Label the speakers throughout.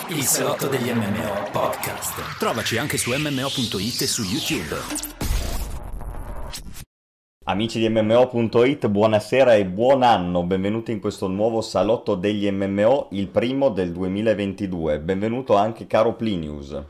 Speaker 1: Il salotto degli MMO podcast.
Speaker 2: Trovaci anche su mmo.it e su YouTube.
Speaker 3: Amici di MMO.it, buonasera e buon anno, benvenuti in questo nuovo salotto degli MMO, il primo del 2022. Benvenuto anche caro Plinius.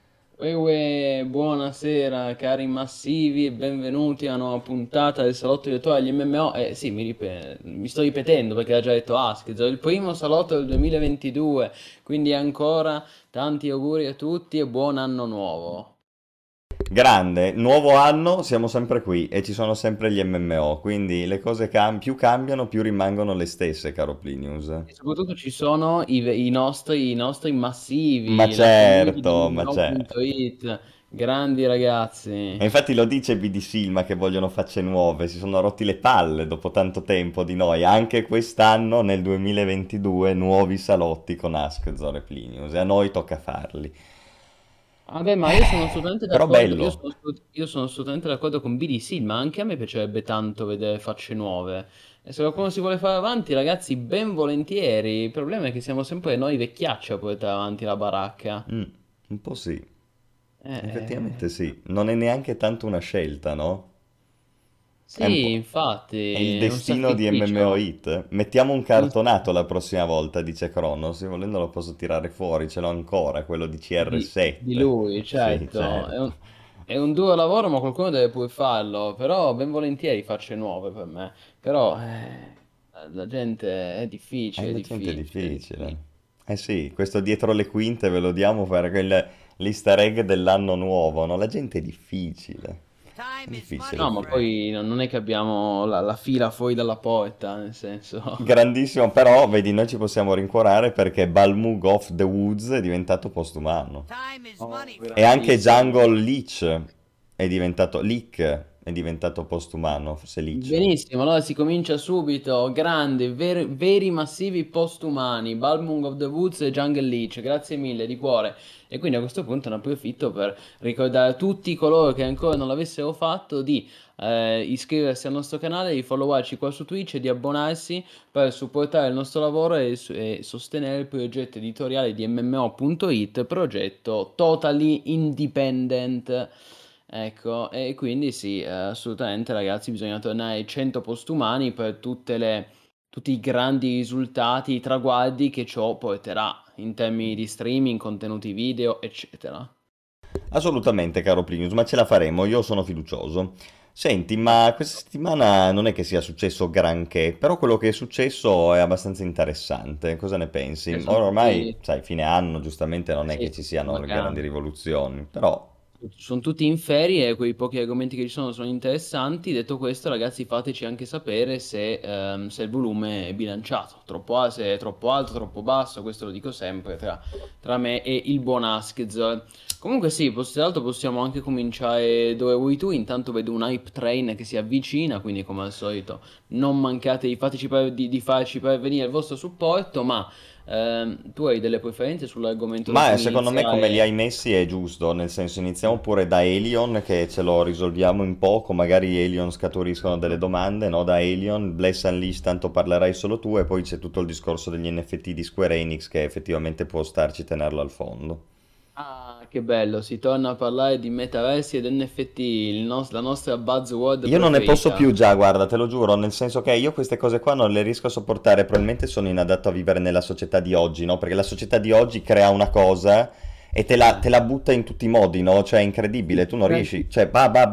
Speaker 4: Buonasera cari massivi e benvenuti a una nuova puntata del salotto virtuale degli MMO. Sì, mi sto ripetendo perché ha già detto Ask, il primo salotto del 2022, quindi ancora tanti auguri a tutti e buon anno nuovo.
Speaker 3: Grande, nuovo anno, siamo sempre qui e ci sono sempre gli MMO, quindi le cose più cambiano, più rimangono le stesse, caro Plinius.
Speaker 4: E soprattutto ci sono i nostri massivi,
Speaker 3: Ma
Speaker 4: la
Speaker 3: certo,
Speaker 4: community
Speaker 3: ma
Speaker 4: di
Speaker 3: certo.
Speaker 4: MMO.it, grandi ragazzi.
Speaker 3: E infatti lo dice BD Silma che vogliono facce nuove, si sono rotti le palle dopo tanto tempo di noi, anche quest'anno nel 2022 nuovi salotti con Ask, Zoro e Plinius e a noi tocca farli.
Speaker 4: Vabbè, ma io sono assolutamente
Speaker 3: Però
Speaker 4: d'accordo,
Speaker 3: bello.
Speaker 4: io sono assolutamente d'accordo con BDC, ma anche a me piacerebbe tanto vedere facce nuove. E se qualcuno si vuole fare avanti, ragazzi, ben volentieri. Il problema è che siamo sempre noi vecchiacci a portare avanti la baracca.
Speaker 3: Mm, un po' sì,
Speaker 4: Eh,
Speaker 3: effettivamente sì, non è neanche tanto una scelta, no? È un
Speaker 4: sì,
Speaker 3: po'... È il
Speaker 4: infatti, è un
Speaker 3: destino di MMO
Speaker 4: sacrificio.
Speaker 3: Hit. Mettiamo un
Speaker 4: Un-
Speaker 3: cartonato la prossima volta, dice Cronos. Se volendo lo posso tirare fuori, ce l'ho ancora, quello di
Speaker 4: di
Speaker 3: CR7.
Speaker 4: lui,
Speaker 3: Sì,
Speaker 4: certo.
Speaker 3: certo.
Speaker 4: È un duro lavoro, ma qualcuno deve pure farlo. Però ben volentieri facce nuove per me. Però la gente è difficile, è
Speaker 3: La gente è
Speaker 4: difficile, è
Speaker 3: difficile.
Speaker 4: difficile.
Speaker 3: Eh sì, questo dietro le quinte ve lo diamo per l'easter egg dell'anno nuovo, no? La gente è difficile. È difficile.
Speaker 4: No, ma poi non è che abbiamo la fila fuori dalla porta, nel senso.
Speaker 3: Grandissimo, però vedi, noi ci possiamo rincuorare perché Balmug of the Woods è diventato postumano.
Speaker 4: Oh,
Speaker 3: E anche
Speaker 4: grandissimo.
Speaker 3: Jungle Leech è diventato Leek, è diventato postumano, forse Leech.
Speaker 4: Benissimo, allora si comincia subito. Grandi, veri massivi postumani. Balmung of the Woods e Jungle Leech. Grazie mille, di cuore. E quindi a questo punto ne approfitto per ricordare a tutti coloro che ancora non l'avessero fatto di iscriversi al nostro canale, di followarci qua su Twitch e di abbonarsi per supportare il nostro lavoro e sostenere il progetto editoriale di MMO.it, progetto totally independent. Ecco, e quindi sì, assolutamente ragazzi, bisogna tornare ai 100 postumani per tutti i grandi risultati, i traguardi che ciò porterà in termini di streaming, contenuti video, eccetera.
Speaker 3: Assolutamente, caro Plinius, ma ce la faremo, io sono fiducioso. Senti,
Speaker 4: Ah,
Speaker 3: ma questa settimana non è che sia successo granché, però quello che è successo è abbastanza interessante. Cosa ne pensi?
Speaker 4: che sono
Speaker 3: Ora ormai,
Speaker 4: tutti,
Speaker 3: sai, fine anno, giustamente non è che
Speaker 4: sì,
Speaker 3: ci siano le grandi
Speaker 4: vacanze.
Speaker 3: rivoluzioni, però...
Speaker 4: Sono tutti in ferie e quei pochi argomenti che ci sono interessanti. Detto questo, ragazzi, fateci anche sapere se il volume è bilanciato, se è troppo alto, troppo basso. Questo lo dico sempre tra me e il buon Askz. Comunque, sì, tra l'altro possiamo anche cominciare dove vuoi tu. Intanto vedo un hype train che si avvicina, quindi, come al solito, non mancate di farci pervenire il vostro supporto. Ma tu hai delle preferenze sull'argomento da
Speaker 3: Ma
Speaker 4: cui
Speaker 3: secondo me come li hai
Speaker 4: iniziare?
Speaker 3: messi è giusto, nel senso iniziamo pure da Elion che ce lo risolviamo in poco, magari Elion scaturiscono delle domande, no? Da Elion, Bless Unleashed tanto parlerai solo tu e poi c'è tutto il discorso degli NFT di Square Enix che effettivamente può starci tenerlo al fondo.
Speaker 4: Ah, che bello, si torna a parlare di metaversi ed NFT, la nostra buzzword
Speaker 3: Io non ne posso
Speaker 4: preferita.
Speaker 3: più già, guarda, te lo giuro, nel senso che io queste cose qua non le riesco a sopportare, probabilmente sono inadatto a vivere nella società di oggi, no? Perché la società di oggi crea una cosa e
Speaker 4: Eh,
Speaker 3: te la butta in tutti i modi, no? Cioè è incredibile, tu non riesci, cioè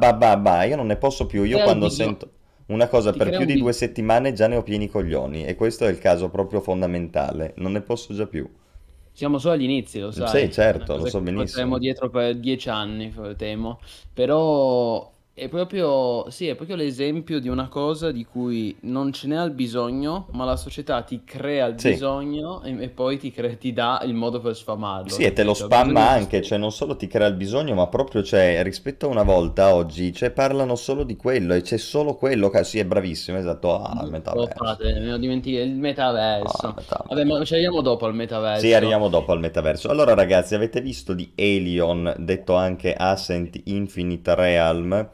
Speaker 3: io non ne posso più, io
Speaker 4: crea un
Speaker 3: quando
Speaker 4: bisogno,
Speaker 3: sento una cosa
Speaker 4: ti
Speaker 3: per
Speaker 4: crea
Speaker 3: più
Speaker 4: un
Speaker 3: di due
Speaker 4: bisogno.
Speaker 3: settimane già ne ho pieni i coglioni e questo è il caso proprio fondamentale, non ne posso già più.
Speaker 4: Siamo solo agli inizi, lo sai,
Speaker 3: Sì,
Speaker 4: è una
Speaker 3: certo, lo
Speaker 4: cosa
Speaker 3: so
Speaker 4: che ci porteremo
Speaker 3: benissimo.
Speaker 4: dietro per 10 anni, temo. Però è proprio, sì, è proprio l'esempio di una cosa di cui non ce n'è il bisogno, ma la società ti crea il
Speaker 3: Sì.
Speaker 4: bisogno e poi ti dà il modo per sfamarlo,
Speaker 3: Sì, e te lo
Speaker 4: capito? Il
Speaker 3: spamma
Speaker 4: bisogno
Speaker 3: anche,
Speaker 4: esiste.
Speaker 3: cioè non solo ti crea il bisogno, ma proprio, cioè, rispetto a una volta oggi, cioè parlano solo di quello e c'è solo quello, sì, è bravissimo, esatto, ah, il
Speaker 4: Lo
Speaker 3: metaverso,
Speaker 4: fate, me lo dimentichi, il
Speaker 3: ah, il
Speaker 4: metaverso. Vabbè,
Speaker 3: metaverso.
Speaker 4: ma ci arriviamo dopo al
Speaker 3: Sì,
Speaker 4: metaverso.
Speaker 3: arriviamo dopo al metaverso. Allora ragazzi, avete visto di Alien, detto anche Ascent Infinite Realm?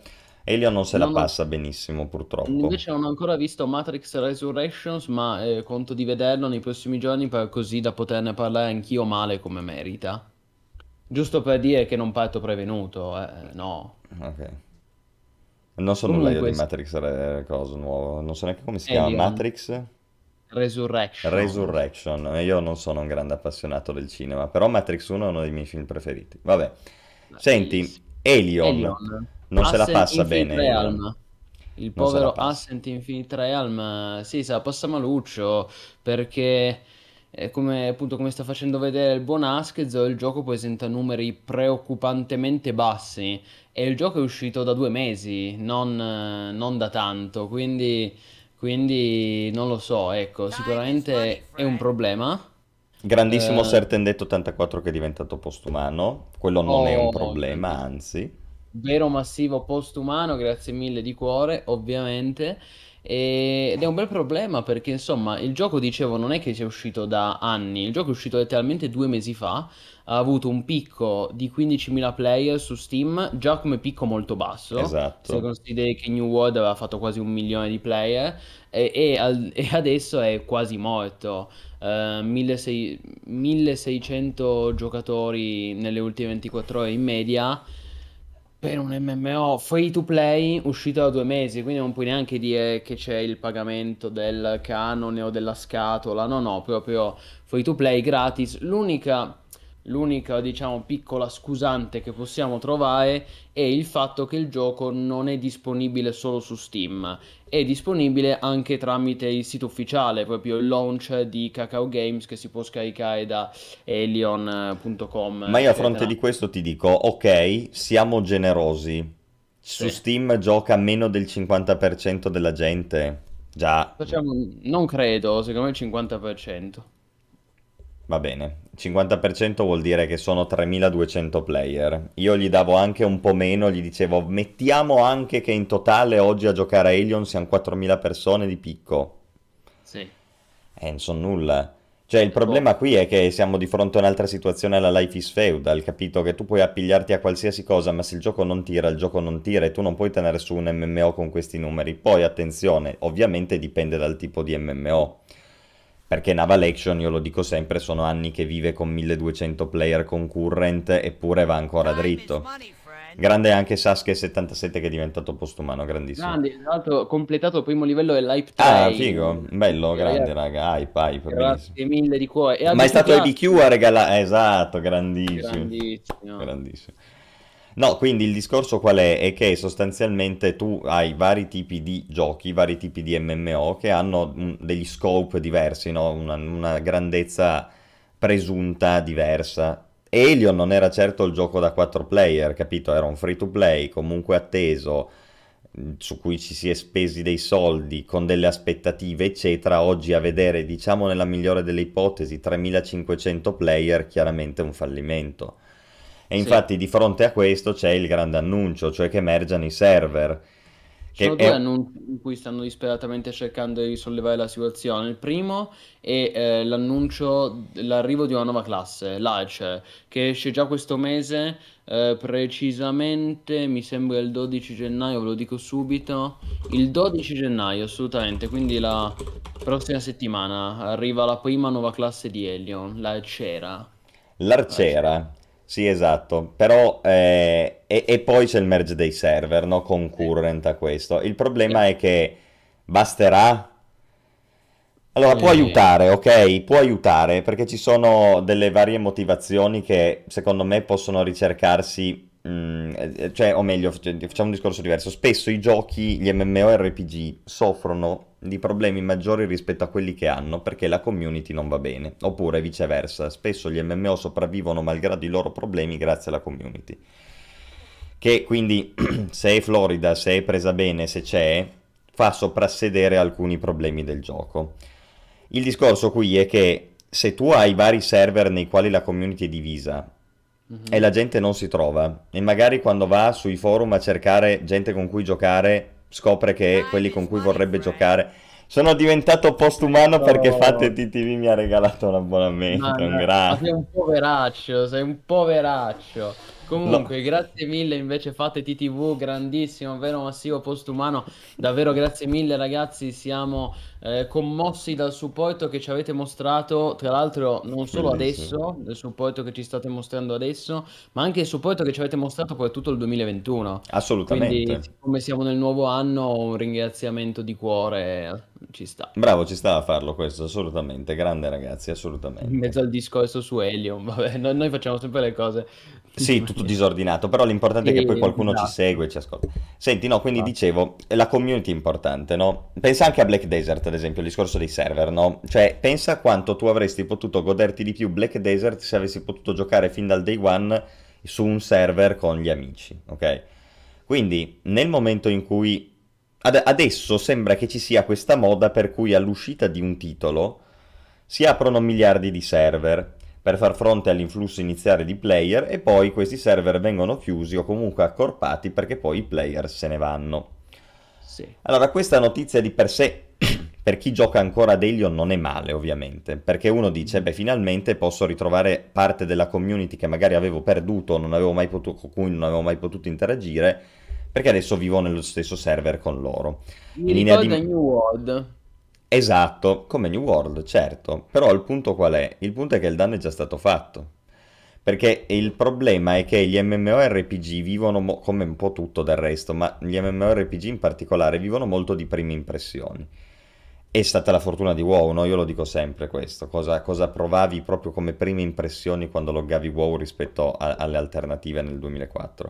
Speaker 3: Elion non se la
Speaker 4: Non ho-
Speaker 3: passa benissimo, purtroppo.
Speaker 4: Invece non ho ancora visto Matrix Resurrections, ma conto di vederlo nei prossimi giorni così da poterne parlare anch'io male come merita. Giusto per dire che non parto prevenuto, no.
Speaker 3: Ok. Non so nulla io di
Speaker 4: Comunque,
Speaker 3: Matrix cosa nuovo, non so neanche come si chiama.
Speaker 4: Alien
Speaker 3: Matrix
Speaker 4: Resurrection.
Speaker 3: Resurrection. Io non sono un grande appassionato del cinema, però Matrix 1 è uno dei miei film preferiti. Vabbè. Senti,
Speaker 4: Bellissimo.
Speaker 3: Alien.
Speaker 4: Alien,
Speaker 3: Non se la
Speaker 4: Ascent
Speaker 3: passa
Speaker 4: Infinite
Speaker 3: bene Alien.
Speaker 4: Realm. Il
Speaker 3: Non se la
Speaker 4: povero
Speaker 3: passa.
Speaker 4: Ascent Infinite Realm, sì, se la passa maluccio perché come, appunto, come sta facendo vedere il buon Askez, il gioco presenta numeri preoccupantemente bassi e il gioco è uscito da 2 mesi, non da tanto, quindi non lo so, ecco, sicuramente è un problema.
Speaker 3: Grandissimo
Speaker 4: Eh,
Speaker 3: Certain 84 che è diventato postumano. Quello non è un
Speaker 4: oh,
Speaker 3: problema,
Speaker 4: grandissimo.
Speaker 3: anzi.
Speaker 4: Vero massivo postumano, grazie mille di cuore, ovviamente. Ed è un bel problema perché, insomma, il gioco, dicevo, non è che sia uscito da anni, il gioco è uscito letteralmente 2 mesi fa, ha avuto un picco di 15.000 player su Steam, già come picco molto basso, se
Speaker 3: Esatto.
Speaker 4: consideri che New World aveva fatto quasi 1 milione di player, e adesso è quasi morto. 1600 giocatori nelle ultime 24 ore in media per un MMO free to play uscito da 2 mesi, quindi non puoi neanche dire che c'è il pagamento del canone o della scatola, no, no, proprio free to play gratis. L'unica, diciamo, piccola scusante che possiamo trovare è il fatto che il gioco non è disponibile solo su Steam, è disponibile anche tramite il sito ufficiale, proprio il launch di Kakao Games che si può scaricare da Elion.com,
Speaker 3: Ma io a fronte
Speaker 4: eccetera.
Speaker 3: di questo ti dico, ok, siamo generosi. Su
Speaker 4: Sì.
Speaker 3: Steam gioca meno del 50% della gente. Già,
Speaker 4: Facciamo, non credo, secondo me il 50%.
Speaker 3: va bene. 50% vuol dire che sono 3200 player. Io gli davo anche un po' meno, gli dicevo, mettiamo anche che in totale oggi a giocare a Alien siamo 4000 persone di picco.
Speaker 4: Sì,
Speaker 3: Non so nulla. Cioè, il
Speaker 4: è poco.
Speaker 3: problema qui è che siamo di fronte a un'altra situazione alla Life is Feudal, capito? Che tu puoi appigliarti a qualsiasi cosa, ma se il gioco non tira, il gioco non tira e tu non puoi tenere su un MMO con questi numeri. Poi, attenzione, ovviamente dipende dal tipo di MMO. Perché Naval Action, io lo dico sempre, sono anni che vive con 1200 player concurrent, eppure va ancora dritto. Grande anche Sasuke77 che è diventato postumano, grandissimo.
Speaker 4: Grandi, tra l'altro ho completato il primo livello dell'Hype
Speaker 3: Ah,
Speaker 4: Train.
Speaker 3: figo, bello,
Speaker 4: E,
Speaker 3: grande,
Speaker 4: ragazzi,
Speaker 3: raga, hype, hype, bellissimo.
Speaker 4: grazie mille di cuore. E
Speaker 3: Ma è
Speaker 4: ABQ
Speaker 3: stato
Speaker 4: Plus,
Speaker 3: EBQ a regalare... esatto, grandissimo.
Speaker 4: grandissimo.
Speaker 3: Grandissimo. No, quindi il discorso qual è? È che sostanzialmente tu hai vari tipi di giochi, vari tipi di MMO che hanno degli scope diversi, no? Una grandezza presunta diversa. E Alien non era certo il gioco da 4 player, capito? Era un free to play, comunque atteso, su cui ci si è spesi dei soldi, con delle aspettative, eccetera. Oggi a vedere, diciamo nella migliore delle ipotesi, 3500 player, chiaramente è un fallimento. E
Speaker 4: Sì.
Speaker 3: infatti di fronte a questo c'è il grande annuncio, cioè che emergano i server,
Speaker 4: Ci
Speaker 3: che
Speaker 4: sono due
Speaker 3: è...
Speaker 4: annunci in cui stanno disperatamente cercando di risollevare la situazione. Il primo è l'annuncio dell'arrivo di una nuova classe, l'Archer, che esce già questo mese, precisamente mi sembra il 12 gennaio, ve lo dico subito, il 12 gennaio assolutamente, quindi la prossima settimana arriva la prima nuova classe di Helion, l'Archera. L'Archera.
Speaker 3: L'arciera, sì esatto, però e poi c'è il merge dei server, no? Concurrent a questo. Il
Speaker 4: Sì.
Speaker 3: problema è che basterà? Allora, può
Speaker 4: Eh,
Speaker 3: aiutare, ok? Può aiutare, perché ci sono delle varie motivazioni che secondo me possono ricercarsi, cioè, o meglio, facciamo un discorso diverso. Spesso i giochi, gli MMORPG, soffrono di problemi maggiori rispetto a quelli che hanno, perché la community non va bene, oppure viceversa. Spesso gli MMO sopravvivono malgrado i loro problemi grazie alla community. Che quindi, se è Florida, se è presa bene, se c'è, fa soprassedere alcuni problemi del gioco. Il discorso qui è che se tu hai vari server nei quali la community è divisa e
Speaker 4: mhm.
Speaker 3: la gente non si trova, e magari quando va sui forum a cercare gente con cui giocare, scopre che quelli con cui vorrebbe giocare... Sono diventato postumano perché Fate
Speaker 4: Oh,
Speaker 3: TTV mi ha regalato un abbonamento, è un
Speaker 4: ma sei
Speaker 3: grande.
Speaker 4: un poveraccio, sei un poveraccio.
Speaker 3: Lo-
Speaker 4: Comunque, grazie mille, invece fate TTV, grandissimo, vero massivo postumano, davvero grazie mille ragazzi, siamo commossi dal supporto che ci avete mostrato, tra l'altro non solo
Speaker 3: Bellissimo.
Speaker 4: adesso, il supporto che ci state mostrando adesso, ma anche il supporto che ci avete mostrato per tutto il 2021. Quindi,
Speaker 3: Assolutamente.
Speaker 4: siccome siamo nel nuovo anno, un ringraziamento di cuore ci sta.
Speaker 3: Bravo, ci sta a farlo questo, assolutamente. Grande ragazzi,
Speaker 4: In
Speaker 3: assolutamente.
Speaker 4: mezzo al discorso su Helion, vabbè, noi facciamo sempre le cose in
Speaker 3: Sì, tutto
Speaker 4: maniera...
Speaker 3: disordinato, però l'importante è che poi
Speaker 4: Sì,
Speaker 3: qualcuno ci segue
Speaker 4: esatto.
Speaker 3: e ci ascolta. Senti, no, quindi
Speaker 4: Esatto.
Speaker 3: dicevo, la community è importante, no? Pensa anche a Black Desert, ad esempio, il discorso dei server, no? Cioè, pensa quanto tu avresti potuto goderti di più Black Desert se avessi potuto giocare fin dal day one su un server con gli amici, ok? Quindi, nel momento in cui... adesso sembra che ci sia questa moda per cui all'uscita di un titolo si aprono miliardi di server per far fronte all'influsso iniziale di player e poi questi server vengono chiusi o comunque accorpati perché poi i player se ne vanno.
Speaker 4: Sì.
Speaker 3: Allora, questa notizia di per sé, per chi gioca ancora ad Elion, non è male, ovviamente, perché uno dice, beh, finalmente posso ritrovare parte della community che magari avevo perduto, non avevo mai potuto, con cui non avevo mai potuto interagire, perché adesso vivo nello stesso server con loro.
Speaker 4: Mi
Speaker 3: In linea
Speaker 4: ricorda
Speaker 3: di...
Speaker 4: New World.
Speaker 3: Esatto, come New World, certo, però il punto qual è? Il punto è che il danno è già stato fatto. Perché il problema è che gli MMORPG vivono, come un po' tutto del resto, ma gli MMORPG in particolare vivono molto di prime impressioni. È stata la fortuna di WoW, no? Io lo dico sempre questo. Cosa provavi proprio come prime impressioni quando loggavi WoW rispetto alle alternative nel 2004?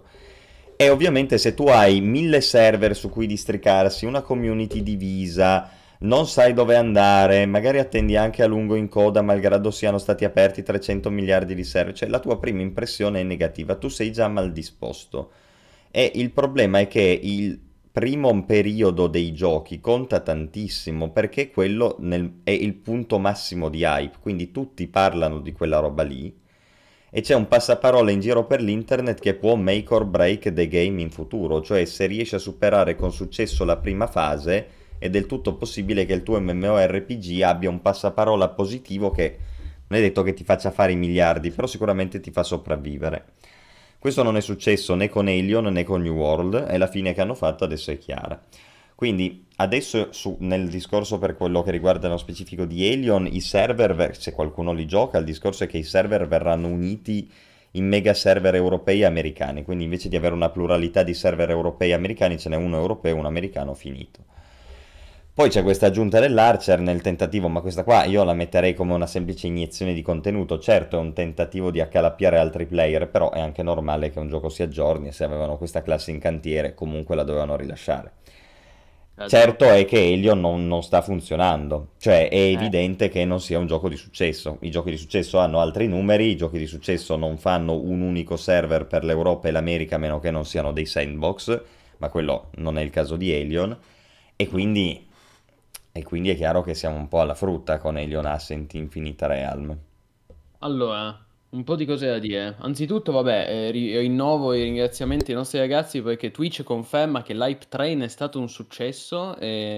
Speaker 3: E ovviamente se tu hai 1000 server su cui districarsi, una community divisa, non sai dove andare, magari attendi anche a lungo in coda malgrado siano stati aperti 300 miliardi di server, cioè la tua prima impressione è negativa, tu sei già mal disposto. E il problema è che il primo periodo dei giochi conta tantissimo perché quello è il punto massimo di hype, quindi tutti parlano di quella roba lì e c'è un passaparola in giro per l'internet che può make or break the game in futuro, cioè se riesci a superare con successo la prima fase è del tutto possibile che il tuo MMORPG abbia un passaparola positivo che non è detto che ti faccia fare i miliardi, però sicuramente ti fa sopravvivere. Questo non è successo né con Alien né con New World e la fine che hanno fatto adesso è chiara. Quindi adesso nel discorso per quello che riguarda nello specifico di Alien, i server, se qualcuno li gioca, il discorso è che i server verranno uniti in mega server europei e americani, quindi invece di avere una pluralità di server europei e americani ce n'è uno europeo e uno americano finito. Poi c'è questa aggiunta dell'Archer nel tentativo, ma questa qua io la metterei come una semplice iniezione di contenuto. Certo, è un tentativo di accalappiare altri player, però è anche normale che un gioco si aggiorni e se avevano questa classe in cantiere comunque la dovevano rilasciare. Certo
Speaker 4: Certo.
Speaker 3: è che Elio non sta funzionando, cioè è
Speaker 4: Eh,
Speaker 3: evidente che non sia un gioco di successo. I giochi di successo hanno altri numeri, i giochi di successo non fanno un unico server per l'Europa e l'America a meno che non siano dei sandbox, ma quello non è il caso di Alien. E quindi, e quindi è chiaro che siamo un po' alla frutta con Alien Ascent Infinite Realm.
Speaker 4: allora, un po' di cose da dire. Anzitutto, vabbè, rinnovo i ringraziamenti ai nostri ragazzi perché Twitch conferma che l'Hype Train è stato un successo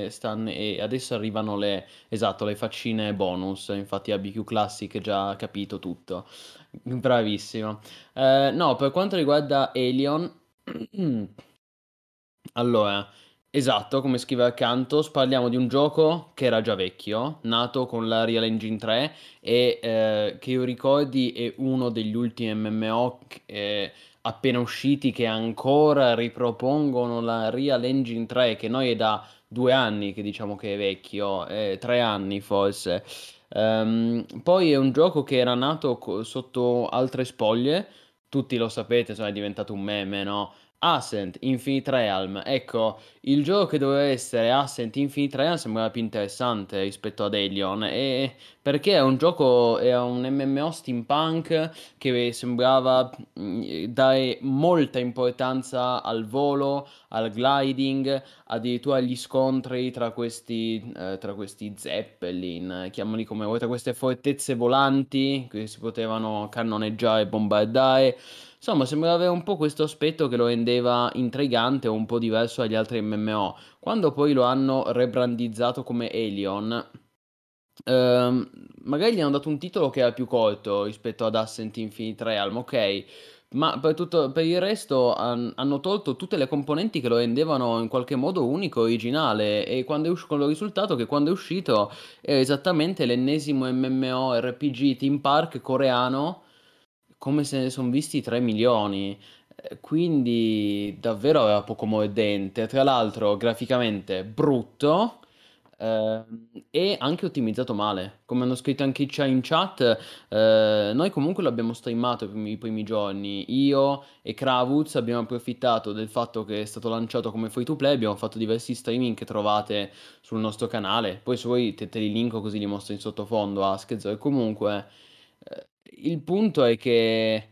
Speaker 4: e adesso arrivano esatto, le faccine bonus. Infatti ABQ Classic già ha capito tutto. Bravissimo. No, per quanto riguarda Alien, allora, esatto, come scrive accanto, parliamo di un gioco che era già vecchio, nato con la Real Engine 3 e che io ricordi è uno degli ultimi MMO appena usciti che ancora ripropongono la Real Engine 3, che noi è da 2 anni che diciamo che è vecchio, 3 anni forse. Poi è un gioco che era nato sotto altre spoglie, tutti lo sapete, insomma, è diventato un meme, no? Ascent, Infinite Realm, ecco, il gioco che doveva essere Ascent Infinite Realm sembrava più interessante rispetto ad Alien, perché è un gioco, è un MMO steampunk che sembrava dare molta importanza al volo, al gliding, addirittura agli scontri tra questi Zeppelin, chiamali come vuoi, tra queste fortezze volanti che si potevano cannoneggiare e bombardare. Insomma, sembrava avere un po' questo aspetto che lo rendeva intrigante o un po' diverso dagli altri MMO. Quando poi lo hanno rebrandizzato come Alien, magari gli hanno dato un titolo che era più corto rispetto ad Ascent Infinite Realm, ok? Ma per il resto hanno tolto tutte le componenti che lo rendevano in qualche modo unico, originale, e con il risultato che quando è uscito è esattamente l'ennesimo MMORPG Theme Park coreano, come se ne sono visti 3 milioni. Quindi davvero aveva poco mordente. Tra l'altro, graficamente brutto. E anche ottimizzato male, come hanno scritto anche in chat. Noi comunque l'abbiamo streamato i primi giorni. Io e Kravuz abbiamo approfittato del fatto che è stato lanciato come free to play, abbiamo fatto diversi streaming che trovate sul nostro canale. Poi se vuoi te li linko così li mostro in sottofondo a Schezzo. E comunque il punto è che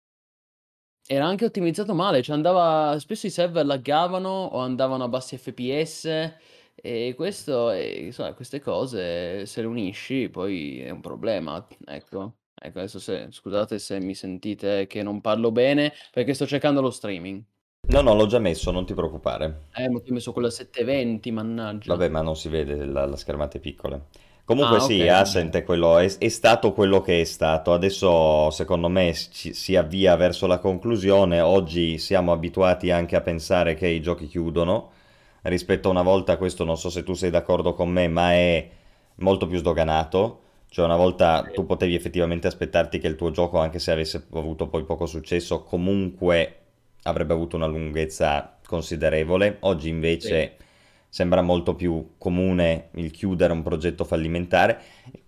Speaker 4: era anche ottimizzato male, cioè andava, spesso i server laggavano o andavano a bassi FPS, e questo, insomma, queste cose se le unisci poi è un problema, ecco. Ecco, adesso scusate se mi sentite che non parlo bene, perché sto cercando lo streaming.
Speaker 3: No, no, l'ho già messo, non ti preoccupare.
Speaker 4: Ma ti ho messo quello a 720, mannaggia.
Speaker 3: Vabbè, ma non si vede, la schermata è piccola. Comunque
Speaker 4: Ah, ok,
Speaker 3: sì,
Speaker 4: va
Speaker 3: Ascent
Speaker 4: bene.
Speaker 3: è stato quello che è stato. Adesso, secondo me, si avvia verso la conclusione. Oggi siamo abituati anche a pensare che i giochi chiudono. Rispetto a una volta, questo non so se tu sei d'accordo con me, ma è molto più sdoganato. Cioè, una volta tu potevi effettivamente aspettarti che il tuo gioco, anche se avesse avuto poi poco successo, comunque avrebbe avuto una lunghezza considerevole. Oggi
Speaker 4: Sì.
Speaker 3: invece sembra molto più comune il chiudere un progetto fallimentare,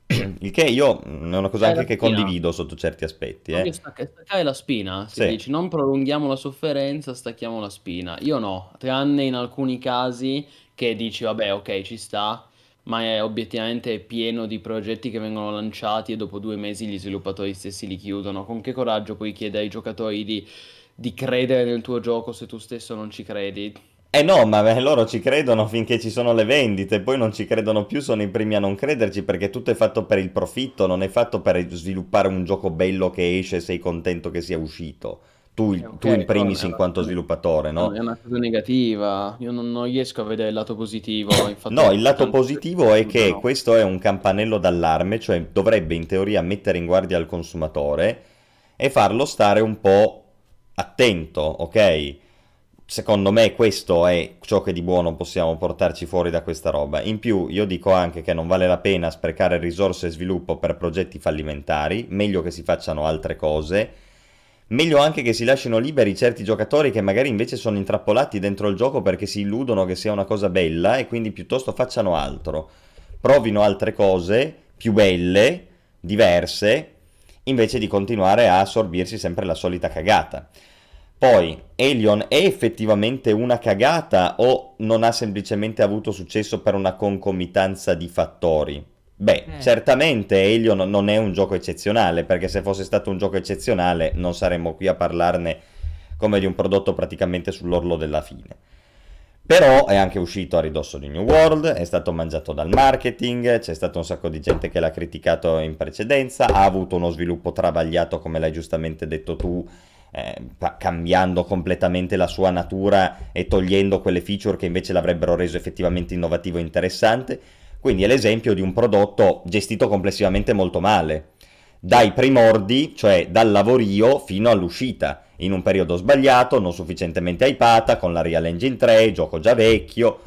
Speaker 3: il che io è una cosa
Speaker 4: Staccare
Speaker 3: anche
Speaker 4: la
Speaker 3: che
Speaker 4: spina.
Speaker 3: condivido sotto certi aspetti,
Speaker 4: Proprio
Speaker 3: eh.
Speaker 4: staccare la spina, si
Speaker 3: Sì.
Speaker 4: dice, non prolunghiamo la sofferenza, stacchiamo la spina. Io no, tranne in alcuni casi che dici, vabbè, ok, ci sta, ma è obiettivamente pieno di progetti che vengono lanciati e dopo 2 mesi gli sviluppatori stessi li chiudono. Con che coraggio puoi chiedere ai giocatori di credere nel tuo gioco se tu stesso non ci credi?
Speaker 3: Eh no, ma loro ci credono finché ci sono le vendite, poi non ci credono più, sono i primi a non crederci perché tutto è fatto per il profitto, non è fatto per sviluppare un gioco bello che esce e sei contento che sia uscito.
Speaker 4: Ok,
Speaker 3: Tu in
Speaker 4: però
Speaker 3: primis in quanto sviluppatore, no?
Speaker 4: è una cosa negativa. Io non riesco a vedere il lato positivo, infatti
Speaker 3: No,
Speaker 4: mi
Speaker 3: il
Speaker 4: piace
Speaker 3: lato
Speaker 4: tanto che
Speaker 3: positivo è che
Speaker 4: chiudano.
Speaker 3: questo è un campanello d'allarme, cioè dovrebbe in teoria mettere in guardia il consumatore e farlo stare un po' attento, ok? Secondo me questo è ciò che di buono possiamo portarci fuori da questa roba. In più, io dico anche che non vale la pena sprecare risorse e sviluppo per progetti fallimentari, meglio che si facciano altre cose. Meglio anche che si lasciano liberi certi giocatori che magari invece sono intrappolati dentro il gioco perché si illudono che sia una cosa bella e quindi piuttosto facciano altro. Provino altre cose più belle, diverse, invece di continuare a assorbirsi sempre la solita cagata. Poi, Alien è effettivamente una cagata o non ha semplicemente avuto successo per una concomitanza di fattori? Beh,
Speaker 4: Eh,
Speaker 3: certamente Alien non è un gioco eccezionale, perché se fosse stato un gioco eccezionale non saremmo qui a parlarne come di un prodotto praticamente sull'orlo della fine. Però è anche uscito a ridosso di New World, è stato mangiato dal marketing, c'è stato un sacco di gente che l'ha criticato in precedenza, ha avuto uno sviluppo travagliato, come l'hai giustamente detto tu, cambiando completamente la sua natura e togliendo quelle feature che invece l'avrebbero reso effettivamente innovativo e interessante. Quindi è l'esempio di un prodotto gestito complessivamente molto male, dai primordi, cioè dal lavorio, fino all'uscita, in un periodo sbagliato, non sufficientemente hypata, con la Real Engine 3, gioco già vecchio.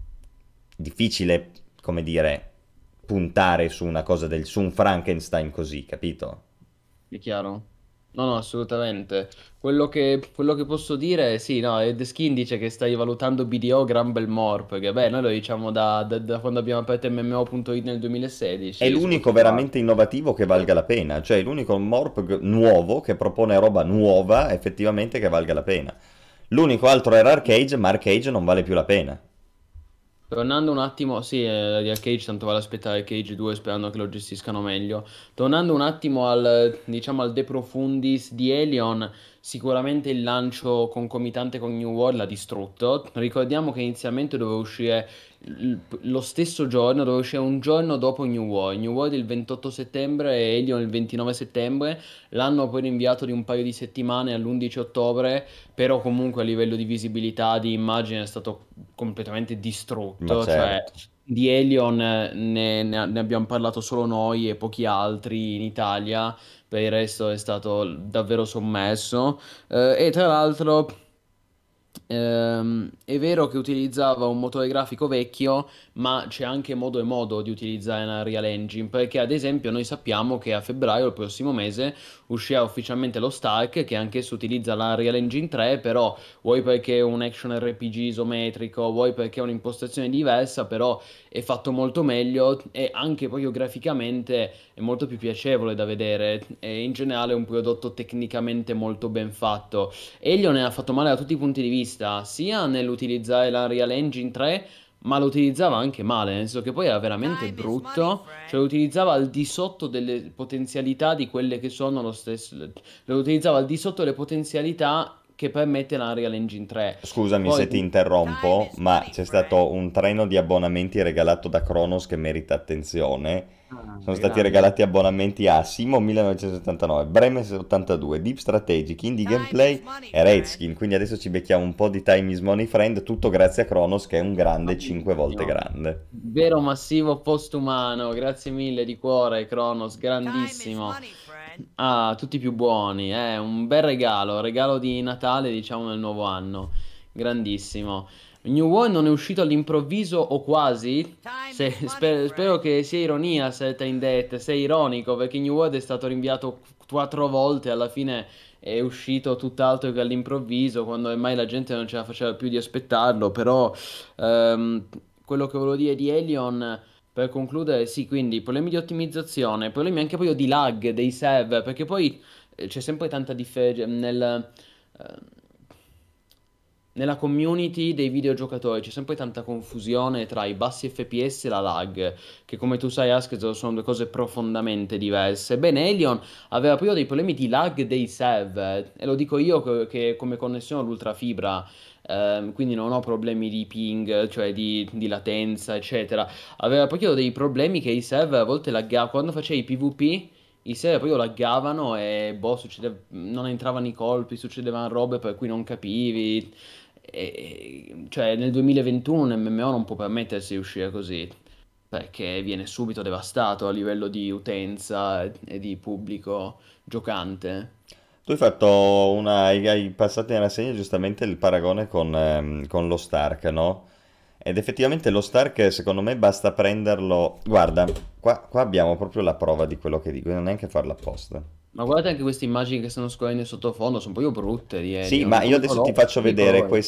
Speaker 3: Difficile, come dire, puntare su una cosa su un Frankenstein così, capito?
Speaker 4: è chiaro? No, no, assolutamente. Quello che posso dire, sì, no, The Skin dice che stai valutando BDO Gran Belmore, perché beh, noi lo diciamo da quando abbiamo aperto MMO.it nel
Speaker 3: È
Speaker 4: 2016 su
Speaker 3: l'unico
Speaker 4: questo qua.
Speaker 3: veramente innovativo che valga la pena, cioè è l'unico Morpg nuovo che propone roba nuova effettivamente che valga la pena. L'unico altro era Arcade, ma Arcade non vale più la pena.
Speaker 4: Tornando un attimo, sì, di Arcade, tanto vale aspettare Arcade 2 sperando che lo gestiscano meglio. Tornando un attimo diciamo, al De Profundis di Elion, sicuramente il lancio concomitante con New World l'ha distrutto. Ricordiamo che inizialmente doveva uscire lo stesso giorno, doveva uscire un giorno dopo New World. New World il 28 settembre e Elion il 29 settembre. L'hanno poi rinviato di un paio di settimane all'11 ottobre, però comunque a livello di visibilità, di immagine è stato completamente
Speaker 3: Ma
Speaker 4: distrutto, cioè
Speaker 3: certo.
Speaker 4: di Elion ne abbiamo parlato solo noi e pochi altri in Italia, per il resto è stato davvero sommesso. E tra l'altro è vero che utilizzava un motore grafico vecchio, ma c'è anche modo e modo di utilizzare l'Unreal Engine, perché ad esempio noi sappiamo che a febbraio, il prossimo mese, uscirà ufficialmente lo Stark, che anch'esso utilizza l'Unreal Engine 3, però vuoi perché è un action RPG isometrico, vuoi perché è un'impostazione diversa, però è fatto molto meglio e anche proprio graficamente è molto più piacevole da vedere e in generale è un prodotto tecnicamente molto ben fatto. Elio ne ha fatto male da tutti i punti di vista, sia nell'utilizzare l'Unreal Engine 3, ma lo utilizzava anche male, nel senso che poi era veramente brutto, cioè lo utilizzava al di sotto delle potenzialità di quelle che sono lo stesso, lo utilizzava al di sotto delle potenzialità che permette l'Unreal Engine 3.
Speaker 3: Scusami
Speaker 4: Poi
Speaker 3: se ti interrompo, ma c'è stato un treno di abbonamenti regalato da Kronos che merita attenzione. Sono stati
Speaker 4: grande.
Speaker 3: regalati abbonamenti a Simo 1979, Bremes 82, Deep Strategic, Indie Gameplay e Redskin. Quindi adesso ci becchiamo un po' di Time is Money Friend, tutto grazie a Kronos che è un grande 5 volte grande.
Speaker 4: Vero massivo postumano, grazie mille di cuore, Kronos, grandissimo. Ah, tutti più buoni, un bel regalo di Natale, diciamo, nel nuovo anno. Grandissimo. New World non è uscito all'improvviso o quasi? Spero che sia ironia, Certain Death, sei ironico, perché New World è stato rinviato 4 volte, alla fine è uscito tutt'altro che all'improvviso, quando ormai la gente non ce la faceva più di aspettarlo, però ehm, quello che volevo dire di Alien, per concludere, sì, quindi problemi di ottimizzazione, problemi anche poi di lag dei server, perché poi c'è sempre tanta differenza nella community dei videogiocatori, c'è sempre tanta confusione tra i bassi FPS e la lag, che come tu sai, Asked, sono due cose profondamente diverse. Bene, Alien aveva proprio dei problemi di lag dei server, e lo dico io che come connessione all'ultrafibra, quindi non ho problemi di ping, cioè di latenza, eccetera. Aveva proprio dei problemi che i server a volte laggavano. Quando facevi i PvP, i server proprio laggavano e boh, non entravano i colpi, succedevano robe per cui non capivi. Cioè, nel 2021 un MMO non può permettersi di uscire così, perché viene subito devastato a livello di utenza e di pubblico giocante.
Speaker 3: Tu hai passato in rassegna giustamente il paragone con lo Stark, no? Ed effettivamente lo Stark, secondo me, basta prenderlo. Guarda, qua abbiamo proprio la prova di quello che dico, non neanche farla apposta.
Speaker 4: Ma guardate anche queste immagini che stanno scorrendo in sottofondo, sono proprio brutte di
Speaker 3: Sì,
Speaker 4: Alien,
Speaker 3: ma io
Speaker 4: come
Speaker 3: adesso ti
Speaker 4: colori,
Speaker 3: faccio
Speaker 4: tutti i
Speaker 3: vedere
Speaker 4: colori.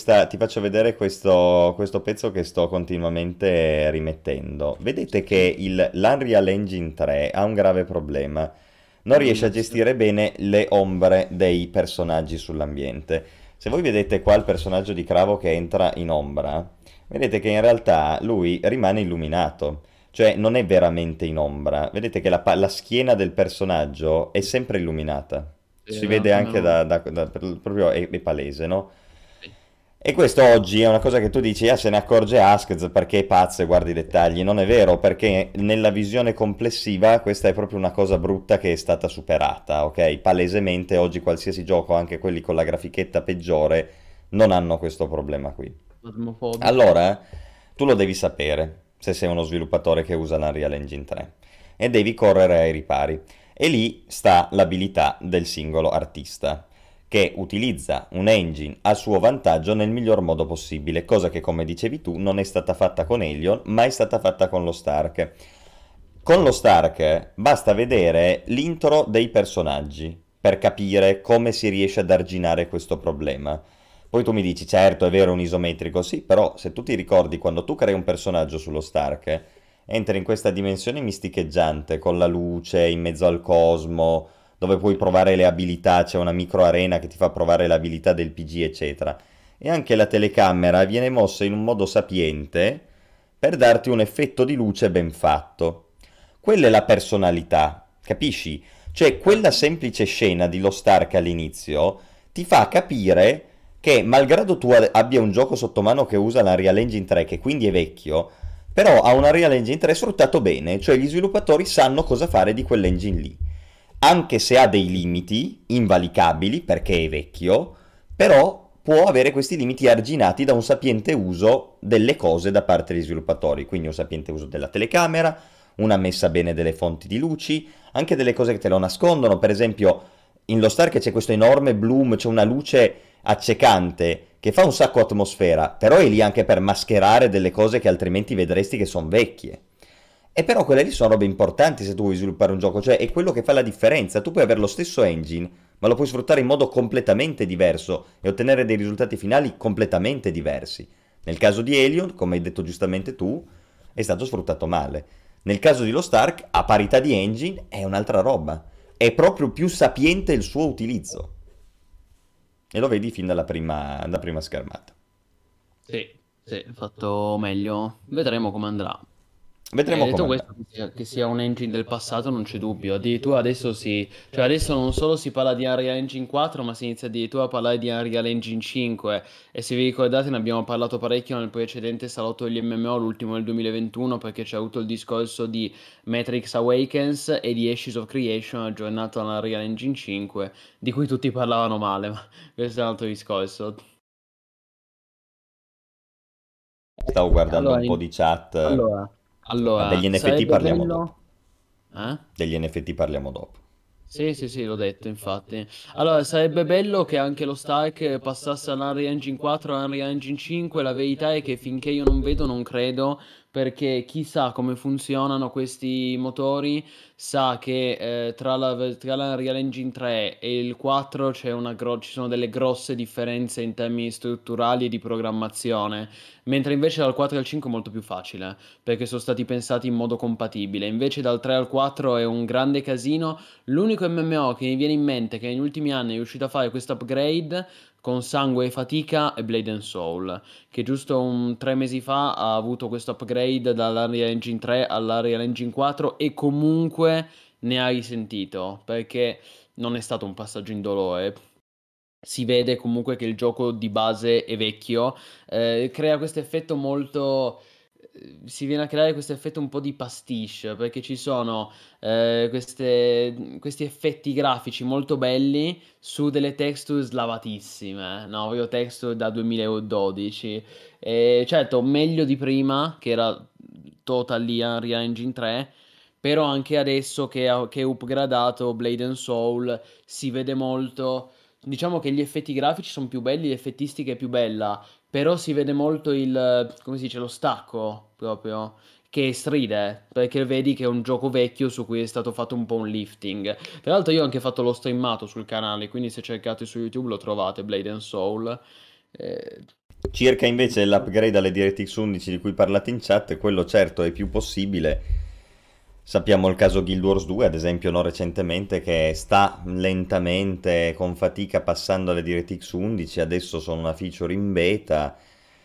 Speaker 3: questo pezzo che sto continuamente rimettendo. Vedete che l'Unreal Engine 3 ha un grave problema. Non riesce a
Speaker 4: Illuminazione.
Speaker 3: gestire bene le ombre dei personaggi sull'ambiente. Se voi vedete qua il personaggio di Cravo che entra in ombra, vedete che in realtà lui rimane illuminato. Cioè non è veramente in ombra. Vedete che la schiena del personaggio è sempre illuminata. Si vede anche proprio è palese, no?
Speaker 4: Sì.
Speaker 3: E questo oggi è una cosa che tu dici, ah, se ne accorge Askez perché è pazzo e guarda i dettagli. Non è vero, perché nella visione complessiva questa è proprio una cosa brutta che è stata superata, ok? Palesemente oggi qualsiasi gioco, anche quelli con la grafichetta peggiore, non hanno questo problema qui.
Speaker 4: Fasmofobico.
Speaker 3: Allora, tu lo devi sapere se sei uno sviluppatore che usa l'Unreal Engine 3 e devi correre ai ripari. E lì sta l'abilità del singolo artista, che utilizza un engine a suo vantaggio nel miglior modo possibile, cosa che, come dicevi tu, non è stata fatta con Alien, ma è stata fatta con lo Stark. Con lo Stark basta vedere l'intro dei personaggi per capire come si riesce ad arginare questo problema. Poi tu mi dici, certo, è vero, un isometrico, sì, però se tu ti ricordi quando tu crei un personaggio sullo Stark, entri in questa dimensione misticheggiante con la luce in mezzo al cosmo, dove puoi provare le abilità, c'è una micro arena che ti fa provare le abilità del PG, eccetera. E anche la telecamera viene mossa in un modo sapiente per darti un effetto di luce ben fatto. Quella è la personalità, capisci? Cioè, quella semplice scena di Lo Stark all'inizio ti fa capire che, malgrado tu abbia un gioco sotto mano che usa l'Unreal Engine 3, che quindi è vecchio, però ha un Unreal Engine 3 sfruttato bene, cioè gli sviluppatori sanno cosa fare di quell'engine lì. Anche se ha dei limiti invalicabili, perché è vecchio, però può avere questi limiti arginati da un sapiente uso delle cose da parte degli sviluppatori, quindi un sapiente uso della telecamera, una messa bene delle fonti di luci, anche delle cose che te lo nascondono. Per esempio, in Lost Ark c'è questo enorme bloom, c'è una luce accecante che fa un sacco atmosfera, però è lì anche per mascherare delle cose che altrimenti vedresti che sono vecchie. E però quelle lì sono robe importanti se tu vuoi sviluppare un gioco, cioè è quello che fa la differenza. Tu puoi avere lo stesso engine, ma lo puoi sfruttare in modo completamente diverso e ottenere dei risultati finali completamente diversi. Nel caso di Alien, come hai detto giustamente tu, è stato sfruttato male. Nel caso di Lost Ark, a parità di engine, è un'altra roba. È proprio più sapiente il suo utilizzo. E lo vedi fin dalla prima schermata.
Speaker 4: Sì, sì, fatto meglio. Vedremo come andrà.
Speaker 3: Vedremo
Speaker 4: Detto
Speaker 3: come
Speaker 4: questo,
Speaker 3: andrà.
Speaker 4: che sia un engine del passato non c'è dubbio. Addirittura adesso cioè adesso non solo si parla di Unreal Engine 4, ma si inizia addirittura a parlare di Unreal Engine 5. E se vi ricordate, ne abbiamo parlato parecchio nel precedente salotto degli MMO, l'ultimo del 2021, perché c'è avuto il discorso di Matrix Awakens e di Ashes of Creation aggiornato all'Unreal Engine 5, di cui tutti parlavano male, ma questo è un altro discorso.
Speaker 3: Stavo guardando
Speaker 4: Allora,
Speaker 3: un po' di chat,
Speaker 4: allora,
Speaker 3: ma
Speaker 4: allora,
Speaker 3: degli NFT
Speaker 4: sarebbe
Speaker 3: parliamo dopo.
Speaker 4: bello. Eh?
Speaker 3: Degli NFT parliamo dopo.
Speaker 4: Sì, sì, sì, l'ho detto, infatti. Allora, sarebbe bello che anche lo Stark passasse all'Unreal Engine 4 all'Unreal Engine 5. La verità è che finché io non vedo, non credo, perché chi sa come funzionano questi motori sa che tra l'Unreal Engine 3 e il 4 ci sono delle grosse differenze in termini strutturali e di programmazione, mentre invece dal 4 al 5 è molto più facile, perché sono stati pensati in modo compatibile. Invece dal 3 al 4 è un grande casino. L'unico MMO che mi viene in mente che negli ultimi anni è riuscito a fare questo upgrade con sangue e fatica è Blade and Soul, che giusto 3 mesi fa ha avuto questo upgrade dall'Unreal Engine 3 all'Unreal Engine 4 e comunque ne ha risentito, perché non è stato un passaggio indolore. Si vede comunque che il gioco di base è vecchio, crea questo effetto molto. Si viene a creare questo effetto un po' di pastiche, perché ci sono questi effetti grafici molto belli su delle texture slavatissime, no? Proprio texture da 2012. E certo, meglio di prima, che era Totally Unreal Engine 3, però anche adesso che è upgradato Blade and Soul si vede molto. Diciamo che gli effetti grafici sono più belli, l'effettistica è più bella, però si vede molto come si dice, lo stacco proprio, che stride, perché vedi che è un gioco vecchio su cui è stato fatto un po' un lifting. Tra l'altro io ho anche fatto lo streamato sul canale, quindi se cercate su YouTube lo trovate, Blade and Soul. Eh,
Speaker 3: Circa invece l'upgrade alle DirectX 11 di cui parlate in chat, quello certo è più possibile. Sappiamo il caso Guild Wars 2, ad esempio, no, recentemente, che sta lentamente, con fatica, passando alle DirectX 11, adesso sono una feature in beta.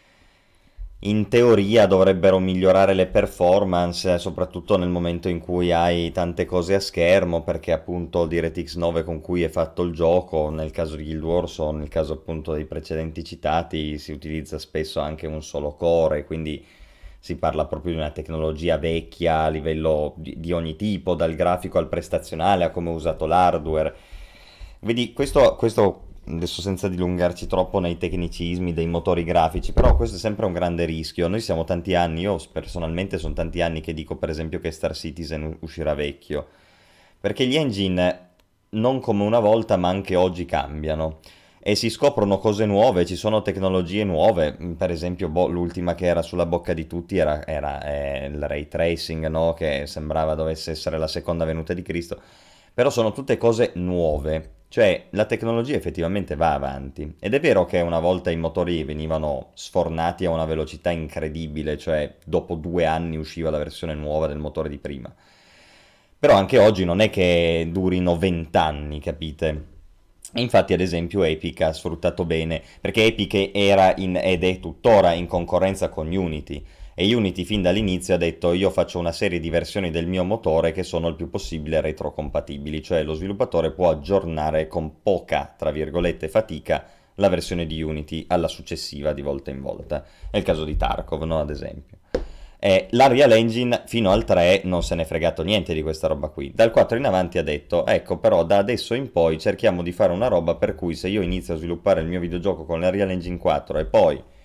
Speaker 3: In teoria dovrebbero migliorare le performance, soprattutto nel momento in cui hai tante cose a schermo, perché appunto il DirectX 9 con cui è fatto il gioco, nel caso di Guild Wars o nel caso appunto dei precedenti citati, si utilizza spesso anche un solo core, quindi si parla proprio di una tecnologia vecchia a livello di ogni tipo, dal grafico al prestazionale, a come è usato l'hardware. Vedi, questo adesso senza dilungarci troppo nei tecnicismi dei motori grafici, però questo è sempre un grande rischio. Noi siamo tanti anni, io personalmente sono tanti anni che dico per esempio che Star Citizen uscirà vecchio, perché gli engine non come una volta ma anche oggi cambiano e si scoprono cose nuove, ci sono tecnologie nuove. Per esempio l'ultima che era sulla bocca di tutti era il ray tracing, no? Che sembrava dovesse essere la seconda venuta di Cristo, però sono tutte cose nuove, cioè la tecnologia effettivamente va avanti ed è vero che una volta i motori venivano sfornati a una velocità incredibile, cioè dopo 2 anni usciva la versione nuova del motore di prima, però anche oggi non è che durino 20 anni, capite? E infatti, ad esempio, Epic ha sfruttato bene, perché Epic era ed è tuttora in concorrenza con Unity, e Unity fin dall'inizio ha detto io faccio una serie di versioni del mio motore che sono il più possibile retrocompatibili, cioè lo sviluppatore può aggiornare con poca, tra virgolette, fatica la versione di Unity alla successiva di volta in volta. È il caso di Tarkov, no, ad esempio. L'Unreal Engine fino al 3 non se n'è fregato niente di questa roba qui. Dal 4 in avanti ha detto, ecco, però da adesso in poi cerchiamo di fare una roba per cui se io inizio a sviluppare il mio videogioco con l'Unreal Engine 4 e poi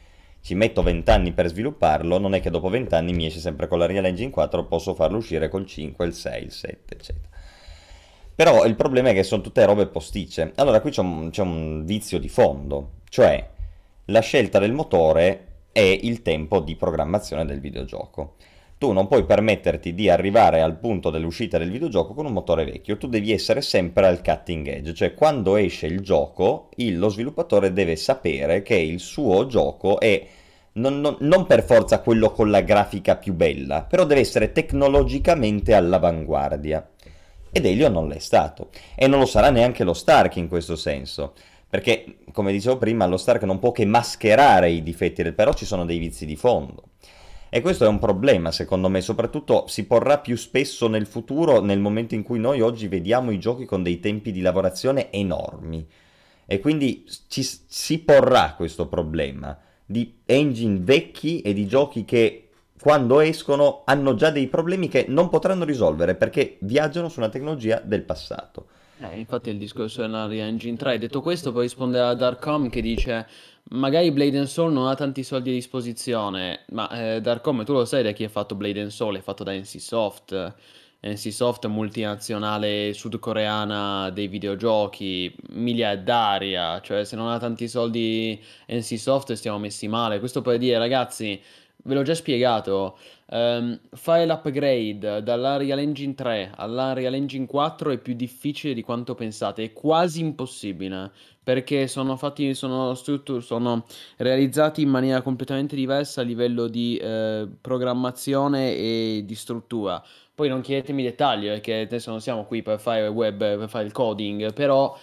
Speaker 3: ci metto 20 anni per svilupparlo, non è che dopo 20 anni mi esce sempre con la Real Engine 4, posso farlo uscire col 5, il 6, il 7, eccetera. Però il problema è che sono tutte robe posticce. Allora qui c'è un vizio di fondo, cioè la scelta del motore è il tempo di programmazione del videogioco. Tu non puoi permetterti di arrivare al punto dell'uscita del videogioco con un motore vecchio, tu devi essere sempre al cutting edge, cioè quando esce il gioco, lo sviluppatore deve sapere che il suo gioco è non per forza quello con la grafica più bella, però deve essere tecnologicamente all'avanguardia. Ed Elio non l'è stato, e non lo sarà neanche lo Stark in questo senso, perché, come dicevo prima, lo Stark non può che mascherare i difetti però ci sono dei vizi di fondo. E questo è un problema, secondo me, soprattutto si porrà più spesso nel futuro, nel momento in cui noi oggi vediamo i giochi con dei tempi di lavorazione enormi. E quindi si porrà questo problema di engine vecchi e di giochi che quando escono hanno già dei problemi che non potranno risolvere perché viaggiano su una tecnologia del passato.
Speaker 4: Infatti il discorso dell'Unreal Engine 3. Detto questo, poi risponde a Darkom che dice: magari Blade and Soul non ha tanti soldi a disposizione, ma Darkom, tu lo sai da chi è fatto Blade and Soul? È fatto da NCSoft. NCSoft, multinazionale sudcoreana dei videogiochi, miliardaria, cioè se non ha tanti soldi NCSoft stiamo messi male. Questo per dire, ragazzi, ve l'ho già spiegato, fare l'upgrade dall'Unreal Engine 3 all'Unreal Engine 4 è più difficile di quanto pensate, è quasi impossibile, perché sono sono realizzati in maniera completamente diversa a livello di programmazione e di struttura. Poi non chiedetemi dettagli, perché adesso non siamo qui per fare web, per fare il coding, però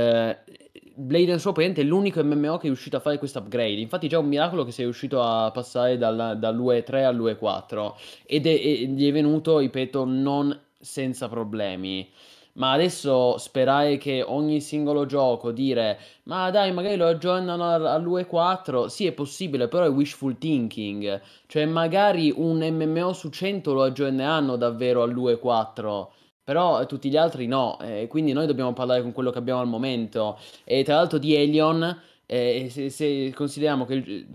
Speaker 4: Blade and Soul praticamente è l'unico MMO che è riuscito a fare questo upgrade. Infatti già è un miracolo che sei riuscito a passare dall'UE3 all'UE4 gli è venuto, ripeto, non senza problemi. Ma adesso sperare che ogni singolo gioco dire ma dai, magari lo aggiornano all'UE4, sì, è possibile, però è wishful thinking. Cioè magari un MMO su 100 lo aggiorneranno davvero all'UE4, però tutti gli altri no, quindi noi dobbiamo parlare con quello che abbiamo al momento. E tra l'altro di Alien, se consideriamo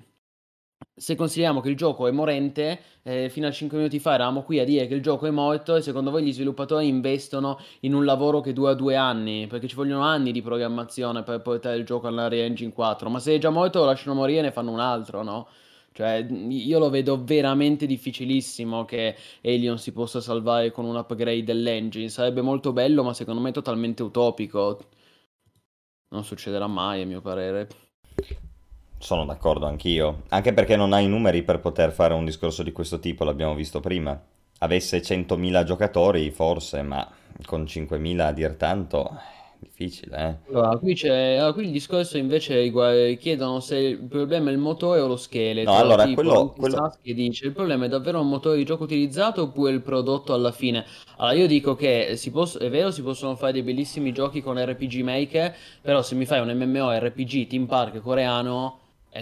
Speaker 4: che il gioco è morente, fino a 5 minuti fa eravamo qui a dire che il gioco è morto e secondo voi gli sviluppatori investono in un lavoro che dura 2 anni, perché ci vogliono anni di programmazione per portare il gioco all'Unreal Engine 4, ma se è già morto lo lasciano morire e ne fanno un altro, no? Cioè, io lo vedo veramente difficilissimo che Alien si possa salvare con un upgrade dell'engine. Sarebbe molto bello, ma secondo me è totalmente utopico. Non succederà mai, a mio parere.
Speaker 3: Sono d'accordo anch'io, anche perché non ha i numeri per poter fare un discorso di questo tipo, l'abbiamo visto prima. Avesse 100.000 giocatori, forse, ma con 5.000 a dir tanto, difficile, eh?
Speaker 4: Allora, qui il discorso invece chiedono se il problema è il motore o lo
Speaker 3: No,
Speaker 4: scheletro.
Speaker 3: allora,
Speaker 4: Tipo, anche Sasuke dice: il problema è davvero un motore di gioco utilizzato oppure il prodotto alla fine? Allora, io dico che è vero, si possono fare dei bellissimi giochi con RPG Maker, però se mi fai un MMO RPG Team Park coreano.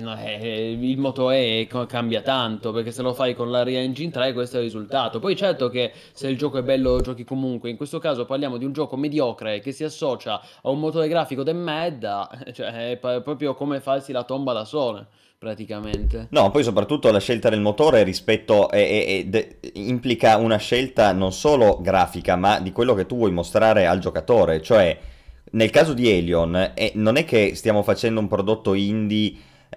Speaker 4: Il motore cambia tanto, perché se lo fai con l'Unreal Engine 3 questo è il risultato. Poi certo che se il gioco è bello lo giochi comunque. In questo caso parliamo di un gioco mediocre che si associa a un motore grafico de merda, cioè è proprio come farsi la tomba da sole, praticamente.
Speaker 3: No, poi soprattutto la scelta del motore rispetto implica una scelta non solo grafica, ma di quello che tu vuoi mostrare al giocatore. Cioè, nel caso di Alien, non è che stiamo facendo un prodotto indie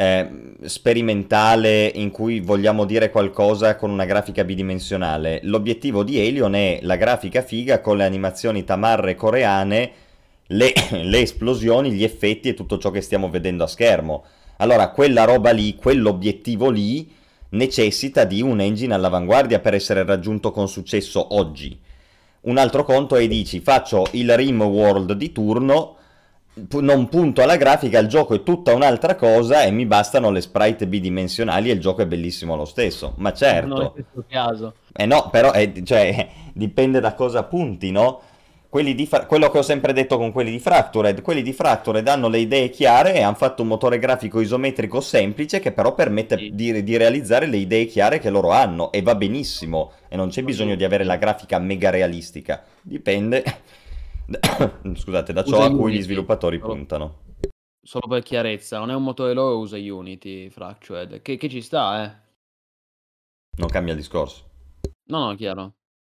Speaker 3: sperimentale in cui vogliamo dire qualcosa con una grafica bidimensionale. L'obiettivo di Alien è la grafica figa con le animazioni tamarre coreane, le esplosioni, gli effetti e tutto ciò che stiamo vedendo a schermo. Allora, quella roba lì, quell'obiettivo lì necessita di un engine all'avanguardia per essere raggiunto con successo oggi. Un altro conto è dici faccio il RimWorld di turno, non punto alla grafica, il gioco è tutta un'altra cosa e mi bastano le sprite bidimensionali e il gioco è bellissimo lo stesso. Ma certo.
Speaker 4: Non è questo caso.
Speaker 3: No, però cioè, dipende da cosa punti, no? Quello che ho sempre detto con quelli di Fractured hanno le idee chiare e hanno fatto un motore grafico isometrico semplice che però permette di realizzare le idee chiare che loro hanno e va benissimo e non c'è bisogno di avere la grafica mega realistica, dipende scusate, da ciò a cui gli sviluppatori puntano.
Speaker 4: solo per chiarezza, non è un motore loro, usa Unity, Fractured, che ci sta, eh.
Speaker 3: Non cambia il discorso.
Speaker 4: No, no, chiaro.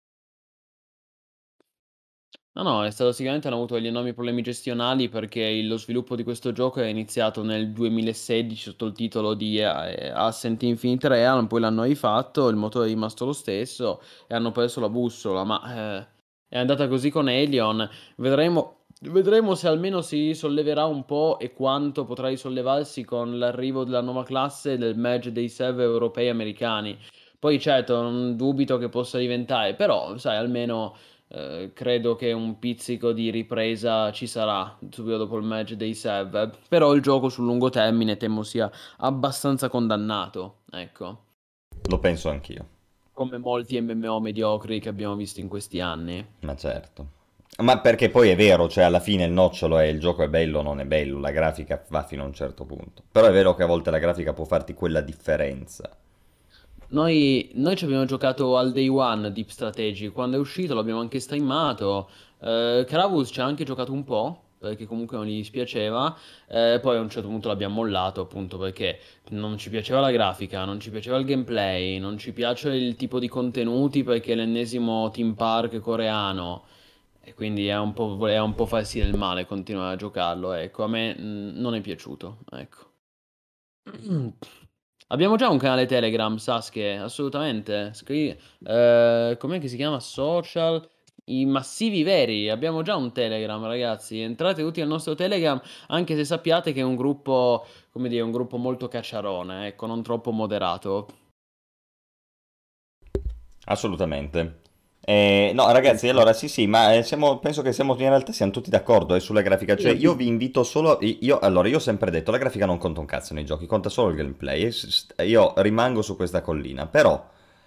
Speaker 4: No, no, è stato sicuramente hanno avuto degli enormi problemi gestionali perché lo sviluppo di questo gioco è iniziato nel 2016 sotto il titolo di Ascent Infinite Realm, poi l'hanno rifatto, il motore è rimasto lo stesso e hanno perso la bussola, ma è andata così con Alien. Vedremo se almeno si solleverà un po' e quanto potrà risollevarsi con l'arrivo della nuova classe del merge dei server europei e americani. Poi certo, non dubito che possa diventare, però sai, almeno credo che un pizzico di ripresa ci sarà subito dopo il match dei server. Però il gioco sul lungo termine temo sia abbastanza condannato, ecco,
Speaker 3: Lo penso anch'io,
Speaker 4: come molti MMO mediocri che abbiamo visto in questi anni.
Speaker 3: ma certo. Ma perché poi è vero, cioè alla fine il nocciolo è il gioco è bello o non è bello, la grafica va fino a un certo punto. Però è vero che a volte la grafica può farti quella differenza.
Speaker 4: Noi ci abbiamo giocato al day one Deep Strategy, quando è uscito l'abbiamo anche streamato, Cravus ci ha anche giocato un po', perché comunque non gli dispiaceva, poi a un certo punto l'abbiamo mollato appunto perché non ci piaceva la grafica, non ci piaceva il gameplay, non ci piace il tipo di contenuti perché è l'ennesimo theme park coreano, e quindi è un po' farsi del male continuare a giocarlo, ecco, a me non è piaciuto, ecco. Abbiamo già un canale Telegram, Sasuke, assolutamente. Com'è che si chiama? Social. I massivi veri. Abbiamo già un Telegram, ragazzi. Entrate tutti al nostro Telegram, anche se sappiate che è un gruppo, come dire, un gruppo molto cacciarone, ecco, non troppo moderato.
Speaker 3: Assolutamente. No, ragazzi,
Speaker 4: Ecco.
Speaker 3: allora sì, sì, ma penso che siamo in realtà siamo tutti d'accordo sulla grafica. Cioè,
Speaker 4: Io
Speaker 3: io
Speaker 4: ti-
Speaker 3: vi invito solo. Allora, io ho sempre detto, la grafica non conta un cazzo nei giochi, conta solo il gameplay. Io rimango su questa collina. Però,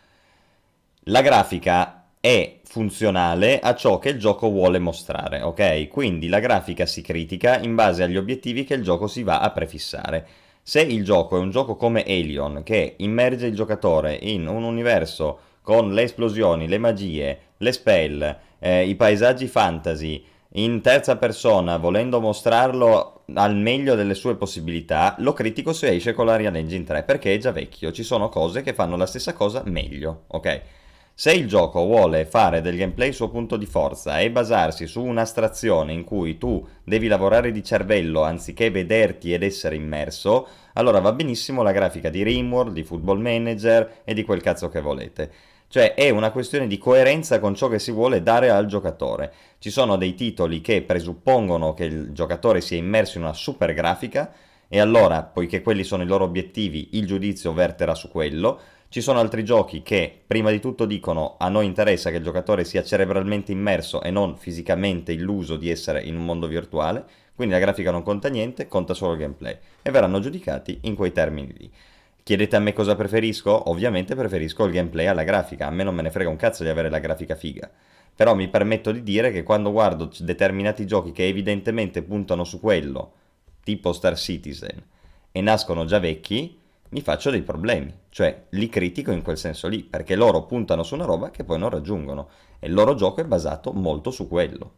Speaker 3: la grafica è funzionale a ciò che il gioco vuole mostrare, ok? Quindi la grafica si critica in base agli obiettivi che il gioco si va a prefissare. Se il gioco è un gioco come Alien, che immerge il giocatore in un universo con le esplosioni, le magie, le spell, i paesaggi fantasy, in terza persona, volendo mostrarlo al meglio delle sue possibilità, lo critico se esce con l'Unreal Engine 3 perché è già vecchio, ci sono cose che fanno la stessa cosa meglio, ok? Se il gioco vuole fare del gameplay il suo punto di forza e basarsi su un'astrazione in cui tu devi lavorare di cervello anziché vederti ed essere immerso, allora va benissimo la grafica di Rimworld, di Football Manager e di quel cazzo che volete. Cioè è una questione di coerenza con ciò che si vuole dare al giocatore. Ci sono dei titoli che presuppongono che il giocatore sia immerso in una super grafica e allora, poiché quelli sono i loro obiettivi, il giudizio verterà su quello. Ci sono altri giochi che prima di tutto dicono a noi interessa che il giocatore sia cerebralmente immerso e non fisicamente illuso di essere in un mondo virtuale, quindi la grafica non conta niente, conta solo il gameplay e verranno giudicati in quei termini lì. Chiedete a me cosa preferisco? Ovviamente preferisco il gameplay alla grafica, a me non me ne frega un cazzo di avere la grafica figa. Però mi permetto di dire che quando guardo determinati giochi che evidentemente puntano su quello, tipo Star Citizen, e nascono già vecchi, mi faccio dei problemi. Cioè, li critico in quel senso lì, perché loro puntano su una roba che poi non raggiungono. E il loro gioco è basato molto su quello.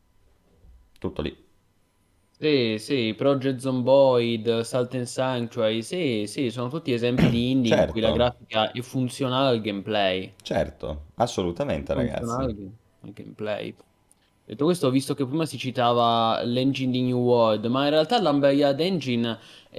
Speaker 3: Tutto lì.
Speaker 4: Sì, sì, Project Zomboid, Salt and Sanctuary, sì, sì, sono tutti esempi di indie in cui la
Speaker 3: Certo,
Speaker 4: grafica è funzionale al gameplay.
Speaker 3: certo, assolutamente ragazzi.
Speaker 4: Funzionale al gameplay. Detto questo, ho visto che prima si citava l'engine di New World, ma in realtà l'Unreal Engine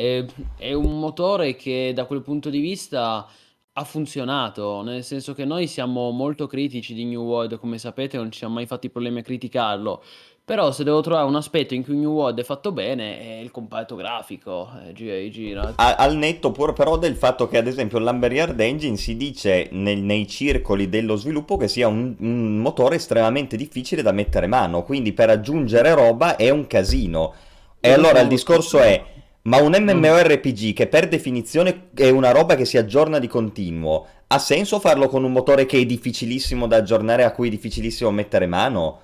Speaker 4: è un motore che da quel punto di vista ha funzionato, nel senso che noi siamo molto critici di New World, come sapete, non ci siamo mai fatti problemi a criticarlo. Però se devo trovare un aspetto in cui New World è fatto bene, è il comparto grafico, gira e gira.
Speaker 3: Al netto pur però del fatto che ad esempio l'Unreal Engine si dice nei circoli dello sviluppo che sia un motore estremamente difficile da mettere mano, quindi per aggiungere roba è un casino. E
Speaker 4: Io questo
Speaker 3: allora il
Speaker 4: non lo
Speaker 3: discorso è,
Speaker 4: sapevo.
Speaker 3: ma un
Speaker 4: Non-
Speaker 3: MMORPG che per definizione è una roba che si aggiorna di continuo, ha senso farlo con un motore che è difficilissimo da aggiornare, a cui è difficilissimo mettere mano?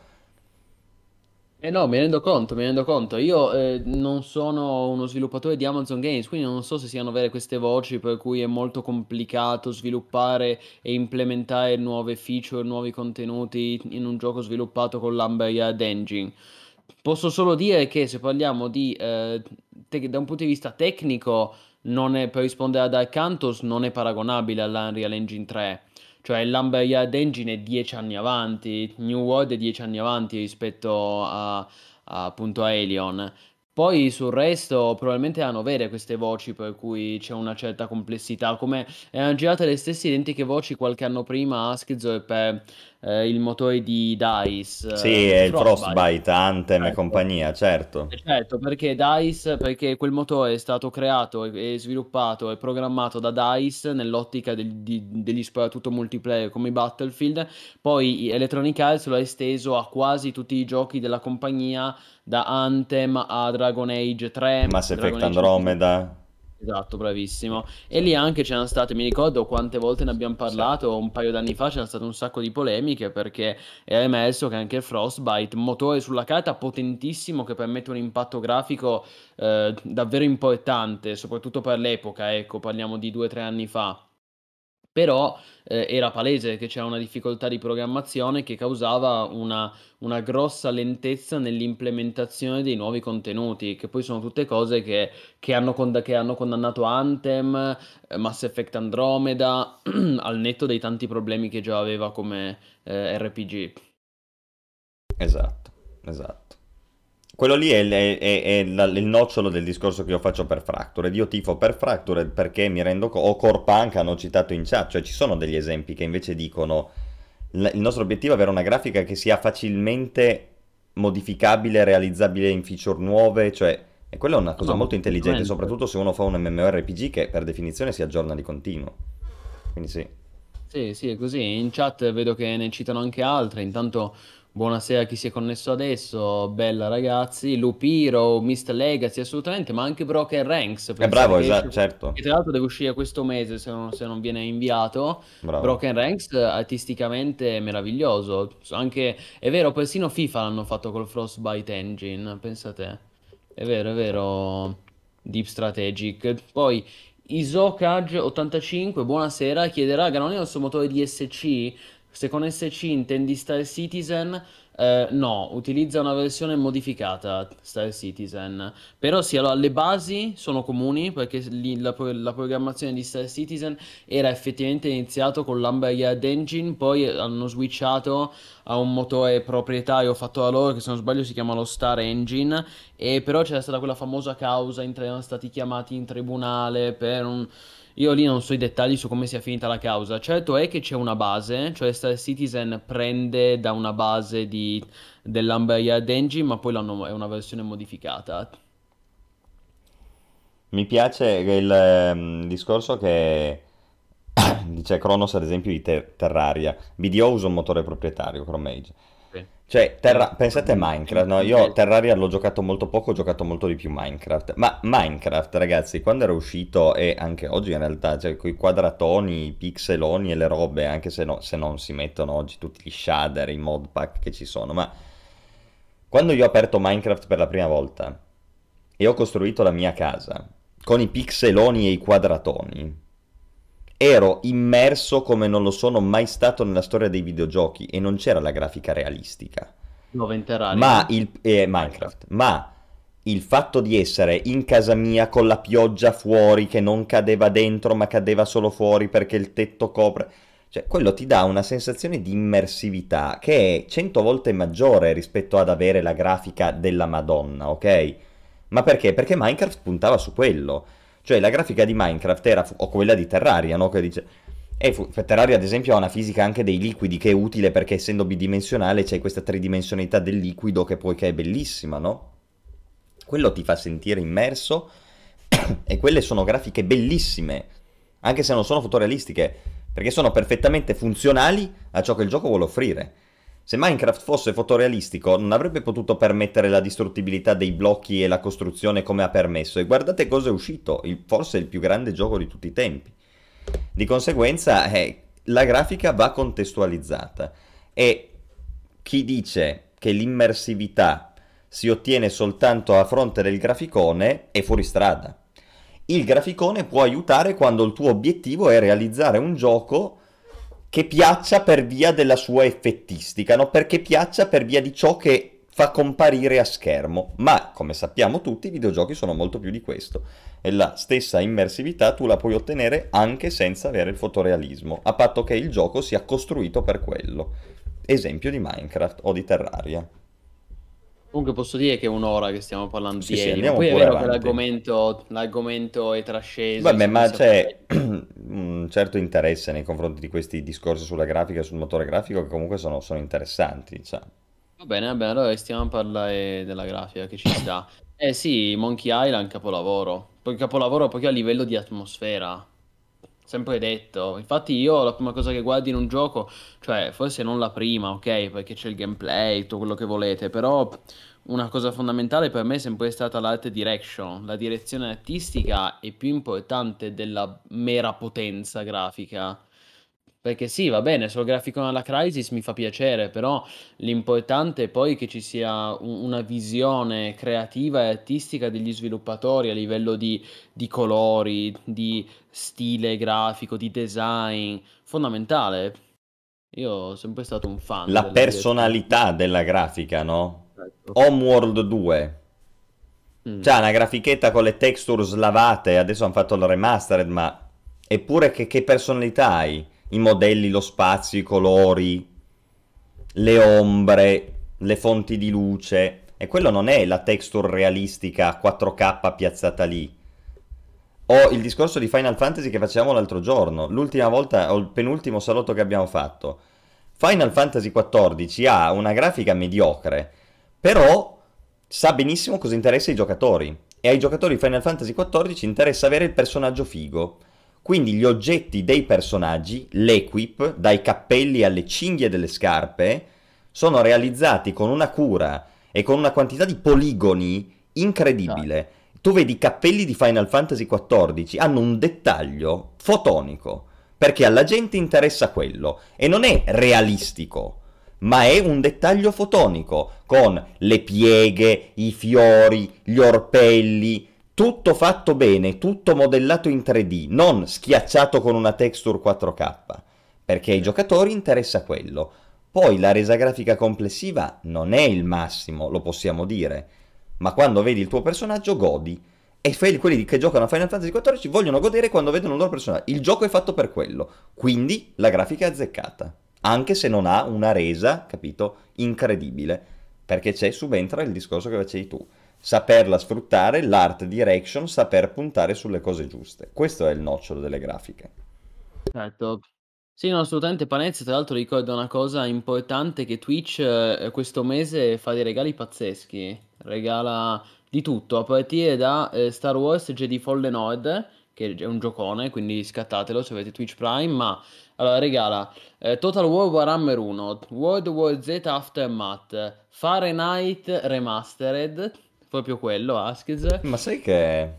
Speaker 4: Eh no, mi rendo conto, mi rendo conto. Io non sono uno sviluppatore di Amazon Games, quindi non so se siano vere queste voci per cui è molto complicato sviluppare e implementare nuove feature, nuovi contenuti in un gioco sviluppato con l'Unreal Engine. Posso solo dire che se parliamo di da un punto di vista tecnico, per rispondere ad Alcantos, non è paragonabile all'Unreal Engine 3. Cioè l'Unreal Engine è 10 anni avanti, New World è 10 anni avanti rispetto appunto a Alien. Poi sul resto probabilmente erano vere queste voci per cui c'è una certa complessità, come erano girate le stesse identiche voci qualche anno prima a Askzo per il motore di DICE,
Speaker 3: Sì, è il
Speaker 4: Frostbite.
Speaker 3: Frostbite, Anthem e
Speaker 4: Ecco.
Speaker 3: compagnia, certo.
Speaker 4: Certo, perché DICE, perché quel motore è stato creato e sviluppato e programmato da DICE nell'ottica degli soprattutto multiplayer come i Battlefield, poi Electronic Arts lo ha esteso a quasi tutti i giochi della compagnia, da Anthem a Dragon Age 3,
Speaker 3: Mass Effect
Speaker 4: Dragon Age Inquisition.
Speaker 3: Andromeda.
Speaker 4: Esatto,
Speaker 3: Sì,
Speaker 4: bravissimo. E
Speaker 3: sì,
Speaker 4: lì anche c'erano state, mi ricordo quante volte ne abbiamo
Speaker 3: sì.
Speaker 4: parlato, un paio d'anni fa c'era stato un sacco di polemiche perché è emerso che anche il Frostbite, motore sulla carta potentissimo che permette un impatto grafico davvero importante, soprattutto per l'epoca, ecco, parliamo di 2 o 3 anni fa. Però era palese che c'era una difficoltà di programmazione che causava una grossa lentezza nell'implementazione dei nuovi contenuti, che poi sono tutte cose che hanno condannato Anthem, Mass Effect Andromeda, al netto dei tanti problemi che già aveva come RPG.
Speaker 3: Esatto, esatto. Quello lì è il nocciolo del discorso che io faccio per Fractured. Io tifo per Fractured perché mi rendo conto, o Corpunk hanno citato in chat, cioè ci sono degli esempi che invece dicono il nostro obiettivo è avere una grafica che sia facilmente modificabile, realizzabile in feature nuove, cioè, e quella è una cosa
Speaker 4: No,
Speaker 3: molto intelligente,
Speaker 4: assolutamente.
Speaker 3: soprattutto se uno fa un MMORPG che per definizione si aggiorna di continuo. Quindi sì.
Speaker 4: Sì, sì, è così. In chat vedo che ne citano anche altre. Intanto, buonasera a chi si è connesso adesso. Bella ragazzi. Lupiro, Mist Legacy, assolutamente, ma anche Broken Ranks.
Speaker 3: È
Speaker 4: Pensare
Speaker 3: bravo,
Speaker 4: che
Speaker 3: esatto,
Speaker 4: esce,
Speaker 3: certo.
Speaker 4: che tra l'altro deve uscire questo mese se non viene inviato.
Speaker 3: Bravo.
Speaker 4: Broken Ranks artisticamente è meraviglioso. Anche, è vero, persino FIFA l'hanno fatto col Frostbite Engine. Pensa te. È vero. Deep Strategic. Poi. Isokaj85, buonasera, chiederà Ganoni il suo motore di SC? Se con SC intendi Star Citizen, no, utilizza una versione modificata Star Citizen. Però sì, allora le basi sono comuni perché lì la programmazione di Star Citizen era effettivamente iniziato con l'Unreal Engine, poi hanno switchato a un motore proprietario fatto da loro che se non sbaglio si chiama lo Star Engine e però c'era stata quella famosa causa erano stati chiamati in tribunale per un. Io lì non so i dettagli su come sia finita la causa. Certo è che c'è una base, cioè Star Citizen prende da una base dell'Unreal Engine, ma poi è una versione modificata.
Speaker 3: Mi piace il discorso che dice Kronos ad esempio di Terraria. BDO usa un motore proprietario, Chromage.
Speaker 4: Sì.
Speaker 3: Cioè,
Speaker 4: È
Speaker 3: pensate a Minecraft, no? Io Terraria l'ho giocato molto poco, ho giocato molto di più Minecraft. Ma Minecraft, ragazzi, quando era uscito, e anche oggi in realtà, cioè con i quadratoni, i pixeloni e le robe, anche se non si mettono oggi tutti gli shader, i modpack che ci sono, ma quando io ho aperto Minecraft per la prima volta e ho costruito la mia casa con i pixeloni e i quadratoni, ero immerso come non lo sono mai stato nella storia dei videogiochi e non c'era la grafica realistica.
Speaker 4: Dove in Terraria?
Speaker 3: Ma Minecraft, ma il fatto di essere in casa mia con la pioggia fuori che non cadeva dentro ma cadeva solo fuori perché il tetto copre, cioè quello ti dà una sensazione di immersività che è 100 volte maggiore rispetto ad avere la grafica della Madonna, ok? Ma perché? Perché Minecraft puntava su quello. Cioè la grafica di Minecraft era, o quella di Terraria, no? Che dice. Terraria ad esempio ha una fisica anche dei liquidi che è utile perché essendo bidimensionale c'è questa tridimensionalità del liquido che è bellissima, no? Quello ti fa sentire immerso e quelle sono grafiche bellissime, anche se non sono fotorealistiche, perché sono perfettamente funzionali a ciò che il gioco vuole offrire. Se Minecraft fosse fotorealistico non avrebbe potuto permettere la distruttibilità dei blocchi e la costruzione come ha permesso, e guardate cosa è uscito, forse il più grande gioco di tutti i tempi. Di conseguenza la grafica va contestualizzata e chi dice che l'immersività si ottiene soltanto a fronte del graficone è fuori strada. Il graficone può aiutare quando il tuo obiettivo è realizzare un gioco che piaccia per via della sua effettistica, no? Perché piaccia per via di ciò che fa comparire a schermo, ma come sappiamo tutti i videogiochi sono molto più di questo e la stessa immersività tu la puoi ottenere anche senza avere il fotorealismo, a patto che il gioco sia costruito per quello. Esempio di Minecraft o di Terraria.
Speaker 4: Comunque posso dire che è un'ora che stiamo parlando
Speaker 3: Sì,
Speaker 4: di
Speaker 3: sì,
Speaker 4: Alien, ma
Speaker 3: andiamo
Speaker 4: poi è
Speaker 3: pure
Speaker 4: vero che
Speaker 3: avanti.
Speaker 4: l'argomento è trasceso e
Speaker 3: Vabbè,
Speaker 4: siamo
Speaker 3: ma
Speaker 4: messi a parlare.
Speaker 3: c'è un certo interesse nei confronti di questi discorsi sulla grafica e sul motore grafico che comunque sono interessanti, diciamo.
Speaker 4: Va bene, allora stiamo a parlare della grafica che ci sta. Eh sì, Monkey Island, capolavoro. Poi capolavoro proprio a livello di atmosfera. Sempre detto. Infatti io la prima cosa che guardi in un gioco, cioè forse non la prima, ok, perché c'è il gameplay, tutto quello che volete, però una cosa fondamentale per me è sempre stata l'art direction. La direzione artistica è più importante della mera potenza grafica. Perché sì, va bene, sul grafico alla Crysis mi fa piacere, però l'importante è poi che ci sia una visione creativa e artistica degli sviluppatori a livello di colori, di stile grafico, di design, fondamentale. Io sono sempre stato un fan
Speaker 3: La
Speaker 4: della direzione
Speaker 3: personalità della grafica, no?
Speaker 4: artistica.
Speaker 3: Homeworld 2.
Speaker 4: Mm,
Speaker 3: C'ha una grafichetta con le texture slavate, adesso hanno fatto il remastered, ma eppure che personalità hai? I modelli, lo spazio, i colori, le ombre, le fonti di luce. E quello non è la texture realistica 4K piazzata lì. O il discorso di Final Fantasy che facevamo l'altro giorno, l'ultima volta, o il penultimo salotto che abbiamo fatto. Final Fantasy XIV ha una grafica mediocre, però sa benissimo cosa interessa ai giocatori. E ai giocatori di Final Fantasy XIV interessa avere il personaggio figo. Quindi gli oggetti dei personaggi, l'equip, dai cappelli alle cinghie delle scarpe, sono realizzati con una cura e con una quantità di poligoni
Speaker 4: esatto.
Speaker 3: incredibile. Tu vedi i cappelli di Final Fantasy XIV, hanno un dettaglio fotonico, perché alla gente interessa quello, e non è realistico, ma è un dettaglio fotonico, con le pieghe, i fiori, gli orpelli, tutto fatto bene, tutto modellato in 3D, non schiacciato con una texture 4K, perché ai
Speaker 4: Sì.
Speaker 3: giocatori interessa quello. Poi la resa grafica complessiva non è il massimo, lo possiamo dire, ma quando vedi il tuo personaggio godi. E quelli che giocano a Final Fantasy XIV vogliono godere quando vedono il loro personaggio. Il gioco è fatto per quello, quindi la grafica è azzeccata, anche se non ha una resa, capito, incredibile, perché subentra il discorso che facevi tu. Saperla sfruttare, l'art direction, saper puntare sulle cose giuste. Questo è il nocciolo delle grafiche.
Speaker 4: Certo. Sì, no, assolutamente Panez, tra l'altro ricordo una cosa importante che Twitch questo mese fa dei regali pazzeschi, regala di tutto, a partire da Star Wars Jedi Fallen Order, che è un giocone, quindi scattatelo se avete Twitch Prime, ma allora regala Total War Warhammer 1, World War Z Aftermath, Fahrenheit Remastered, proprio quello, Askez,
Speaker 3: Ma sai che...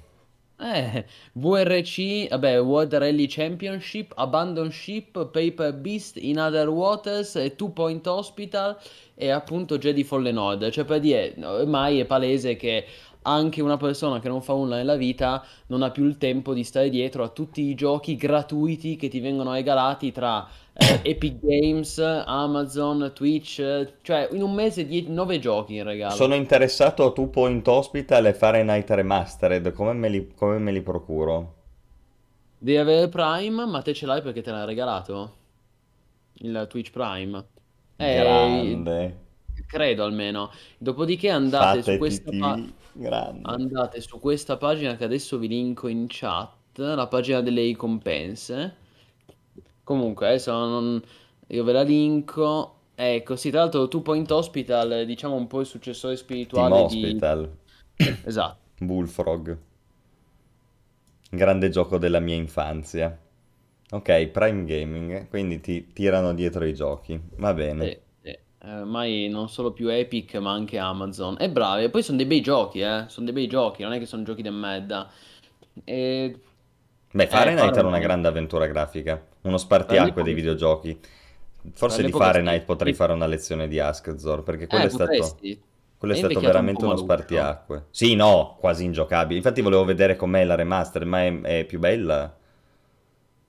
Speaker 4: VRC, vabbè, World Rally Championship, Abandon Ship, Paper Beast, In Other Waters, e Two Point Hospital e appunto Jedi Fallen Order. Cioè per dire, ormai è palese che anche una persona che non fa nulla nella vita non ha più il tempo di stare dietro a tutti i giochi gratuiti che ti vengono regalati tra Epic Games, Amazon, Twitch, cioè in un mese 9 giochi in regalo.
Speaker 3: Sono interessato a Two Point Hospital e Fahrenheit Remastered, come me li procuro?
Speaker 4: Devi avere Prime, ma te ce l'hai perché te l'ha regalato il Twitch Prime. Eh,
Speaker 3: Grande.
Speaker 4: credo almeno. Dopodiché
Speaker 3: Fate TT, grande.
Speaker 4: andate su questa pagina che adesso vi linko in chat, la pagina delle ricompense. Comunque, adesso io ve la linko. Ecco, sì, tra l'altro Two Point Hospital, è, diciamo un po' il successore
Speaker 3: Team
Speaker 4: spirituale di...
Speaker 3: Hospital.
Speaker 4: Esatto.
Speaker 3: Bullfrog. Grande gioco della mia infanzia. Ok, Prime Gaming, quindi ti tirano dietro i giochi. Va bene.
Speaker 4: Sì, sì. Ormai non solo più Epic, ma anche Amazon. E bravi, e poi sono dei bei giochi, Sono dei bei giochi, non è che sono giochi di merda. E...
Speaker 3: Beh, Fahrenheit era una
Speaker 4: Fahrenheit.
Speaker 3: grande avventura grafica, uno
Speaker 4: Per
Speaker 3: spartiacque dei
Speaker 4: l'epoca sì.
Speaker 3: videogiochi.
Speaker 4: Per
Speaker 3: Forse di
Speaker 4: l'epoca
Speaker 3: Fahrenheit
Speaker 4: sì.
Speaker 3: potrei fare una lezione di Askzor, perché
Speaker 4: Potresti.
Speaker 3: quello è
Speaker 4: È
Speaker 3: stato
Speaker 4: invecchiato un po'
Speaker 3: veramente uno
Speaker 4: maluccio.
Speaker 3: spartiacque. Sì, no, quasi ingiocabile. Infatti volevo vedere com'è la remaster, ma è più bella.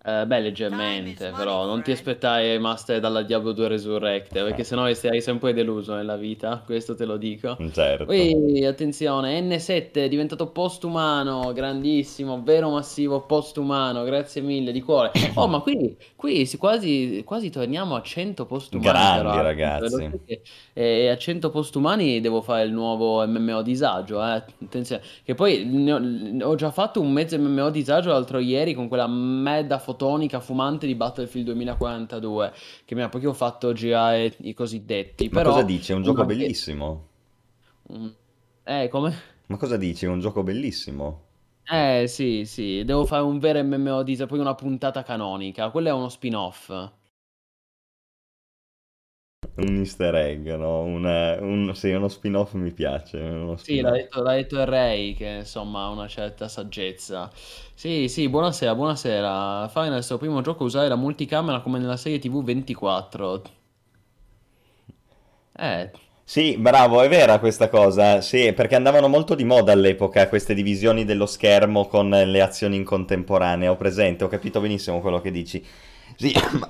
Speaker 4: Beh, leggermente, però non ti aspettare master dalla Diablo 2 Resurrected, perché sennò sarai sempre deluso nella vita, questo te lo dico.
Speaker 3: Certo.
Speaker 4: Poi, attenzione, N7 è diventato postumano, grandissimo, vero massivo postumano, grazie mille, di cuore. Oh, ma qui quasi, quasi torniamo a 100 postumani, caro
Speaker 3: Grandi
Speaker 4: Arthur. Lo
Speaker 3: ragazzi.
Speaker 4: sai che a 100 postumani devo fare il nuovo MMO disagio, attenzione. Che poi ho già fatto un mezzo MMO disagio l'altro ieri con quella medda fotonica fumante di Battlefield 2042 che mi ha proprio fatto girare i cosiddetti.
Speaker 3: Ma cosa
Speaker 4: Però,
Speaker 3: dici? È un gioco
Speaker 4: una che...
Speaker 3: bellissimo.
Speaker 4: un- come?
Speaker 3: Ma cosa dici? È un gioco bellissimo.
Speaker 4: Sì, sì, devo fare un vero MMO disagio, poi una puntata canonica. Quello è uno spin-off.
Speaker 3: Un easter egg, no? Sì, uno spin-off mi piace, uno
Speaker 4: Sì,
Speaker 3: spin-off.
Speaker 4: l'ha detto il Ray che insomma ha una certa saggezza. Sì, sì, buonasera, buonasera. Final, il suo primo gioco a usare la multicamera come nella serie TV 24. Eh,
Speaker 3: Sì, bravo, è vera questa cosa, sì, perché andavano molto di moda all'epoca queste divisioni dello schermo con le azioni in contemporanea, ho presente, ho capito benissimo quello che dici. Sì,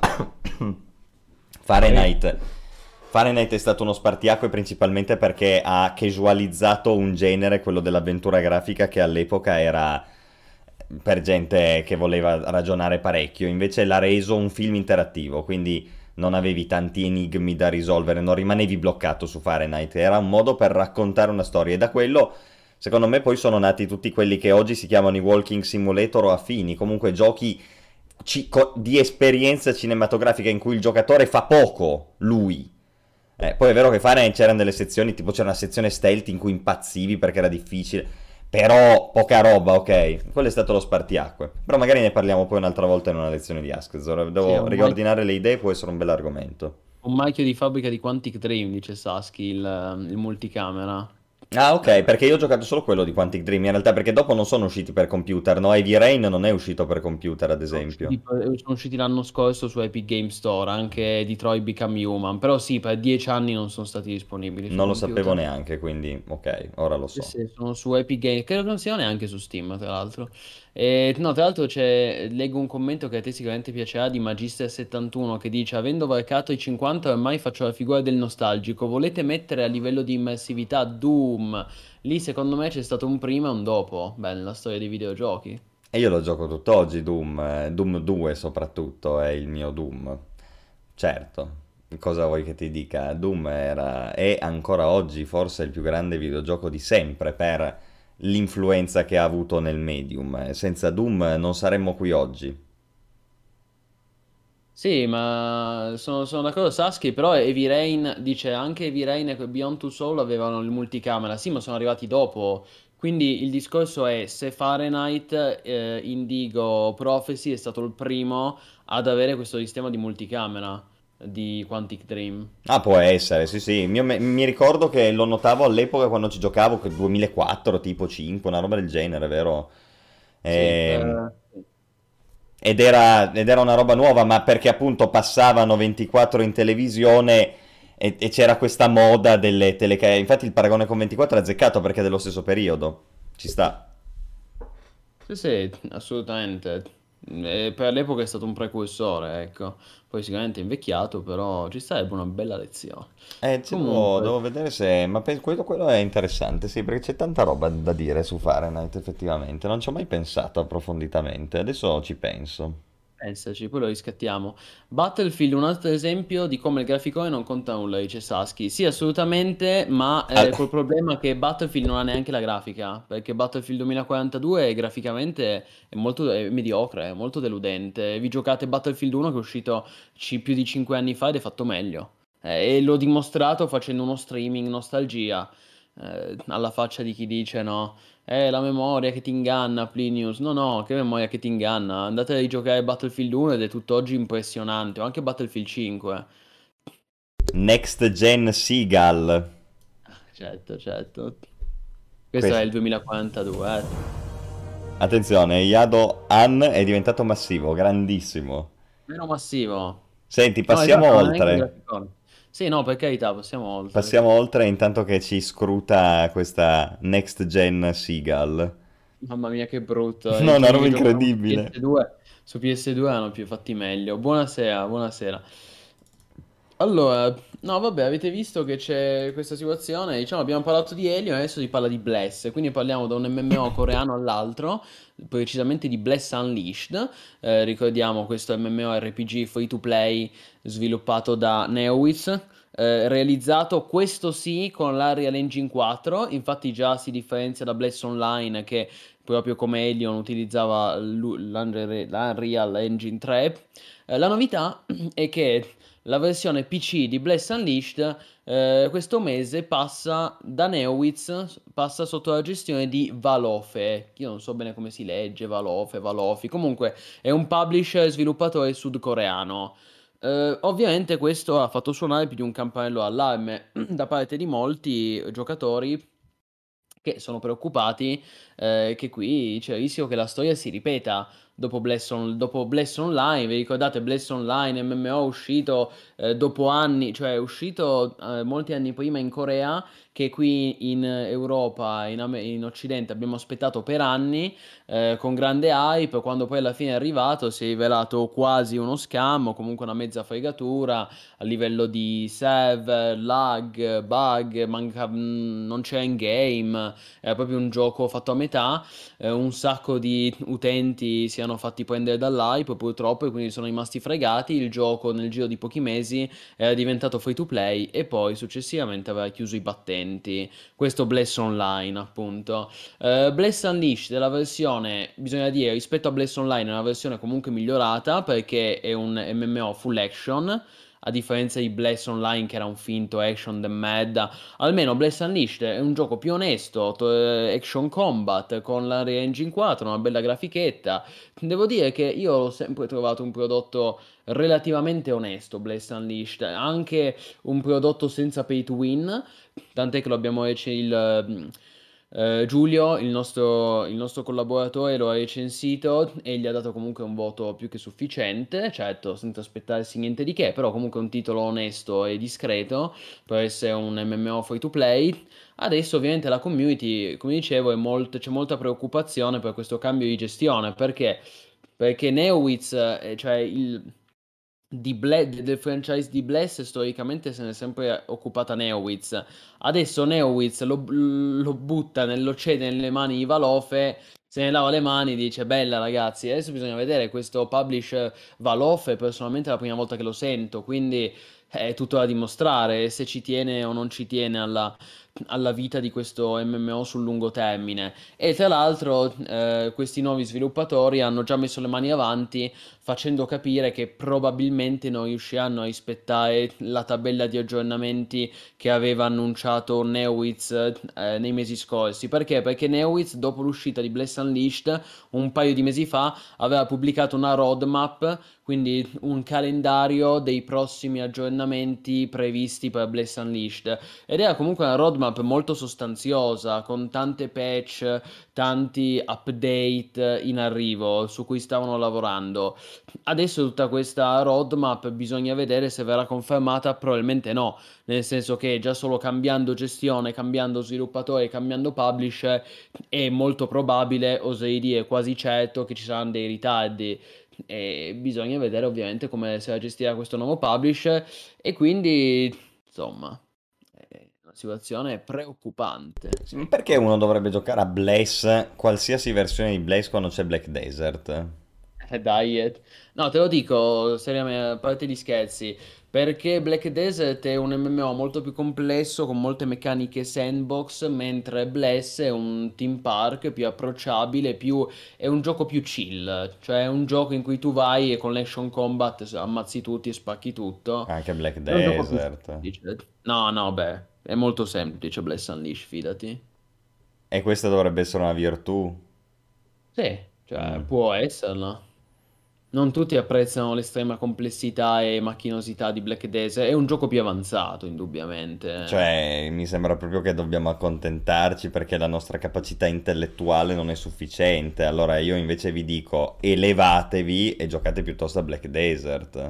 Speaker 4: poi,
Speaker 3: Fahrenheit. Fahrenheit è stato uno spartiacque principalmente perché ha casualizzato un genere, quello dell'avventura grafica, che all'epoca era per gente che voleva ragionare parecchio, invece l'ha reso un film interattivo, quindi non avevi tanti enigmi da risolvere, non rimanevi bloccato su Fahrenheit, era un modo per raccontare una storia e da quello, secondo me, poi sono nati tutti quelli che oggi si chiamano i walking simulator o affini, comunque giochi di esperienza cinematografica in cui il giocatore fa poco, lui. Poi è vero che Fahrenheit c'erano delle sezioni, tipo c'era una sezione stealth in cui impazzivi perché era difficile, però poca roba, ok. Quello è stato lo spartiacque. Però magari ne parliamo poi un'altra volta in una lezione di Askzor.
Speaker 4: sì,
Speaker 3: Devo riordinare le idee, può essere un bel argomento.
Speaker 4: un marchio di fabbrica di Quantic Dream, dice Sasky, il multicamera.
Speaker 3: Ah, ok, perché io ho giocato solo quello di Quantic Dream, in realtà, perché dopo non sono usciti per computer, no? Heavy Rain non è uscito per computer, ad esempio.
Speaker 4: Sono usciti l'anno scorso su Epic Game Store, anche Detroit Become Human, però sì, per 10 anni non sono stati disponibili su
Speaker 3: Non lo sapevo
Speaker 4: computer.
Speaker 3: neanche, quindi ok, ora lo
Speaker 4: Sì,
Speaker 3: so.
Speaker 4: sì, sono su Epic Games, credo che non siano neanche su Steam, tra l'altro. No, tra l'altro leggo un commento che a te sicuramente piacerà di Magister71 che dice: Avendo varcato i 50 ormai faccio la figura del nostalgico. Volete mettere a livello di immersività Doom? Lì secondo me c'è stato un prima e un dopo, beh, nella storia dei videogiochi.
Speaker 3: E io lo gioco tutt'oggi, Doom, Doom 2 soprattutto è il mio Doom. Certo, cosa vuoi che ti dica? Doom è ancora oggi forse il più grande videogioco di sempre per l'influenza che ha avuto nel medium. Senza Doom non saremmo qui oggi.
Speaker 4: Sì, ma sono d'accordo Saskia, però Heavy Rain dice anche Heavy Rain e Beyond Two Soul avevano il multicamera, sì, ma sono arrivati dopo. Quindi il discorso è se Fahrenheit, Indigo, Prophecy è stato il primo ad avere questo sistema di multicamera di Quantic Dream.
Speaker 3: Ah, può essere, sì, sì. Mi ricordo che lo notavo all'epoca quando ci giocavo, che 2004, tipo 5, una roba del genere, vero?
Speaker 4: Sì,
Speaker 3: Ehm, ed era una roba nuova, ma perché appunto passavano 24 in televisione e c'era questa moda delle telecamere. Infatti il paragone con 24 è azzeccato perché è dello stesso periodo. Ci sta.
Speaker 4: sì, sì, assolutamente. Per l'epoca è stato un precursore, ecco. Poi sicuramente è invecchiato, però ci sarebbe una bella lezione.
Speaker 3: Devo,
Speaker 4: Comunque.
Speaker 3: devo vedere se... Ma quello è interessante, sì, perché c'è tanta roba da dire su Fahrenheit, effettivamente. Non ci ho mai pensato approfonditamente, adesso ci penso.
Speaker 4: Pensaci, poi lo riscattiamo. Battlefield, un altro esempio di come il graficone non conta nulla, dice Sasky. Sì, assolutamente, ma
Speaker 3: Ah,
Speaker 4: col problema che Battlefield non ha neanche la grafica, perché Battlefield 2042 graficamente è mediocre, è molto deludente. Vi giocate Battlefield 1 che è uscito più di 5 anni fa ed è fatto meglio. E l'ho dimostrato facendo uno streaming nostalgia, alla faccia di chi dice no. La memoria che ti inganna, Plinius. No, no, che memoria che ti inganna. Andate a rigiocare Battlefield 1 ed è tutt'oggi impressionante. O anche Battlefield 5.
Speaker 3: Next Gen Seagull.
Speaker 4: Certo, certo. Questo è
Speaker 3: Questo.
Speaker 4: il 2042, eh.
Speaker 3: Attenzione, Yado Han è diventato massivo, grandissimo.
Speaker 4: Meno massivo.
Speaker 3: Senti,
Speaker 4: No,
Speaker 3: passiamo
Speaker 4: esatto, non è neanche il
Speaker 3: oltre.
Speaker 4: graficone. Sì, no, per carità, passiamo oltre.
Speaker 3: Passiamo oltre intanto che ci scruta questa Next Gen Seagull.
Speaker 4: Mamma mia, che brutto.
Speaker 3: No,
Speaker 4: I
Speaker 3: una
Speaker 4: giochi
Speaker 3: roba
Speaker 4: che giocavamo su
Speaker 3: incredibile.
Speaker 4: PS2, su PS2 erano più fatti meglio. Buonasera, buonasera. Allora, no, vabbè, avete visto che c'è questa situazione? Diciamo, abbiamo parlato di Elio e adesso si parla di Bless. Quindi parliamo da un MMO coreano all'altro, precisamente di Bless Unleashed. Ricordiamo questo MMORPG free to play sviluppato da Neowitz. Realizzato questo sì con l'Unreal Engine 4. Infatti, già si differenzia da Bless Online che proprio come Elion utilizzava l'Unreal Engine 3. La novità è che la versione PC di Bless Unleashed questo mese passa da Neowitz, passa sotto la gestione di Valofe. Io non so bene come si legge, Valofe, Valofi. Comunque è un publisher e sviluppatore sudcoreano. Ovviamente questo ha fatto suonare più di un campanello d'allarme da parte di molti giocatori che sono preoccupati che qui c'è il rischio che la storia si ripeta dopo Bless Online. Vi ricordate Bless Online, MMO uscito dopo anni, cioè è uscito molti anni prima in Corea, che qui in Europa, in Occidente abbiamo aspettato per anni con grande hype. Quando poi alla fine è arrivato si è rivelato quasi uno scam o comunque una mezza fregatura a livello di server, lag, bug, non c'è in-game, era proprio un gioco fatto a metà. Un sacco di utenti si hanno fatti prendere dall'hype purtroppo e quindi sono rimasti fregati. Il gioco nel giro di pochi mesi era diventato free to play e poi successivamente aveva chiuso i battenti. Questo Bless Online, appunto. Bless Unleashed è la versione, bisogna dire, rispetto a Bless Online è una versione comunque migliorata perché è un MMO full action, a differenza di Bless Online che era un finto action the mad. Almeno Bless Unleashed è un gioco più onesto, action combat con la Unreal Engine 4, una bella grafichetta. Devo dire che io ho sempre trovato un prodotto relativamente onesto, Bless Unleashed, anche un prodotto senza pay to win, tant'è che lo abbiamo Giulio, il nostro collaboratore, lo ha recensito e gli ha dato comunque un voto più che sufficiente, certo, senza aspettarsi niente di che, però comunque un titolo onesto e discreto per essere un MMO free to play. Adesso ovviamente la community, come dicevo, c'è molta preoccupazione per questo cambio di gestione, perché Neowitz, cioè del franchise di Bless storicamente se ne è sempre occupata Neowitz. Adesso Neowitz lo butta nell'oceano nelle mani di Valofe, se ne lava le mani e dice bella ragazzi, adesso bisogna vedere questo publish Valofe, personalmente è la prima volta che lo sento, quindi è tutto da dimostrare se ci tiene o non ci tiene alla vita di questo MMO sul lungo termine. E tra l'altro questi nuovi sviluppatori hanno già messo le mani avanti facendo capire che probabilmente non riusciranno a rispettare la tabella di aggiornamenti che aveva annunciato Neowitz nei mesi scorsi. Perché? Perché Neowitz, dopo l'uscita di Bless Unleashed, un paio di mesi fa, aveva pubblicato una roadmap, quindi un calendario dei prossimi aggiornamenti previsti per Bless Unleashed. Ed era comunque una roadmap molto sostanziosa, con tante patch, tanti update in arrivo su cui stavano lavorando. Adesso tutta questa roadmap bisogna vedere se verrà confermata, probabilmente no, nel senso che già solo cambiando gestione, cambiando sviluppatore, cambiando publisher, è molto probabile, oserei dire quasi certo, che ci saranno dei ritardi. E bisogna vedere ovviamente come si gestirà questo nuovo publisher e quindi, insomma, è una situazione preoccupante. Sì.
Speaker 3: Perché uno dovrebbe giocare a Blaze, qualsiasi versione di Blaze quando c'è Black Desert?
Speaker 4: Dai, no, te lo dico seriamente, a parte gli scherzi, perché Black Desert è un MMO molto più complesso, con molte meccaniche sandbox, mentre Bless è un team park più approcciabile, è un gioco più chill, cioè è un gioco in cui tu vai e con l'action combat ammazzi tutti e spacchi tutto.
Speaker 3: Anche Black
Speaker 4: È un gioco più
Speaker 3: Desert.
Speaker 4: semplice. No, no, beh, è molto semplice Bless Unleashed, fidati.
Speaker 3: E questa dovrebbe essere una virtù.
Speaker 4: Sì, cioè
Speaker 3: Mm.
Speaker 4: può esserlo. Non tutti apprezzano l'estrema complessità e macchinosità di Black Desert. È un gioco più avanzato, indubbiamente.
Speaker 3: Cioè, mi sembra proprio che dobbiamo accontentarci perché la nostra capacità intellettuale non è sufficiente. Allora io invece vi dico, elevatevi e giocate piuttosto a Black Desert.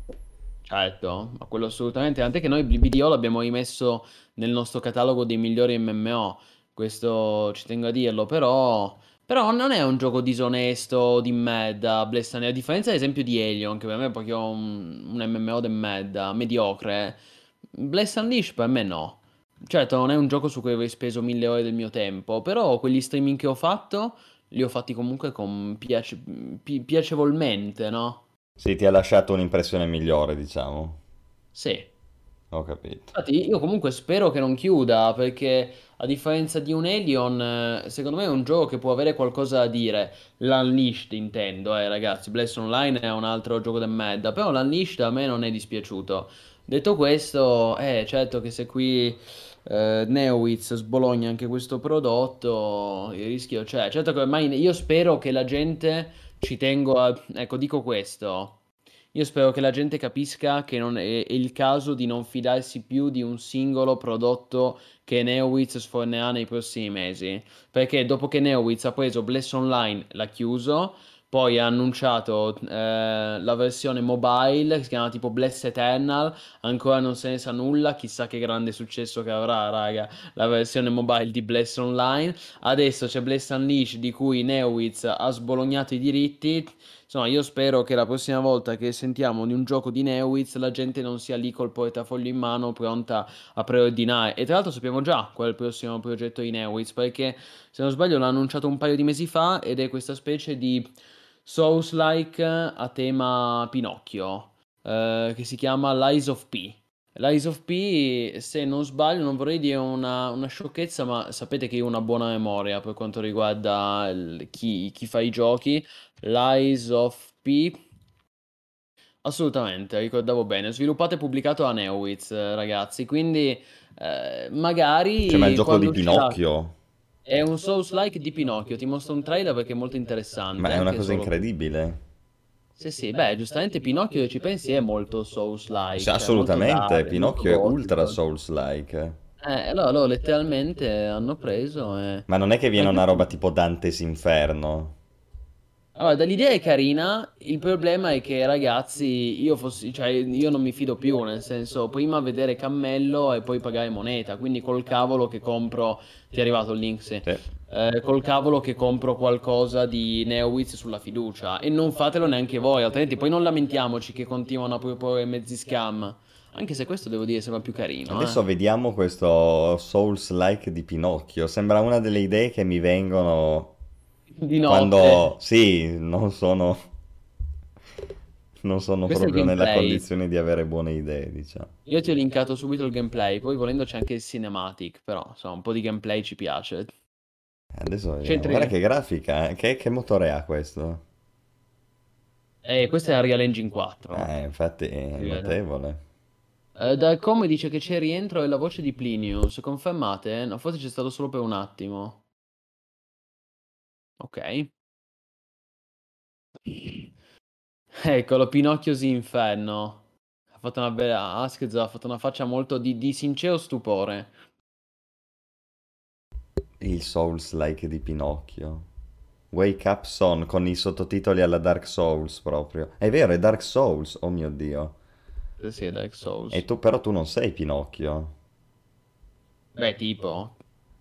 Speaker 4: Certo, ma quello assolutamente. Tant'è che noi BDO l'abbiamo rimesso nel nostro catalogo dei migliori MMO. Questo ci tengo a dirlo, però Però non è un gioco disonesto di merda, Blessane, a differenza ad esempio di Alien, che per me è proprio un MMO de merda, mediocre. Bless Unleashed per me no. Certo, non è un gioco su cui avrei speso 1000 ore del mio tempo, però quegli streaming che ho fatto li ho fatti comunque con piacevolmente, no?
Speaker 3: Sì, ti ha lasciato un'impressione migliore, diciamo.
Speaker 4: Sì.
Speaker 3: Ho capito.
Speaker 4: Infatti, io comunque spero che non chiuda, perché a differenza di un Alien, secondo me è un gioco che può avere qualcosa da dire. L'Unleashed intendo, ragazzi. Blast Online è un altro gioco da merda, però l'Unleashed a me non è dispiaciuto. Detto questo, certo che se qui Neowitz sbologna anche questo prodotto, il rischio c'è. Certo che ormai io spero che la gente ci tenga a... Ecco, dico questo. Io spero che la gente capisca che non è il caso di non fidarsi più di un singolo prodotto che Neowitz sfornerà nei prossimi mesi. Perché dopo che Neowitz ha preso Bless Online, l'ha chiuso, poi ha annunciato la versione mobile che si chiama tipo Bless Eternal, ancora non se ne sa nulla, chissà che grande successo che avrà, raga, la versione mobile di Bless Online. Adesso c'è Bless Unleashed di cui Neowitz ha sbolognato i diritti. Insomma, io spero che la prossima volta che sentiamo di un gioco di Neowitz la gente non sia lì col portafoglio in mano pronta a preordinare. E tra l'altro sappiamo già qual è il prossimo progetto di Neowitz, perché se non sbaglio l'ha annunciato un paio di mesi fa ed è questa specie di Souls-like a tema Pinocchio, che si chiama Lies of P. Lies of P, se non sbaglio, non vorrei dire una sciocchezza, ma sapete che io ho una buona memoria per quanto riguarda chi fa i giochi. Lies of P. Assolutamente, ricordavo bene. Sviluppato e pubblicato da Neowitz, ragazzi. Quindi,
Speaker 3: Cioè, ma il
Speaker 4: magari
Speaker 3: gioco di
Speaker 4: quando uscirà.
Speaker 3: Pinocchio?
Speaker 4: È un Souls-like di Pinocchio. Ti mostro un trailer perché è molto
Speaker 3: Ma
Speaker 4: interessante,
Speaker 3: è una
Speaker 4: anche
Speaker 3: cosa
Speaker 4: solo.
Speaker 3: incredibile.
Speaker 4: Sì, sì, beh, giustamente Pinocchio, se ci pensi, è molto
Speaker 3: Sì,
Speaker 4: Souls-like, cioè molto
Speaker 3: assolutamente,
Speaker 4: Dario, molto
Speaker 3: Pinocchio è ultra
Speaker 4: gotico.
Speaker 3: Souls-like.
Speaker 4: Allora, loro letteralmente hanno preso e...
Speaker 3: Ma non è che
Speaker 4: Ma
Speaker 3: viene una roba
Speaker 4: infatti...
Speaker 3: tipo Dante's Inferno.
Speaker 4: Allora, dall'idea è carina, il problema è che ragazzi, cioè, io non mi fido più, nel senso, prima vedere cammello e poi pagare moneta, quindi col cavolo che compro, ti è arrivato il link, sì.
Speaker 3: Sì.
Speaker 4: Col cavolo che compro qualcosa di Neowitz sulla fiducia e non fatelo neanche voi, altrimenti poi non lamentiamoci che continuano a proporre mezzi scam, anche se questo devo dire sembra più carino,
Speaker 3: Adesso vediamo questo Souls-like di Pinocchio. Sembra una delle idee che mi vengono
Speaker 4: Di
Speaker 3: quando...
Speaker 4: notte.
Speaker 3: Sì, non sono
Speaker 4: Questo è il
Speaker 3: proprio nella
Speaker 4: gameplay.
Speaker 3: condizione di avere buone idee, diciamo.
Speaker 4: Io ti ho linkato subito il gameplay, poi volendo c'è anche il cinematic, però insomma un po' di gameplay ci piace.
Speaker 3: Adesso vediamo. Guarda
Speaker 4: C'entri...
Speaker 3: che grafica, che motore ha questo?
Speaker 4: Questo è Unreal Engine 4.
Speaker 3: Infatti è
Speaker 4: Si vede.
Speaker 3: notevole.
Speaker 4: Dal come dice che c'è rientro e la voce di Plinius, confermate? No, forse c'è stato solo per un attimo. Ok. Eccolo, Pinocchio's Inferno. Ha fatto una bella... Askez ha fatto una faccia molto di sincero stupore.
Speaker 3: Il Souls-like di Pinocchio. Wake Up Son con i sottotitoli alla Dark Souls proprio. È vero, è Dark Souls, oh mio Dio.
Speaker 4: Sì, è Dark
Speaker 3: E
Speaker 4: Souls.
Speaker 3: tu però tu non sei Pinocchio.
Speaker 4: Beh, tipo...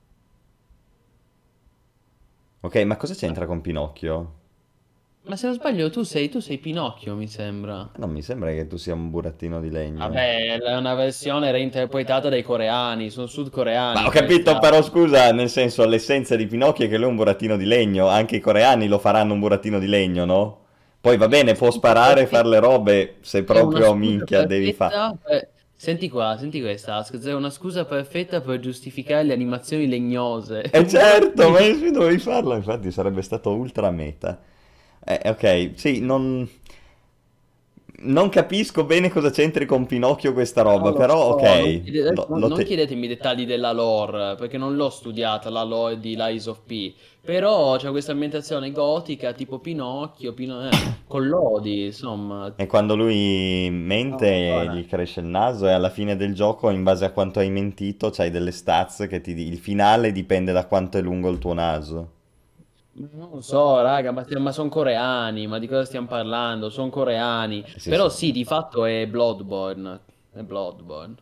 Speaker 3: Ok, ma cosa c'entra con Pinocchio?
Speaker 4: Ma se non sbaglio tu sei Pinocchio, mi sembra.
Speaker 3: Non mi sembra che tu sia un burattino di legno.
Speaker 4: Vabbè, è una versione reinterpretata dai coreani, sono
Speaker 3: Ma
Speaker 4: sudcoreani
Speaker 3: ho capito,
Speaker 4: questa.
Speaker 3: però scusa, nel senso, l'essenza di Pinocchio è che lui è un burattino di legno. Anche i coreani lo faranno un burattino di legno, no? Poi va bene, può
Speaker 4: Scusa
Speaker 3: sparare e fare le robe, se
Speaker 4: È una
Speaker 3: proprio
Speaker 4: scusa
Speaker 3: minchia devi fare.
Speaker 4: perfetta Senti qua, senti questa, Askez, è una scusa perfetta per giustificare le animazioni legnose.
Speaker 3: E
Speaker 4: Un
Speaker 3: certo, ma
Speaker 4: burattino.
Speaker 3: io dovevi farlo, infatti sarebbe stato ultra meta. Ok, sì, non capisco bene cosa c'entri con Pinocchio questa roba,
Speaker 4: Non lo
Speaker 3: però
Speaker 4: so,
Speaker 3: ok,
Speaker 4: non chiedetemi i dettagli della lore, perché non l'ho studiata la lore di Lies of P. Però c'è questa ambientazione gotica, tipo Pinocchio, con lodi, insomma.
Speaker 3: E quando lui mente
Speaker 4: Ora.
Speaker 3: gli cresce il naso e alla fine del gioco, in base a quanto hai mentito, c'hai delle stats che il finale dipende da quanto è lungo il tuo naso.
Speaker 4: Non lo so, raga, ma sono coreani, ma di cosa stiamo parlando? Sono coreani.
Speaker 3: Sì,
Speaker 4: Però
Speaker 3: sì.
Speaker 4: sì, di fatto è Bloodborne. È Bloodborne.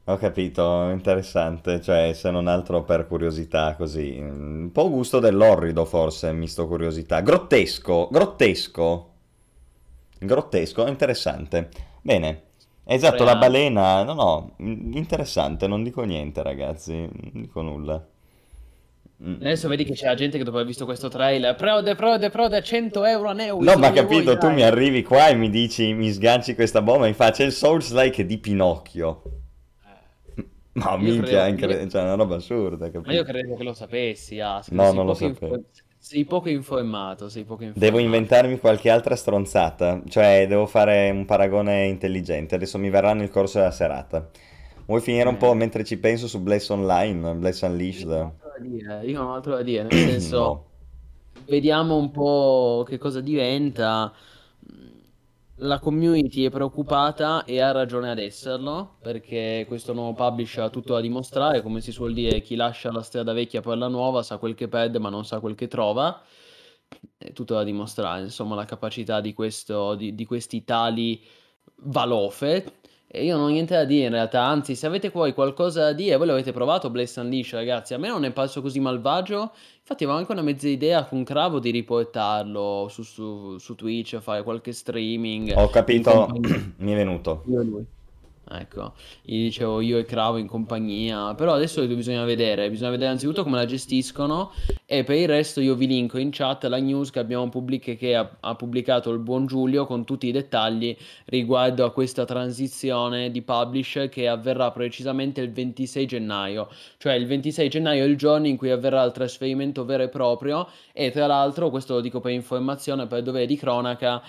Speaker 3: Ho capito, interessante, cioè se non altro per curiosità così. Un po' gusto dell'orrido forse, misto curiosità. Grottesco, grottesco, grottesco, interessante. Bene, esatto, la
Speaker 4: Reale.
Speaker 3: balena, no no, interessante, non dico niente ragazzi, non dico nulla.
Speaker 4: Adesso vedi che c'è la gente che dopo aver visto questo trailer, prode, prode, prode, 100 euro a Neui,
Speaker 3: No, ma
Speaker 4: solo voi,
Speaker 3: capito, tu mi
Speaker 4: dai.
Speaker 3: arrivi qua e mi dici, mi sganci questa bomba, mi fa, c'è il Souls-like di Pinocchio. Ma
Speaker 4: Io
Speaker 3: minchia,
Speaker 4: credevo,
Speaker 3: cioè, è una roba assurda,
Speaker 4: ma io
Speaker 3: capito?
Speaker 4: credevo che lo sapessi, Ask,
Speaker 3: No, non lo sapevo.
Speaker 4: sei poco informato, sei poco
Speaker 3: Devo
Speaker 4: informato.
Speaker 3: inventarmi qualche altra stronzata, cioè devo fare un paragone intelligente. Adesso mi verrà nel corso della serata. Vuoi finire un po'
Speaker 4: Eh,
Speaker 3: mentre ci penso su Bless Online, Bless
Speaker 4: io non ho
Speaker 3: Unleashed?
Speaker 4: altro da dire, io non ho altro da dire, nel senso,
Speaker 3: Boh.
Speaker 4: vediamo un po' che cosa diventa. La community è preoccupata e ha ragione ad esserlo, perché questo nuovo publisher ha tutto da dimostrare, come si suol dire, chi lascia la strada vecchia per la nuova sa quel che perde, ma non sa quel che trova. È tutto da dimostrare, insomma, la capacità di questi tali Valofe. E io non ho niente da dire in realtà, anzi, se avete poi qualcosa da dire, voi l'avete provato Blaze Unleashed, ragazzi, a me non è parso così malvagio. Infatti avevo anche una mezza idea con Cravo di riportarlo su Twitch, fare qualche streaming
Speaker 3: Ho
Speaker 4: in
Speaker 3: capito,
Speaker 4: compagnia.
Speaker 3: mi è venuto.
Speaker 4: Io e lui. Ecco, gli dicevo io e Cravo in compagnia, però adesso bisogna vedere anzitutto come la gestiscono e per il resto io vi linko in chat la news che ha pubblicato il buon Giulio con tutti i dettagli riguardo a questa transizione di publisher che avverrà precisamente il 26 gennaio, cioè il 26 gennaio è il giorno in cui avverrà il trasferimento vero e proprio e tra l'altro, questo lo dico per informazione, per dovere di cronaca,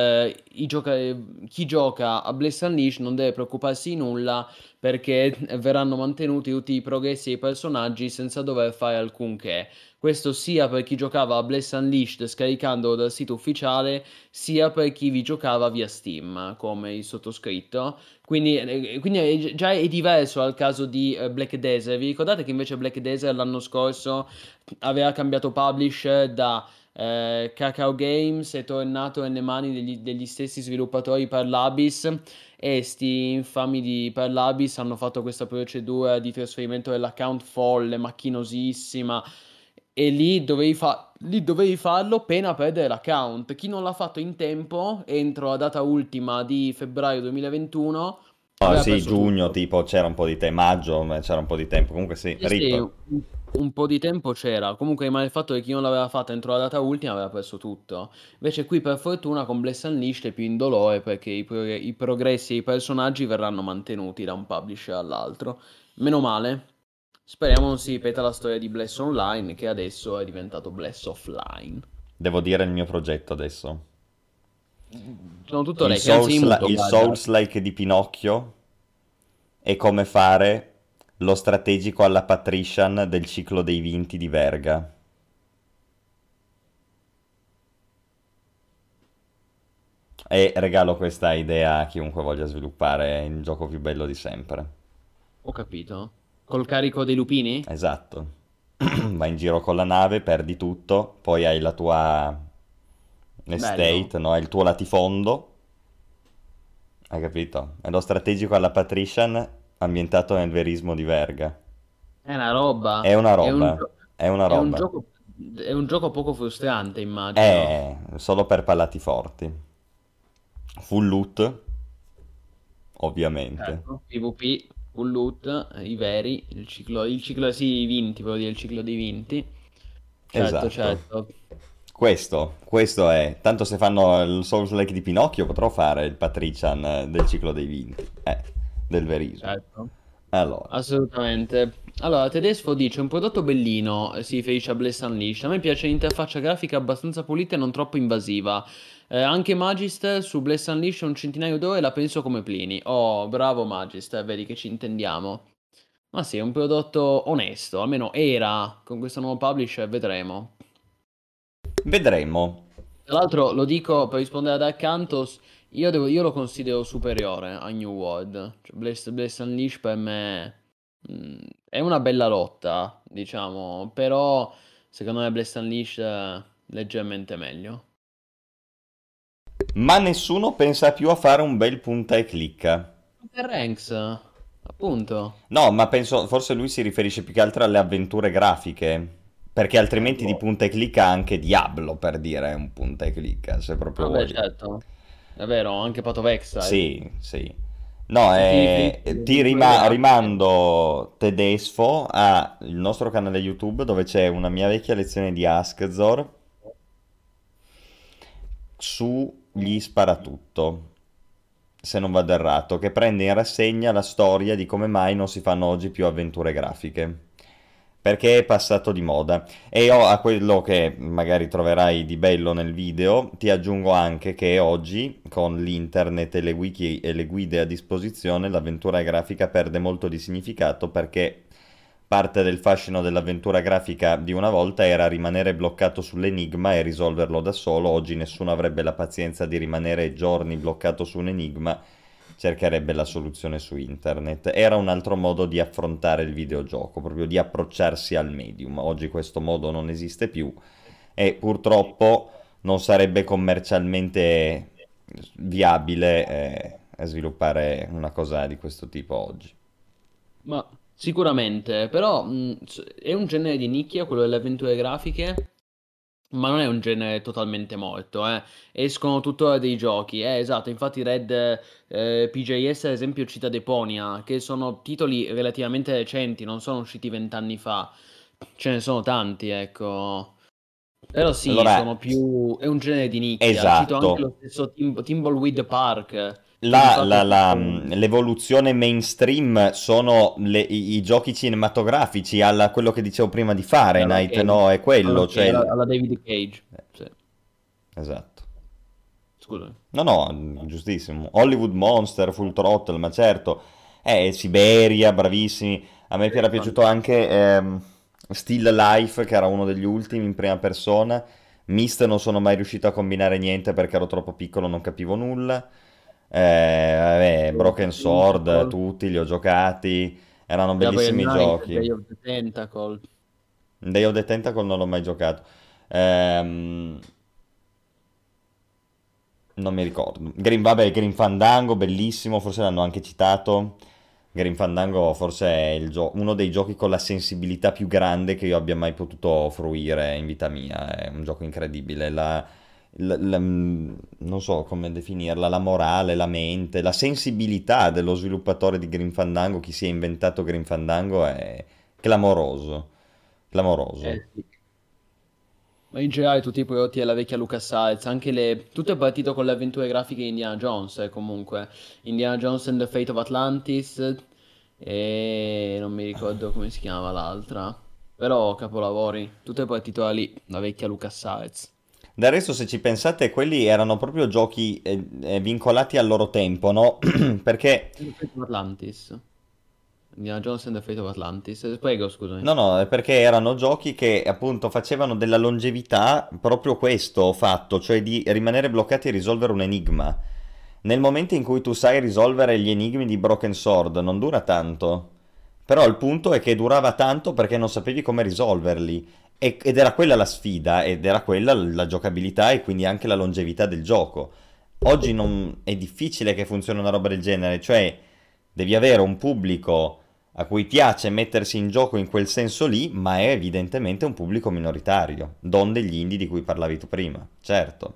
Speaker 4: chi gioca a Bless Unleashed non deve preoccuparsi di nulla perché verranno mantenuti tutti i progressi dei personaggi senza dover fare alcunché. Questo sia per chi giocava a Bless Unleashed scaricandolo dal sito ufficiale, sia per chi vi giocava via Steam, come il sottoscritto. Quindi già è diverso al caso di Black Desert. Vi ricordate che invece Black Desert l'anno scorso aveva cambiato publisher da Kakao Games, è tornato nelle mani degli stessi sviluppatori per l'Abyss e sti infami per l'Abyss hanno fatto questa procedura di trasferimento dell'account folle, macchinosissima e lì dovevi farlo pena perdere l'account. Chi non l'ha fatto in tempo, entro la data ultima di febbraio 2021,
Speaker 3: Oh
Speaker 4: aveva
Speaker 3: sì,
Speaker 4: perso
Speaker 3: giugno,
Speaker 4: tutto.
Speaker 3: tipo, c'era un po' di tempo, maggio, ma c'era un po' di tempo. Comunque sì,
Speaker 4: Sì, sì,
Speaker 3: rip.
Speaker 4: un po' di tempo c'era. Comunque rimane il fatto che chi non l'aveva fatta entro la data ultima aveva perso tutto. Invece qui per fortuna con Bless Unleashed è più indolore perché i progressi e i personaggi verranno mantenuti da un publisher all'altro. Meno male. Speriamo non si ripeta la storia di Bless Online che adesso è diventato Bless Offline.
Speaker 3: Devo dire il mio progetto adesso.
Speaker 4: Sono tutto orecchi, anzi di muto,
Speaker 3: Il
Speaker 4: guarda.
Speaker 3: Souls-like di Pinocchio è come fare lo strategico alla Patrician del ciclo dei vinti di Verga. E regalo questa idea a chiunque voglia sviluppare il gioco più bello di sempre.
Speaker 4: Ho capito. Col carico dei lupini?
Speaker 3: Esatto. Vai in giro con la nave, perdi tutto, poi hai la tua
Speaker 4: Bello.
Speaker 3: estate, no? È il tuo latifondo. Hai capito? È lo strategico alla Patrician ambientato nel verismo di Verga.
Speaker 4: È una roba.
Speaker 3: È una roba, è una
Speaker 4: È un
Speaker 3: roba.
Speaker 4: gioco, è un gioco poco frustrante, immagino.
Speaker 3: È solo per palati forti. Full loot, ovviamente.
Speaker 4: Certo. PvP, full loot, i veri, sì, i vinti, voglio dire, il ciclo dei vinti. Certo,
Speaker 3: Esatto.
Speaker 4: certo,
Speaker 3: Questo è. Tanto se fanno il Souls-like di Pinocchio potrò fare il Patrician del ciclo dei vinti. Del verismo.
Speaker 4: certo.
Speaker 3: Allora.
Speaker 4: Assolutamente. Allora, Tedesco dice un prodotto bellino, si riferisce a Bless Unleashed. A me piace l'interfaccia grafica abbastanza pulita e non troppo invasiva. Anche Magister su Bless Unleashed un centinaio d'ore la penso come Plini. Oh, bravo Magister, vedi che ci intendiamo. Ma sì, è un prodotto onesto, almeno era con questo nuovo publisher, vedremo.
Speaker 3: Vedremo.
Speaker 4: Tra l'altro, lo dico per rispondere ad Arcantos, io lo considero superiore a New World. Cioè, Blast Unleashed per me è una bella lotta, diciamo, però secondo me Blast Unleashed è leggermente meglio.
Speaker 3: Ma nessuno pensa più a fare un bel punta e clicca.
Speaker 4: Outer Ranks, Appunto.
Speaker 3: No, ma penso, forse lui si riferisce più che altro alle avventure grafiche, perché altrimenti di
Speaker 4: Boh.
Speaker 3: punta e clicca anche Diablo, per dire, è un punta e clicca, se proprio
Speaker 4: Vabbè,
Speaker 3: vuoi.
Speaker 4: certo. È vero, anche Path of Exile.
Speaker 3: Sì, sì. No,
Speaker 4: Se ti riferisci alle avventure grafiche.
Speaker 3: rimando Tedesfo al nostro canale YouTube dove c'è una mia vecchia lezione di Askzor sugli sparatutto, se non vado errato, che prende in rassegna la storia di come mai non si fanno oggi più avventure grafiche. Perché è passato di moda. E io a quello che magari troverai di bello nel video, ti aggiungo anche che oggi, con l'internet e le wiki e le guide a disposizione, l'avventura grafica perde molto di significato perché parte del fascino dell'avventura grafica di una volta era rimanere bloccato sull'enigma e risolverlo da solo. Oggi nessuno avrebbe la pazienza di rimanere giorni bloccato su un enigma, cercherebbe la soluzione su internet. Era un altro modo di affrontare il videogioco, proprio di approcciarsi al medium. Oggi questo modo non esiste più e purtroppo non sarebbe commercialmente viabile sviluppare una cosa di questo tipo oggi.
Speaker 4: Ma sicuramente, però è un genere di nicchia quello delle avventure grafiche, ma non è un genere totalmente morto, eh. Escono tuttora dei giochi, esatto, infatti Red PJS ad esempio cita Deponia, che sono titoli relativamente recenti, non sono usciti 20 anni fa, ce ne sono tanti, ecco. Però sì,
Speaker 3: Allora,
Speaker 4: sono più... è un genere di nicchia, cito anche
Speaker 3: esatto.
Speaker 4: lo stesso Thimbleweed Park, che di fatto è tipo...
Speaker 3: L'evoluzione mainstream sono i giochi cinematografici, alla quello che dicevo prima di
Speaker 4: alla
Speaker 3: Fahrenheit,
Speaker 4: Cage,
Speaker 3: no? È quello, cioè...
Speaker 4: alla David Cage, sì,
Speaker 3: Esatto.
Speaker 4: scusami.
Speaker 3: No, no, giustissimo. Hollywood Monster, Full Throttle, ma certo. Siberia, bravissimi. A me era piaciuto anche Still Life, che era uno degli ultimi in prima persona. Myst non sono mai riuscito a combinare niente perché ero troppo piccolo, non capivo nulla. Vabbè, Broken Sword,
Speaker 4: Tentacle,
Speaker 3: tutti li ho giocati. Erano
Speaker 4: Gabriel
Speaker 3: bellissimi
Speaker 4: Knight,
Speaker 3: giochi.
Speaker 4: Day of the Tentacle.
Speaker 3: Day of the Tentacle non l'ho mai giocato. Ehm, Non mi ricordo. Vabbè, Grim Fandango, bellissimo, forse l'hanno anche citato. Grim Fandango forse è uno dei giochi con la sensibilità più grande che io abbia mai potuto fruire in vita mia. È un gioco incredibile. Non so come definirla, la morale, la mente, la sensibilità dello sviluppatore di Grim Fandango, chi si è inventato Grim Fandango, è clamoroso. Clamoroso.
Speaker 4: Sì. Ma in generale tutti i prodotti della vecchia LucasArts, anche le... tutto è partito con le avventure grafiche di Indiana Jones, comunque. Indiana Jones and the Fate of Atlantis e non mi ricordo come si chiama l'altra. Però capolavori, tutto è partito da lì, la vecchia LucasArts.
Speaker 3: Del resto, se ci pensate, quelli erano proprio giochi vincolati al loro tempo, no? Perché,
Speaker 4: The Fate of Atlantis. Indiana Jones and the Fate of Atlantis. Prego, scusami.
Speaker 3: no, no, è perché erano giochi che appunto facevano della longevità proprio questo fatto, cioè di rimanere bloccati e risolvere un enigma. Nel momento in cui tu sai risolvere gli enigmi di Broken Sword, non dura tanto. Però il punto è che durava tanto perché non sapevi come risolverli. Ed era quella la sfida, ed era quella la giocabilità e quindi anche la longevità del gioco. Oggi non è difficile che funzioni una roba del genere, cioè devi avere un pubblico a cui piace mettersi in gioco in quel senso lì, ma è evidentemente un pubblico minoritario, donde gli indie di cui parlavi tu prima, certo.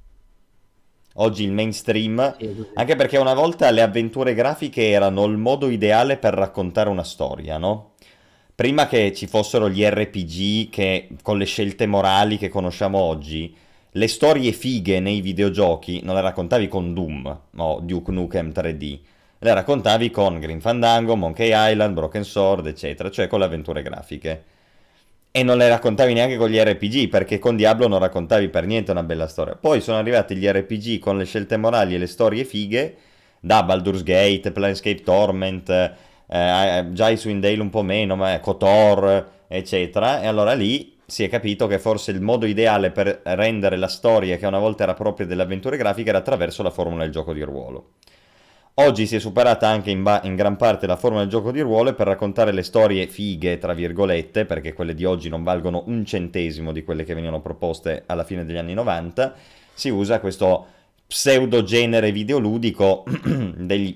Speaker 3: Oggi il mainstream,
Speaker 4: Sì, è così.
Speaker 3: anche perché una volta le avventure grafiche erano il modo ideale per raccontare una storia, no? Prima che ci fossero gli RPG che, con le scelte morali che conosciamo oggi, le storie fighe nei videogiochi non le raccontavi con Doom o Duke Nukem 3D, le raccontavi con Grim Fandango, Monkey Island, Broken Sword, eccetera, cioè con le avventure grafiche. E non le raccontavi neanche con gli RPG, perché con Diablo non raccontavi per niente una bella storia. Poi sono arrivati gli RPG con le scelte morali e le storie fighe, da Baldur's Gate, Planescape Torment, già i Swindale un po' meno, ma KOTOR, eccetera. E allora lì si è capito che forse il modo ideale per rendere la storia che una volta era propria delle avventure grafiche era attraverso la formula del gioco di ruolo. Oggi si è superata anche in gran parte la formula del gioco di ruolo e per raccontare le storie fighe, tra virgolette, perché quelle di oggi non valgono un centesimo di quelle che venivano proposte alla fine degli anni 90, si usa questo pseudo genere videoludico degli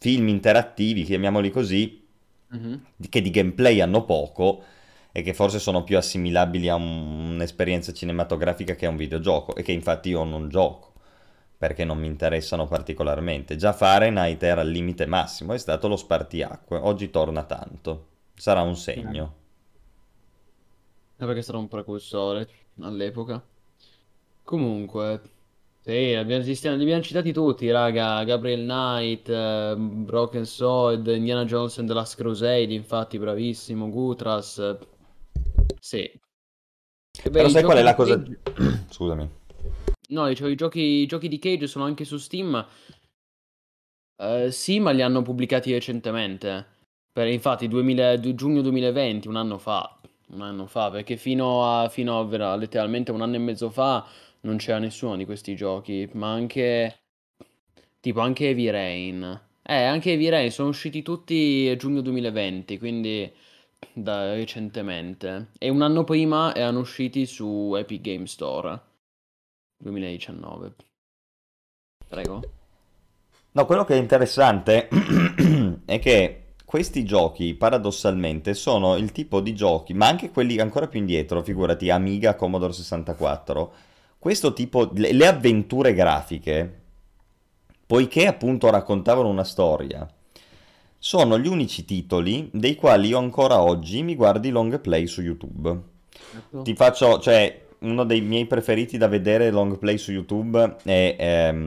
Speaker 3: film interattivi, chiamiamoli così,
Speaker 4: Mhm.
Speaker 3: che di gameplay hanno poco e che forse sono più assimilabili a un'esperienza cinematografica che a un videogioco, e che infatti io non gioco perché non mi interessano particolarmente. Già Fahrenheit era al limite massimo, è stato lo spartiacque, oggi torna tanto, sarà un segno.
Speaker 4: Perché sarà un precursore all'epoca. Comunque, sì, li abbiamo citati tutti, raga. Gabriel Knight, Broken Sword, Indiana Jones and the Last Crusade, infatti, bravissimo. Gutras. Sì. E beh,
Speaker 3: Però
Speaker 4: i
Speaker 3: sai qual è
Speaker 4: giochi
Speaker 3: la
Speaker 4: di
Speaker 3: cosa?
Speaker 4: Cage.
Speaker 3: Scusami.
Speaker 4: No, dicevo, i giochi di Cage sono anche su Steam. Sì, ma li hanno pubblicati recentemente. Infatti, giugno 2020, un anno fa. Un anno fa, perché letteralmente un anno e mezzo fa non c'era nessuno di questi giochi. Ma anche. Tipo, anche Heavy Rain. Anche Heavy Rain sono usciti tutti a giugno 2020, quindi da recentemente. E un anno prima erano usciti su Epic Game Store 2019. Prego.
Speaker 3: No, quello che è interessante è che questi giochi, paradossalmente, sono il tipo di giochi, ma anche quelli ancora più indietro, figurati, Amiga, Commodore 64, questo tipo, le avventure grafiche, poiché appunto raccontavano una storia, sono gli unici titoli dei quali io ancora oggi mi guardi long play su YouTube. Ti
Speaker 4: Certo.
Speaker 3: faccio, cioè, uno dei miei preferiti da vedere long play su YouTube è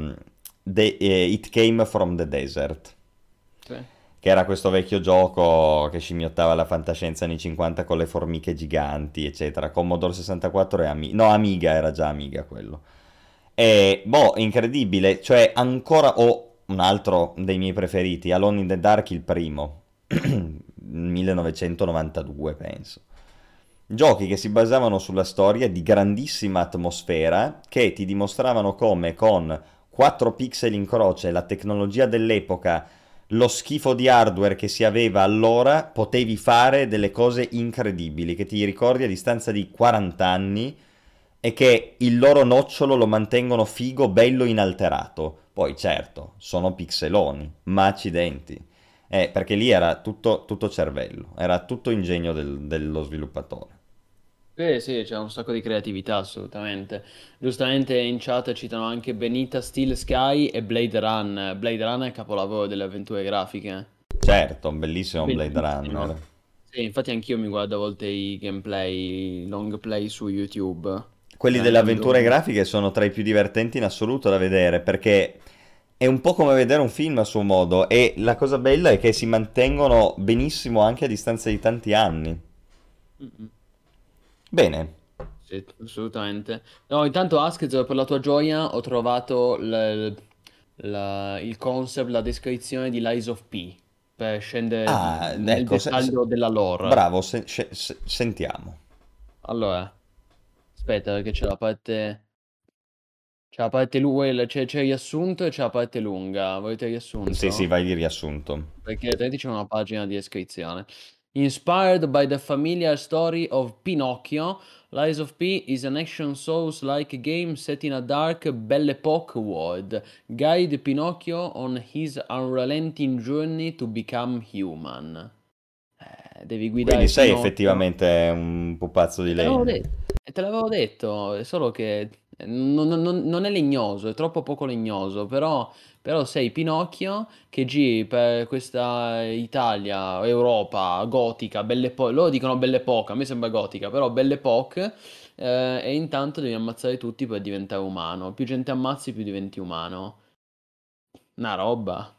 Speaker 3: It Came from the Desert,
Speaker 4: Sì.
Speaker 3: che era questo vecchio gioco che scimmiottava la fantascienza anni 50 con le formiche giganti, eccetera. Commodore 64 e Amiga. No, Amiga era già Amiga quello. E, boh, incredibile. Cioè, ancora ho un altro dei miei preferiti, Alone in the Dark, il primo. 1992, penso. Giochi che si basavano sulla storia di grandissima atmosfera, che ti dimostravano come con 4 pixel in croce, la tecnologia dell'epoca, lo schifo di hardware che si aveva allora, potevi fare delle cose incredibili, che ti ricordi a distanza di 40 anni e che il loro nocciolo lo mantengono figo, bello, inalterato. Poi certo, sono pixeloni, ma accidenti. Perché lì era tutto cervello, era tutto ingegno dello sviluppatore.
Speaker 4: Sì, c'è un sacco di creatività, assolutamente. Giustamente in chat citano anche Benita, Steel Sky e Blade Run. Blade Run è il capolavoro delle avventure grafiche.
Speaker 3: Certo, un bellissimo Blade
Speaker 4: Bellissimo.
Speaker 3: Runner.
Speaker 4: Sì, infatti anch'io mi guardo a volte i gameplay, i long play su YouTube.
Speaker 3: Quelli
Speaker 4: Cioè,
Speaker 3: delle
Speaker 4: non
Speaker 3: avventure
Speaker 4: do-
Speaker 3: grafiche sono tra i più divertenti in assoluto da vedere, perché è un po' come vedere un film a suo modo, e la cosa bella è che si mantengono benissimo anche a distanza di tanti anni.
Speaker 4: Mm-mm.
Speaker 3: Bene,
Speaker 4: Sì, assolutamente. No, intanto Askez, per la tua gioia, ho trovato il concept, la descrizione di Lies of P, per scendere
Speaker 3: ah,
Speaker 4: nel
Speaker 3: ecco,
Speaker 4: dettaglio della lore.
Speaker 3: bravo, sentiamo.
Speaker 4: Allora, aspetta, perché c'è la parte lunga, c'è il riassunto e c'è la parte lunga. Volete il
Speaker 3: Sì, sì,
Speaker 4: riassunto?
Speaker 3: vai di riassunto.
Speaker 4: Perché altrimenti c'è una pagina di descrizione. Inspired by the familiar story of Pinocchio, Lies of P is an action Souls-like game set in a dark Belle Époque world. Guide Pinocchio on his unrelenting journey to become human. Devi
Speaker 3: Quindi
Speaker 4: guidare
Speaker 3: sei
Speaker 4: Pinocchio.
Speaker 3: effettivamente un pupazzo
Speaker 4: E
Speaker 3: di
Speaker 4: te l'avevo
Speaker 3: legno.
Speaker 4: detto, e te l'avevo detto, è solo che non è legnoso, è troppo poco legnoso, però sei Pinocchio che giri per questa Italia, Europa, gotica, Belle Époque, loro dicono Belle Époque, a me sembra gotica, però Belle Époque, e intanto devi ammazzare tutti per diventare umano, più gente ammazzi più diventi umano, una roba.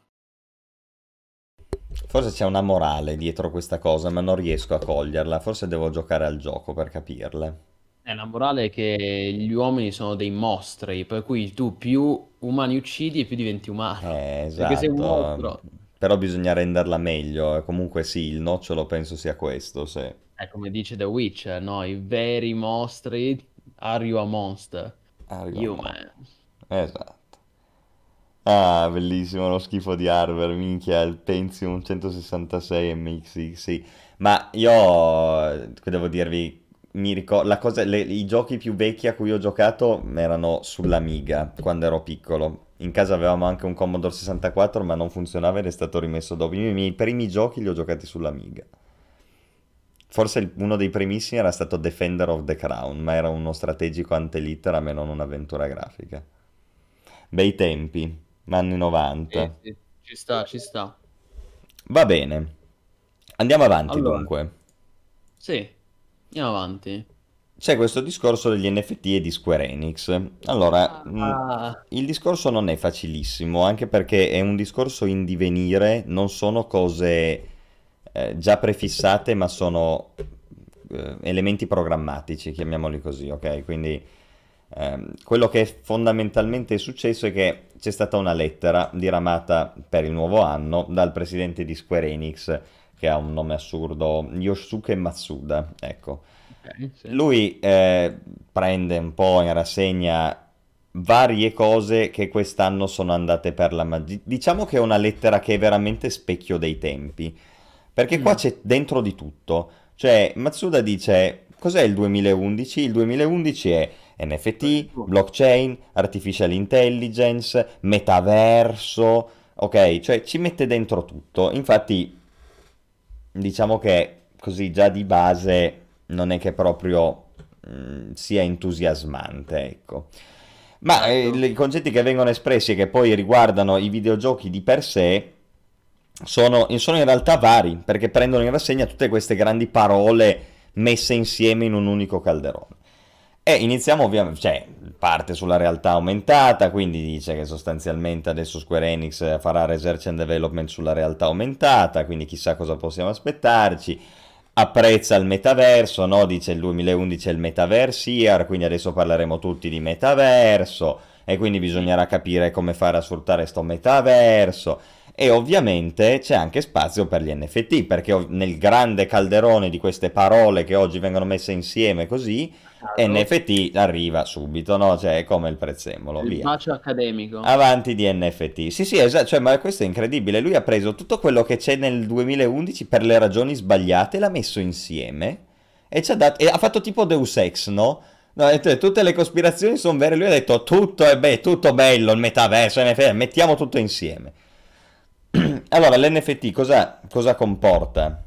Speaker 3: Forse c'è una morale dietro questa cosa, ma non riesco a coglierla. Forse devo giocare al gioco per capirla.
Speaker 4: La morale è che gli uomini sono dei mostri, per cui tu più umani uccidi e più diventi umano. Perché sei un
Speaker 3: Esatto.
Speaker 4: mostro.
Speaker 3: Però bisogna renderla meglio. E comunque sì, il nocciolo penso sia questo, sì.
Speaker 4: È come dice The Witcher, no? I veri mostri are you a monster.
Speaker 3: Arriva mo.
Speaker 4: Human.
Speaker 3: Esatto. Ah, bellissimo lo schifo di hardware, minchia, il Pentium 166 MXX, sì. Ma io, devo dirvi, mi ricordo, i giochi più vecchi a cui ho giocato erano sull'Amiga, quando ero piccolo. in casa avevamo anche un Commodore 64, ma non funzionava ed è stato rimesso dopo. Io i miei primi giochi li ho giocati sull'Amiga. Forse uno dei primissimi era stato Defender of the Crown, ma era uno strategico ante litteram e non un'avventura grafica. Bei tempi, anni 90.
Speaker 4: Sì, ci sta, ci sta.
Speaker 3: Va bene, andiamo avanti
Speaker 4: Allora,
Speaker 3: dunque.
Speaker 4: sì, andiamo avanti.
Speaker 3: C'è questo discorso degli NFT e di Square Enix. Allora,
Speaker 4: Ah,
Speaker 3: il discorso non è facilissimo, anche perché è un discorso in divenire, non sono cose già prefissate, ma sono elementi programmatici, chiamiamoli così, ok? Quindi quello che fondamentalmente è successo è che c'è stata una lettera diramata per il nuovo anno dal presidente di Square Enix, che ha un nome assurdo, Yosuke Matsuda, ecco.
Speaker 4: ok, sì.
Speaker 3: Lui prende un po' in rassegna varie cose che quest'anno sono andate per la magia. Diciamo che è una lettera che è veramente specchio dei tempi, perché qua
Speaker 4: Mm.
Speaker 3: c'è dentro di tutto. Cioè, Matsuda dice, cos'è il 2011? Il 2011 è NFT, blockchain, artificial intelligence, metaverso, ok? Cioè, ci mette dentro tutto. Infatti, diciamo che così già di base non è che proprio sia entusiasmante, ecco. Ma
Speaker 4: Certo.
Speaker 3: i concetti che vengono espressi e che poi riguardano i videogiochi di per sé sono in realtà vari, perché prendono in rassegna tutte queste grandi parole messe insieme in un unico calderone. E iniziamo ovviamente, cioè, parte sulla realtà aumentata, quindi dice che sostanzialmente adesso Square Enix farà research and development sulla realtà aumentata, quindi chissà cosa possiamo aspettarci. Apprezza il metaverso, no? Dice il 2011 è il metaverse year, quindi adesso parleremo tutti di metaverso e quindi bisognerà capire come fare a sfruttare sto metaverso. E ovviamente c'è anche spazio per gli NFT, perché nel grande calderone di queste parole che oggi vengono messe insieme così,
Speaker 4: Caso,
Speaker 3: NFT arriva subito, no? Cioè è come il prezzemolo,
Speaker 4: il
Speaker 3: via.
Speaker 4: bacio accademico.
Speaker 3: Avanti di NFT. Sì, sì, esatto, cioè, ma questo è incredibile. Lui ha preso tutto quello che c'è nel 2011 per le ragioni sbagliate, l'ha messo insieme e ci ha dato, e ha fatto tipo Deus Ex, no? No, ha detto, tutte le cospirazioni sono vere. Lui ha detto tutto è tutto bello, il metaverso, NFT, mettiamo tutto insieme. Allora, l'NFT cosa comporta?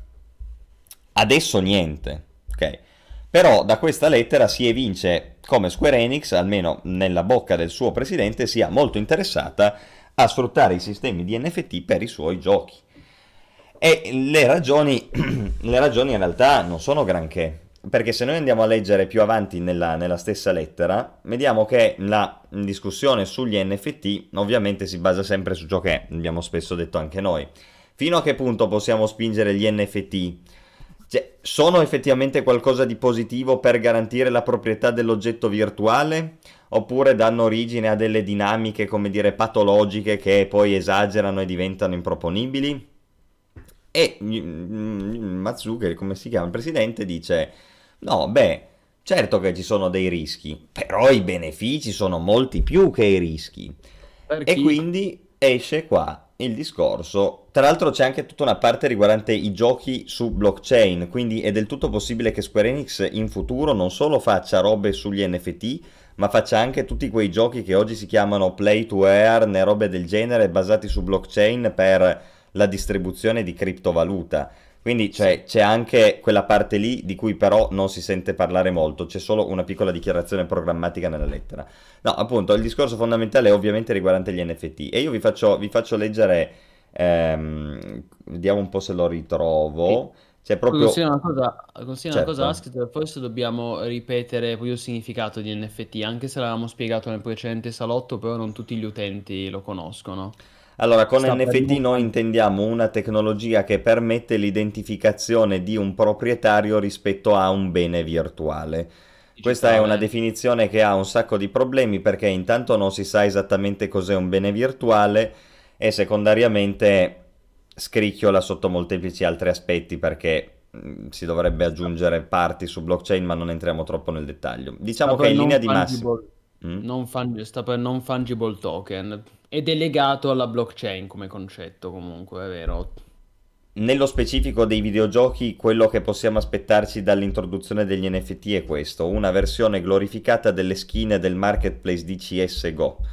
Speaker 3: Adesso niente, ok? Però da questa lettera si evince come Square Enix, almeno nella bocca del suo presidente, sia molto interessata a sfruttare i sistemi di NFT per i suoi giochi. E le ragioni in realtà non sono granché, perché se noi andiamo a leggere più avanti nella stessa lettera, vediamo che la discussione sugli NFT ovviamente si basa sempre su ciò che abbiamo spesso detto anche noi. Fino a che punto possiamo spingere gli NFT? Cioè, sono effettivamente qualcosa di positivo per garantire la proprietà dell'oggetto virtuale? Oppure danno origine a delle dinamiche, come dire, patologiche che poi esagerano e diventano improponibili? E Matsuga, come si chiama il presidente, dice: no, beh, certo che ci sono dei rischi, però i benefici sono molti più che i rischi.
Speaker 4: Per
Speaker 3: E
Speaker 4: chi?
Speaker 3: quindi esce qua il discorso. Tra l'altro c'è anche tutta una parte riguardante i giochi su blockchain, quindi è del tutto possibile che Square Enix in futuro non solo faccia robe sugli NFT, ma faccia anche tutti quei giochi che oggi si chiamano play to earn e robe del genere basati su blockchain per la distribuzione di criptovaluta. Quindi
Speaker 4: Sì.
Speaker 3: c'è anche quella parte lì di cui però non si sente parlare molto, c'è solo una piccola dichiarazione programmatica nella lettera. No, appunto, il discorso fondamentale è ovviamente riguardante gli NFT e io vi faccio leggere, vediamo un po' se lo
Speaker 4: Sì.
Speaker 3: ritrovo, c'è
Speaker 4: Poi
Speaker 3: proprio,
Speaker 4: considera una cosa,
Speaker 3: certo.
Speaker 4: Asked, e forse dobbiamo ripetere poi il significato di NFT, anche se l'avevamo spiegato nel precedente salotto, però non tutti gli utenti lo conoscono.
Speaker 3: Allora, con
Speaker 4: Sta per
Speaker 3: NFT
Speaker 4: non
Speaker 3: noi
Speaker 4: fun-
Speaker 3: intendiamo una tecnologia che permette l'identificazione di un proprietario rispetto a un bene virtuale. Questa è una
Speaker 4: digitale.
Speaker 3: definizione che ha un sacco di problemi perché intanto non si sa esattamente cos'è un bene virtuale e secondariamente scricchiola sotto molteplici altri aspetti perché si dovrebbe aggiungere parti su blockchain, ma non entriamo troppo nel dettaglio.
Speaker 4: Sta
Speaker 3: Diciamo che
Speaker 4: per
Speaker 3: in linea
Speaker 4: non
Speaker 3: di massima.
Speaker 4: fungible, sta per non fungible token. Ed è legato alla blockchain come concetto, comunque, è vero.
Speaker 3: Nello specifico dei videogiochi, quello che possiamo aspettarci dall'introduzione degli NFT è questo, una versione glorificata delle skin del marketplace di CSGO,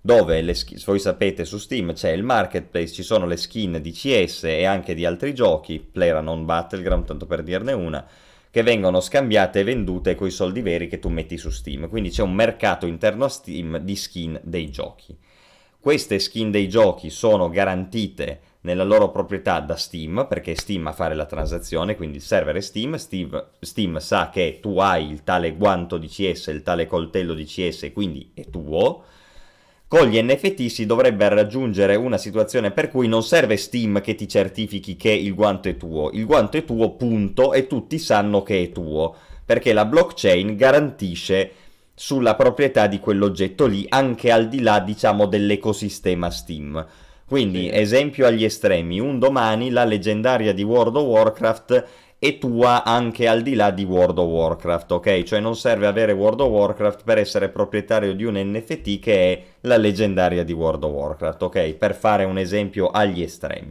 Speaker 3: dove voi sapete su Steam c'è il marketplace, ci sono le skin di CS e anche di altri giochi, PlayerUnknown's Battleground, tanto per dirne una, che vengono scambiate e vendute coi soldi veri che tu metti su Steam. Quindi c'è un mercato interno a Steam di skin dei giochi. Queste skin dei giochi sono garantite nella loro proprietà da Steam, perché è Steam a fare la transazione, quindi il server è Steam, Steam sa che tu hai il tale guanto di CS, il tale coltello di CS, quindi è tuo. Con gli NFT si dovrebbe raggiungere una situazione per cui non serve Steam che ti certifichi che il guanto è tuo, punto, e tutti sanno che è tuo, perché la blockchain garantisce sulla proprietà di quell'oggetto lì, anche al di là, diciamo, dell'ecosistema Steam. Quindi, esempio agli estremi, un domani la leggendaria di World of Warcraft è tua anche al di là di World of Warcraft, ok? Cioè non serve avere World of Warcraft per essere proprietario di un NFT che è la leggendaria di World of Warcraft, ok? Per fare un esempio agli estremi.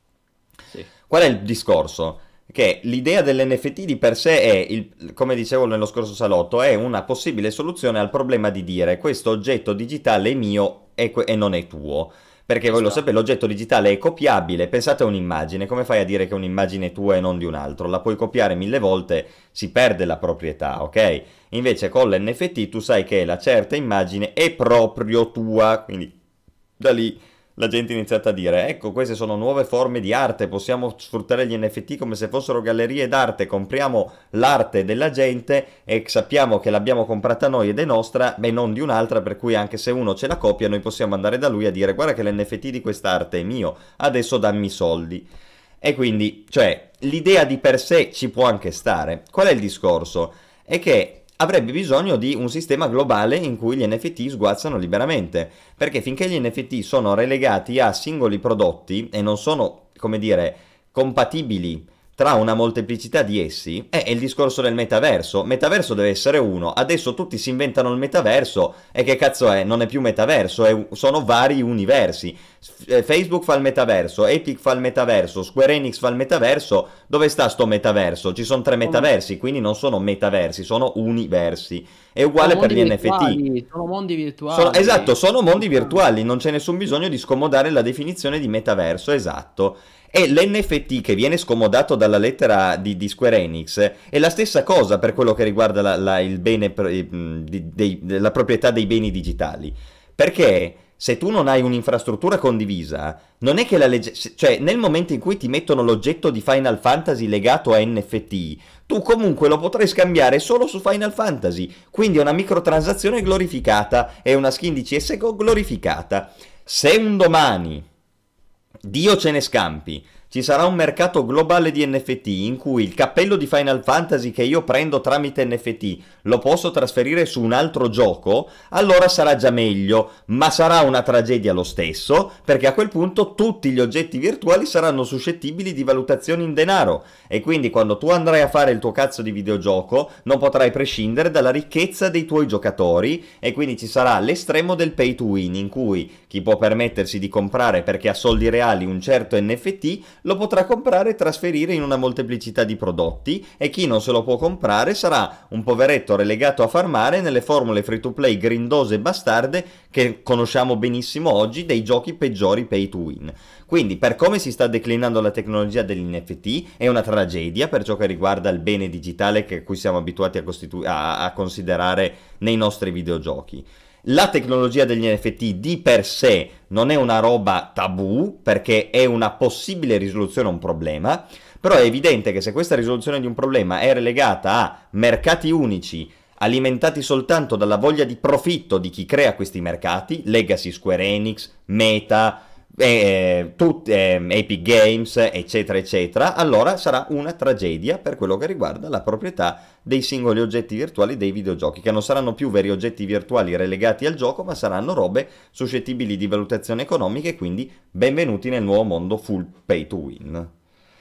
Speaker 4: Sì.
Speaker 3: Qual è il discorso? Che l'idea dell'NFT di per sé è, come dicevo nello scorso salotto, è una possibile soluzione al problema di dire questo oggetto digitale è mio e non è tuo. Perché voi lo sapete, l'oggetto digitale è copiabile. Pensate a un'immagine, come fai a dire che un'immagine è tua e non di un altro? La puoi copiare 1000 volte, si perde la proprietà, ok? Invece con l'NFT tu sai che la certa immagine è proprio tua, quindi da lì la gente ha iniziato a dire, ecco, queste sono nuove forme di arte, possiamo sfruttare gli NFT come se fossero gallerie d'arte, compriamo l'arte della gente e sappiamo che l'abbiamo comprata noi ed è nostra, e non di un'altra, per cui anche se uno ce la copia noi possiamo andare da lui a dire, guarda che l'NFT di quest'arte è mio, adesso dammi i soldi. E quindi, cioè, l'idea di per sé ci può anche stare. Qual è il discorso? È che avrebbe bisogno di un sistema globale in cui gli NFT sguazzano liberamente, perché finché gli NFT sono relegati a singoli prodotti e non sono, come dire, compatibili tra una molteplicità di essi, è il discorso del metaverso. Metaverso deve essere uno, adesso tutti si inventano il metaverso, e che cazzo è? Non è più metaverso, sono vari universi. Facebook fa il metaverso, Epic fa il metaverso, Square Enix fa il metaverso, dove sta sto metaverso? Ci sono 3 metaversi, quindi non sono metaversi, sono universi. È uguale per gli NFT.
Speaker 4: Sono mondi virtuali.
Speaker 3: Esatto, sono mondi virtuali, non c'è nessun bisogno di scomodare la definizione di metaverso, esatto. E l'NFT che viene scomodato dalla lettera di Square Enix è la stessa cosa per quello che riguarda il bene, la proprietà dei beni digitali. Perché se tu non hai un'infrastruttura condivisa, non è che cioè nel momento in cui ti mettono l'oggetto di Final Fantasy legato a NFT, tu comunque lo potrai scambiare solo su Final Fantasy. Quindi è una microtransazione glorificata, è una skin di CSGO glorificata. Se un domani, Dio ce ne scampi, ci sarà un mercato globale di NFT in cui il cappello di Final Fantasy che io prendo tramite NFT lo posso trasferire su un altro gioco, allora sarà già meglio, ma sarà una tragedia lo stesso, perché a quel punto tutti gli oggetti virtuali saranno suscettibili di valutazione in denaro, e quindi quando tu andrai a fare il tuo cazzo di videogioco non potrai prescindere dalla ricchezza dei tuoi giocatori, e quindi ci sarà l'estremo del pay to win, in cui chi può permettersi di comprare perché ha soldi reali un certo NFT lo potrà comprare e trasferire in una molteplicità di prodotti, e chi non se lo può comprare sarà un poveretto relegato a farmare nelle formule free to play grindose e bastarde che conosciamo benissimo oggi dei giochi peggiori pay to win. Quindi per come si sta declinando la tecnologia degli NFT è una tragedia per ciò che riguarda il bene digitale a cui siamo abituati a considerare nei nostri videogiochi. La tecnologia degli NFT di per sé non è una roba tabù, perché è una possibile risoluzione a un problema, però è evidente che se questa risoluzione di un problema è relegata a mercati unici, alimentati soltanto dalla voglia di profitto di chi crea questi mercati, Legacy, Square Enix, Meta, Epic Games, eccetera eccetera, allora sarà una tragedia per quello che riguarda la proprietà dei singoli oggetti virtuali dei videogiochi, che non saranno più veri oggetti virtuali relegati al gioco, ma saranno robe suscettibili di valutazione economica, e quindi benvenuti nel nuovo mondo full pay to win.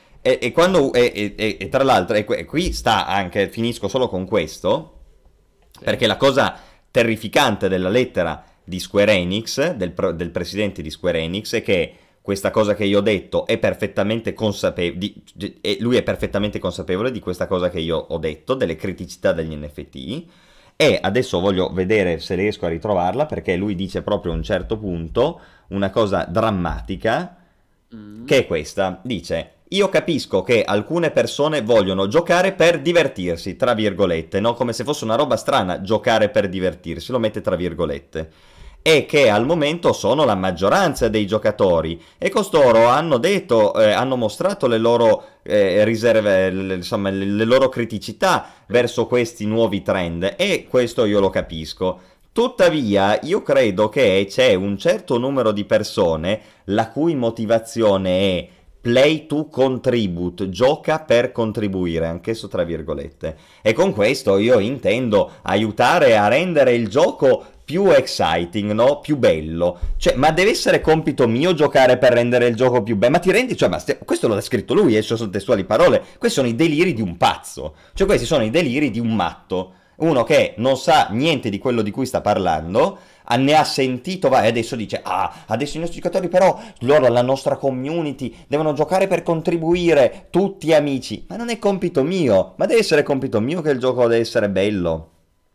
Speaker 3: E tra l'altro, e qui sta anche, finisco solo con questo, perché la cosa terrificante della lettera di Square Enix, del presidente di Square Enix, è che questa cosa che io ho detto è perfettamente consapevole, lui è perfettamente consapevole di questa cosa che io ho detto, delle criticità degli NFT, E adesso voglio vedere se riesco a ritrovarla, perché lui dice proprio a un certo punto una cosa drammatica, che è questa. Dice: io capisco che alcune persone vogliono giocare per divertirsi, tra virgolette, no? Come se fosse una roba strana, giocare per divertirsi, lo mette tra virgolette. E che al momento sono la maggioranza dei giocatori, e costoro hanno detto, hanno mostrato le loro riserve, insomma, le loro criticità verso questi nuovi trend, e questo io lo capisco. Tuttavia, io credo che c'è un certo numero di persone la cui motivazione è play to contribute, gioca per contribuire, anch'esso tra virgolette. E con questo io intendo aiutare a rendere il gioco più exciting, no? Più bello. Cioè, ma deve essere compito mio giocare per rendere il gioco più bello? Ma ti rendi? Cioè, questo l'ha scritto lui, sono testuali parole. Questi sono i deliri di un pazzo. Cioè, questi sono i deliri di un matto. Uno che non sa niente di quello di cui sta parlando, ne ha sentito, va, e adesso dice: ah, adesso i nostri giocatori però, loro, la nostra community, devono giocare per contribuire, tutti amici. Ma non è compito mio, ma deve essere compito mio che il gioco deve essere bello.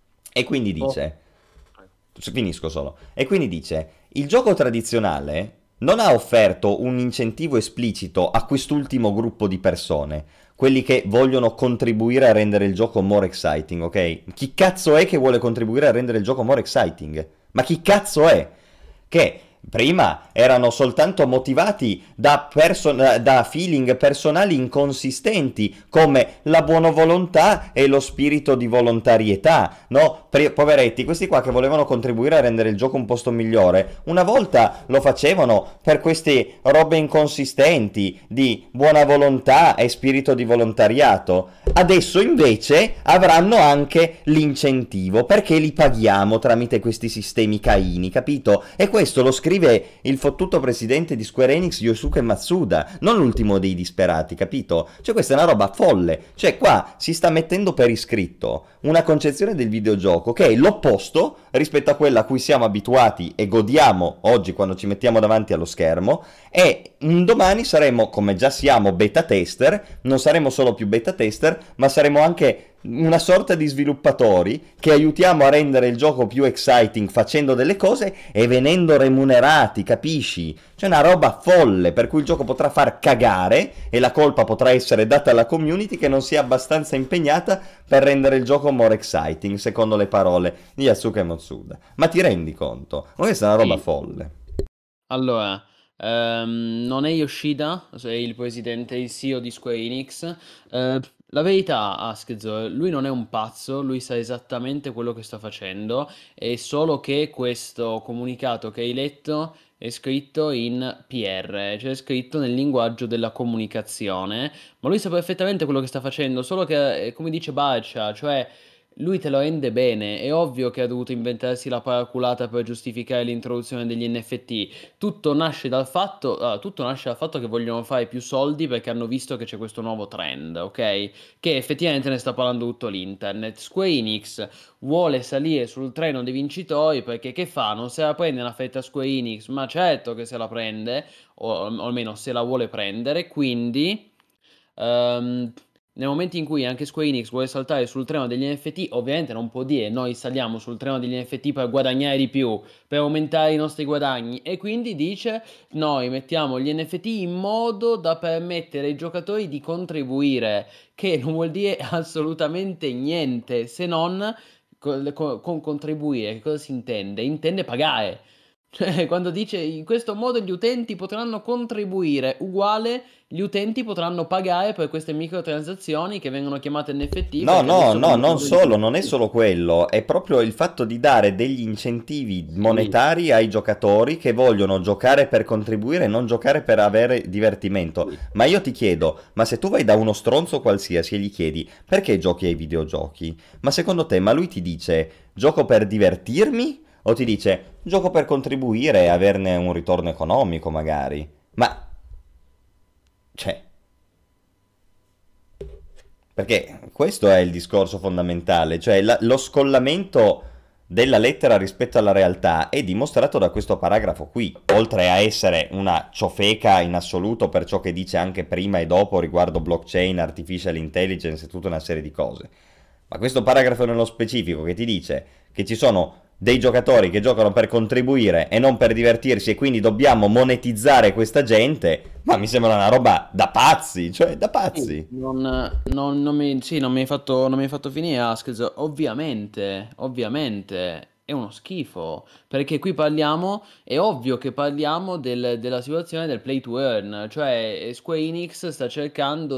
Speaker 3: E quindi dice... Finisco solo. E quindi dice: il gioco tradizionale non ha offerto un incentivo esplicito a quest'ultimo gruppo di persone, quelli che vogliono contribuire a rendere il gioco more exciting, ok? Chi cazzo è che vuole contribuire a rendere il gioco more exciting? Ma chi cazzo è? Che prima erano soltanto motivati da feeling personali inconsistenti, come la buona volontà e lo spirito di volontarietà, no? Poveretti, questi qua che volevano contribuire a rendere il gioco un posto migliore, una volta lo facevano per queste robe inconsistenti di buona volontà e spirito di volontariato. Adesso invece avranno anche l'incentivo, perché li paghiamo tramite questi sistemi Caini, capito? E questo lo scrive il fottuto presidente di Square Enix, Yosuke Matsuda, non l'ultimo dei disperati, capito? Cioè, questa è una roba folle. Cioè, qua si sta mettendo per iscritto una concezione del videogioco che è l'opposto rispetto a quella a cui siamo abituati e godiamo oggi quando ci mettiamo davanti allo schermo, e un domani saremo, come già siamo, beta tester. Non saremo solo più beta tester, ma saremo anche una sorta di sviluppatori che aiutiamo a rendere il gioco più exciting facendo delle cose e venendo remunerati, capisci? C'è una roba folle, per cui il gioco potrà far cagare e la colpa potrà essere data alla community che non si è abbastanza impegnata per rendere il gioco more exciting, secondo le parole di Yasuke Matsuda. Ma ti rendi conto? Ma questa è una roba folle.
Speaker 4: Allora, non è Yoshida, è il presidente, il CEO di Square Enix. La verità, Askzo, lui non è un pazzo, lui sa esattamente quello che sta facendo, è solo che questo comunicato che hai letto è scritto in PR, cioè è scritto nel linguaggio della comunicazione, ma lui sa perfettamente quello che sta facendo, solo che, come dice Barcia, cioè lui te lo rende bene. È ovvio che ha dovuto inventarsi la paraculata per giustificare l'introduzione degli NFT. Tutto nasce dal fatto che vogliono fare più soldi perché hanno visto che c'è questo nuovo trend, ok? Che effettivamente ne sta parlando tutto l'internet. Square Enix vuole salire sul treno dei vincitori perché che fa? Non se la prende una fetta Square Enix, ma certo che se la prende, o almeno se la vuole prendere, quindi... nel momento in cui anche Square Enix vuole saltare sul treno degli NFT, ovviamente non può dire noi saliamo sul treno degli NFT per guadagnare di più, per aumentare i nostri guadagni, e quindi dice noi mettiamo gli NFT in modo da permettere ai giocatori di contribuire, che non vuol dire assolutamente niente se non con contribuire. Che cosa si intende? Intende pagare. Cioè, quando dice in questo modo gli utenti potranno contribuire, uguale, gli utenti potranno pagare per queste microtransazioni che vengono chiamate NFT.
Speaker 3: No,
Speaker 4: perché adesso
Speaker 3: non solo, non è solo quello, è proprio il fatto di dare degli incentivi monetari ai giocatori che vogliono giocare per contribuire e non giocare per avere divertimento. Ma io ti chiedo, ma se tu vai da uno stronzo qualsiasi e gli chiedi perché giochi ai videogiochi, ma secondo te, ma lui ti dice gioco per divertirmi? O ti dice, gioco per contribuire e averne un ritorno economico, magari. Ma... cioè... perché questo è il discorso fondamentale. Cioè, lo scollamento della lettera rispetto alla realtà è dimostrato da questo paragrafo qui. Oltre a essere una ciofeca in assoluto per ciò che dice anche prima e dopo riguardo blockchain, artificial intelligence e tutta una serie di cose. Ma questo paragrafo nello specifico che ti dice che ci sono dei giocatori che giocano per contribuire e non per divertirsi e quindi dobbiamo monetizzare questa gente, ma mi sembra una roba da pazzi, cioè da pazzi.
Speaker 4: Non mi hai fatto finire, Askez. Ovviamente è uno schifo, perché qui parliamo, è ovvio che parliamo della situazione del play to earn, cioè Square Enix sta cercando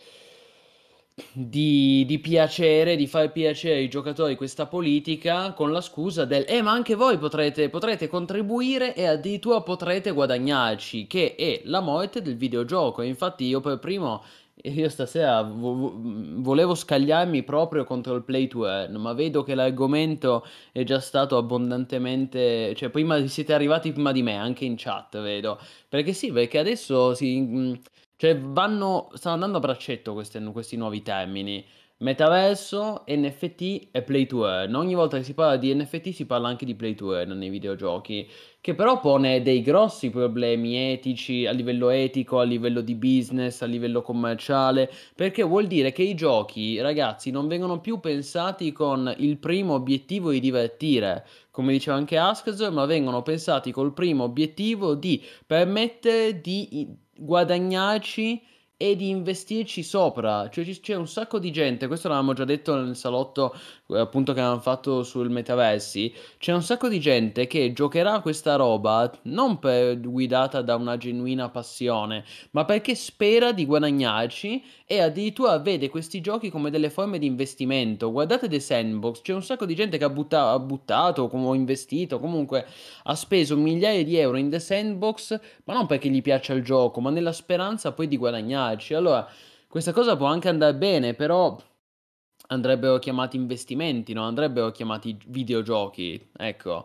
Speaker 4: di piacere, di far piacere ai giocatori questa politica con la scusa del ma anche voi potrete contribuire e addirittura potrete guadagnarci, che è la morte del videogioco. Infatti io per primo, io stasera volevo scagliarmi proprio contro il play to earn, ma vedo che l'argomento è già stato abbondantemente, cioè prima siete arrivati prima di me, anche in chat vedo, perché sì, perché adesso cioè stanno andando a braccetto questi nuovi termini. Metaverso, NFT e play to earn. Ogni volta che si parla di NFT si parla anche di play to earn nei videogiochi, che però pone dei grossi problemi etici, a livello etico, a livello di business, a livello commerciale, perché vuol dire che i giochi, ragazzi, non vengono più pensati con il primo obiettivo di divertire, come diceva anche Askz, ma vengono pensati col primo obiettivo di permettere di guadagnarci e di investirci sopra. Cioè c'è un sacco di gente, questo l'avevamo già detto nel salotto appunto che avevamo fatto sul metaversi, c'è un sacco di gente che giocherà questa roba non guidata da una genuina passione, ma perché spera di guadagnarci e addirittura vede questi giochi come delle forme di investimento. Guardate The Sandbox, c'è un sacco di gente che ha buttato, come ho investito, comunque ha speso migliaia di euro in The Sandbox, ma non perché gli piaccia il gioco, ma nella speranza poi di guadagnarci. Allora, questa cosa può anche andare bene, però andrebbero chiamati investimenti, non andrebbero chiamati videogiochi, ecco,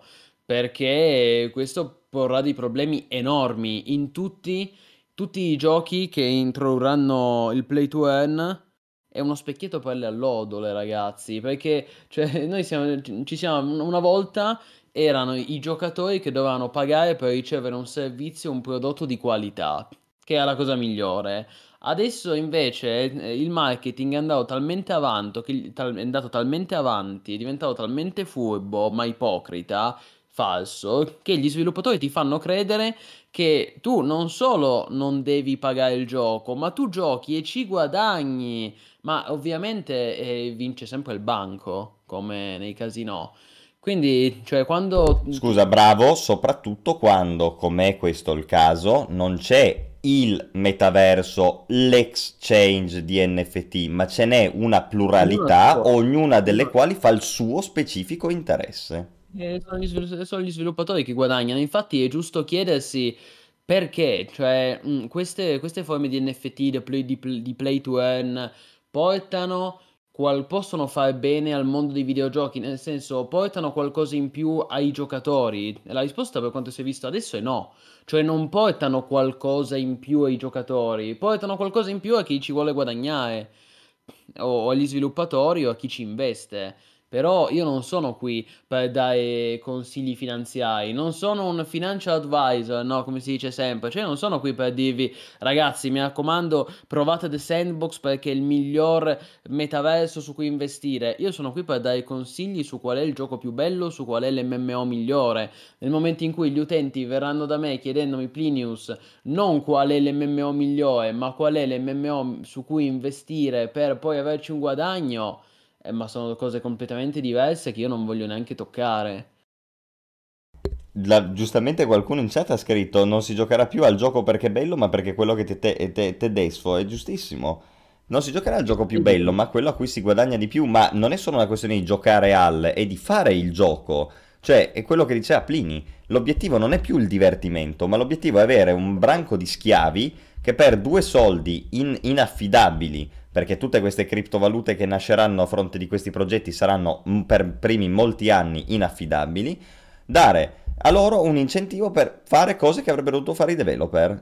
Speaker 4: perché questo porrà dei problemi enormi in tutti i giochi che introdurranno il play to earn. È uno specchietto per le allodole, ragazzi, perché cioè, ci siamo una volta erano i giocatori che dovevano pagare per ricevere un servizio, un prodotto di qualità, che era la cosa migliore. Adesso invece il marketing è andato talmente avanti, è andato talmente avanti, è diventato talmente furbo, ma ipocrita, falso, che gli sviluppatori ti fanno credere che tu non solo non devi pagare il gioco, ma tu giochi e ci guadagni. Ma ovviamente vince sempre il banco, come nei casinò. Quindi, cioè, quando
Speaker 3: Scusa, bravo, soprattutto quando, come è questo il caso, non c'è il metaverso, l'exchange di NFT, ma ce n'è una
Speaker 4: ognuno
Speaker 3: pluralità, ognuna delle quali fa il suo specifico interesse.
Speaker 4: sono gli sviluppatori che guadagnano. Infatti è giusto chiedersi perché, cioè, queste forme di NFT, di play to earn, portano, possono fare bene al mondo dei videogiochi, nel senso, portano qualcosa in più ai giocatori? E la risposta, per quanto si è visto adesso, è no. Cioè, non portano qualcosa in più ai giocatori, portano qualcosa in più a chi ci vuole guadagnare, o agli sviluppatori o a chi ci investe. Però io non sono qui per dare consigli finanziari, non sono un financial advisor, no, come si dice sempre, cioè non sono qui per dirvi ragazzi, mi raccomando, provate The Sandbox perché è il miglior metaverso su cui investire. Io sono qui per dare consigli su qual è il gioco più bello, su qual è l'MMO migliore. Nel momento in cui gli utenti verranno da me chiedendomi Plinius non qual è l'MMO migliore, ma qual è l'MMO su cui investire per poi averci un guadagno, ma sono cose completamente diverse che io non voglio neanche toccare.
Speaker 3: Giustamente qualcuno in chat ha scritto non si giocherà più al gioco perché è bello, ma perché è quello che te desfo. È giustissimo. Non si giocherà al gioco più bello, ma quello a cui si guadagna di più. Ma non è solo una questione di giocare è di fare il gioco. Cioè, è quello che diceva Plini. L'obiettivo non è più il divertimento, ma l'obiettivo è avere un branco di schiavi che per 2 soldi inaffidabili, perché tutte queste criptovalute che nasceranno a fronte di questi progetti saranno per primi molti anni inaffidabili, dare a loro un incentivo per fare cose che avrebbero dovuto fare i developer.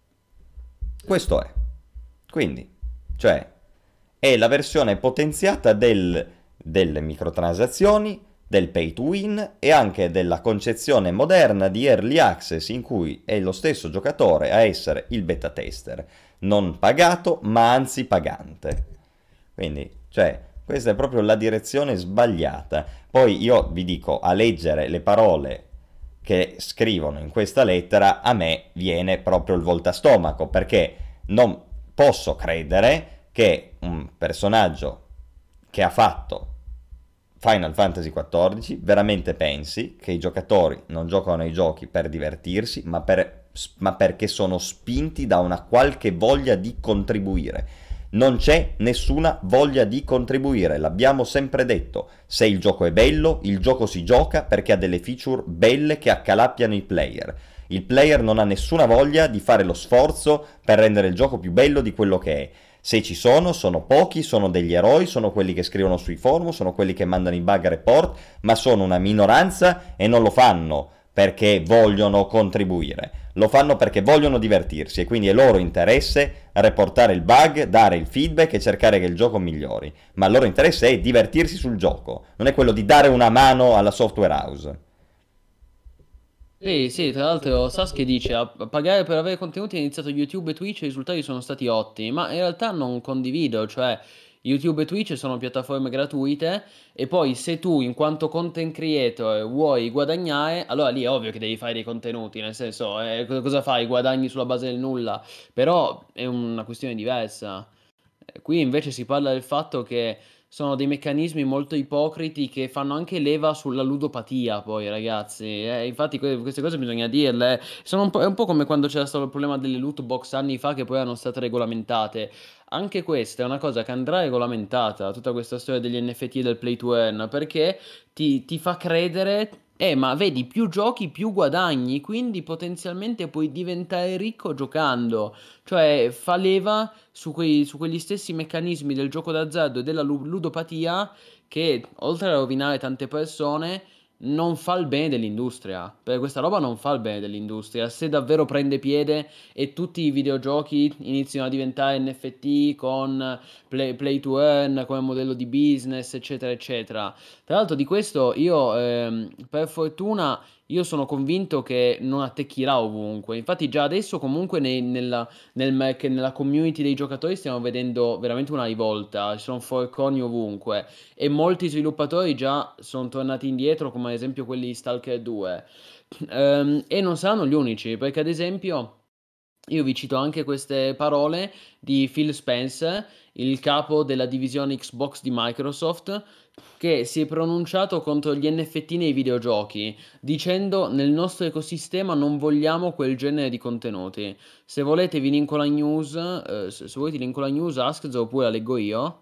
Speaker 3: Questo è. Quindi, cioè, è la versione potenziata delle microtransazioni, del pay to win e anche della concezione moderna di early access in cui è lo stesso giocatore a essere il beta tester, non pagato ma anzi pagante. Quindi, cioè, Questa è proprio la direzione sbagliata. Poi io vi dico, a leggere le parole che scrivono in questa lettera, a me viene proprio il voltastomaco, perché non posso credere che un personaggio che ha fatto Final Fantasy XIV veramente pensi che i giocatori non giocano ai giochi per divertirsi, ma perché sono spinti da una qualche voglia di contribuire. Non c'è nessuna voglia di contribuire, l'abbiamo sempre detto. Se il gioco è bello, il gioco si gioca perché ha delle feature belle che accalappiano i player. Il player non ha nessuna voglia di fare lo sforzo per rendere il gioco più bello di quello che è. Se ci sono pochi, sono degli eroi, sono quelli che scrivono sui forum, sono quelli che mandano i bug report, ma sono una minoranza e non lo fanno perché vogliono contribuire. Lo fanno perché vogliono divertirsi e quindi è loro interesse reportare il bug, dare il feedback e cercare che il gioco migliori. Ma il loro interesse è divertirsi sul gioco, non è quello di dare una mano alla software house.
Speaker 4: Sì, sì, tra l'altro Sasuke dice a pagare per avere contenuti ha iniziato YouTube e Twitch e i risultati sono stati ottimi, ma in realtà non condivido, cioè YouTube e Twitch sono piattaforme gratuite e poi se tu in quanto content creator vuoi guadagnare, allora lì è ovvio che devi fare dei contenuti, nel senso, cosa fai? Guadagni sulla base del nulla, però è una questione diversa. Qui invece si parla del fatto che sono dei meccanismi molto ipocriti che fanno anche leva sulla ludopatia, poi ragazzi. Infatti queste cose bisogna dirle. È un po' come quando c'era stato il problema delle loot box anni fa che poi erano state regolamentate. Anche questa è una cosa che andrà regolamentata, tutta questa storia degli NFT e del play to earn, perché ti fa credere. Ma vedi, più giochi, più guadagni, quindi potenzialmente puoi diventare ricco giocando. Cioè, fa leva su quegli stessi meccanismi del gioco d'azzardo e della ludopatia che, oltre a rovinare tante persone, non fa il bene dell'industria. Perché questa roba non fa il bene dell'industria. Se davvero prende piede e tutti i videogiochi iniziano a diventare NFT con play to earn come modello di business, eccetera, eccetera. Tra l'altro di questo io, per fortuna, io sono convinto che non attecchirà ovunque. Infatti già adesso comunque nella community dei giocatori stiamo vedendo veramente una rivolta. Ci sono forconi ovunque. E molti sviluppatori già sono tornati indietro, come ad esempio quelli di Stalker 2. E non saranno gli unici, perché ad esempio io vi cito anche queste parole di Phil Spencer, il capo della divisione Xbox di Microsoft, che si è pronunciato contro gli NFT nei videogiochi, dicendo nel nostro ecosistema non vogliamo quel genere di contenuti. Se volete vi linko la news, se volete linko la news, Askz, oppure la leggo io.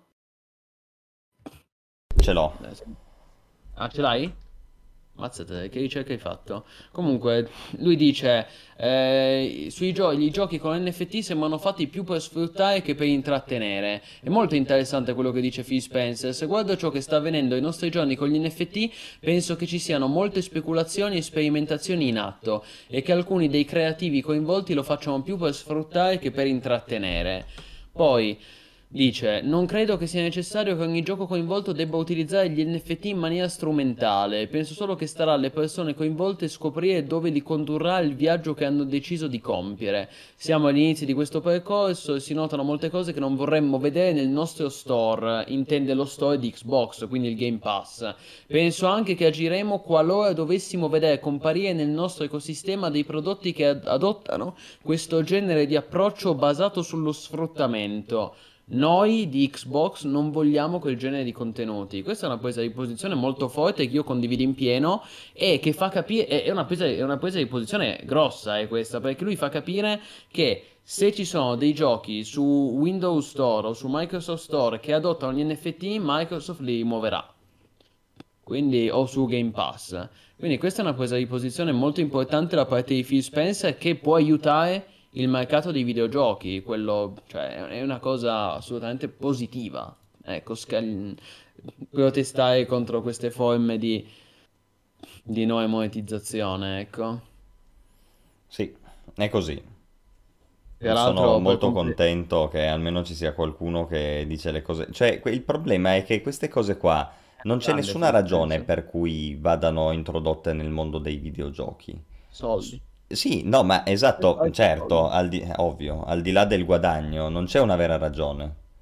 Speaker 3: Ce l'ho.
Speaker 4: Ah, ce l'hai? Mazzate, che ricerca hai fatto? Comunque, lui dice, i giochi con NFT sembrano fatti più per sfruttare che per intrattenere. È molto interessante quello che dice Phil Spencer. Se guardo ciò che sta avvenendo ai nostri giorni con gli NFT, penso che ci siano molte speculazioni e sperimentazioni in atto e che alcuni dei creativi coinvolti lo facciano più per sfruttare che per intrattenere. Poi dice, non credo che sia necessario che ogni gioco coinvolto debba utilizzare gli NFT in maniera strumentale, penso solo che starà alle persone coinvolte scoprire dove li condurrà il viaggio che hanno deciso di compiere. Siamo all'inizio di questo percorso e si notano molte cose che non vorremmo vedere nel nostro store, intende lo store di Xbox, quindi il Game Pass. Penso anche che agiremo qualora dovessimo vedere comparire nel nostro ecosistema dei prodotti che adottano questo genere di approccio basato sullo sfruttamento. Noi di Xbox non vogliamo quel genere di contenuti. Questa è una presa di posizione molto forte che io condivido in pieno e che fa capire, è una presa di posizione grossa, è questa, perché lui fa capire che se ci sono dei giochi su Windows Store o su Microsoft Store che adottano gli NFT, Microsoft li rimuoverà. Quindi, o su Game Pass. Quindi questa è una presa di posizione molto importante da parte di Phil Spencer che può aiutare il mercato dei videogiochi, quello, cioè, è una cosa assolutamente positiva. Ecco, protestare contro queste forme di non monetizzazione, ecco.
Speaker 3: Sì, è così.
Speaker 4: Peraltro,
Speaker 3: Sono molto contento che almeno ci sia qualcuno che dice le cose. Cioè, il problema è che queste cose qua non c'è
Speaker 4: grande
Speaker 3: nessuna
Speaker 4: Phil
Speaker 3: ragione
Speaker 4: Spencer.
Speaker 3: per cui vadano introdotte nel mondo dei videogiochi.
Speaker 4: Soldi.
Speaker 3: Sì, no, ma esatto,
Speaker 4: Soldi.
Speaker 3: certo, ovvio, al di là del guadagno, non c'è una vera ragione.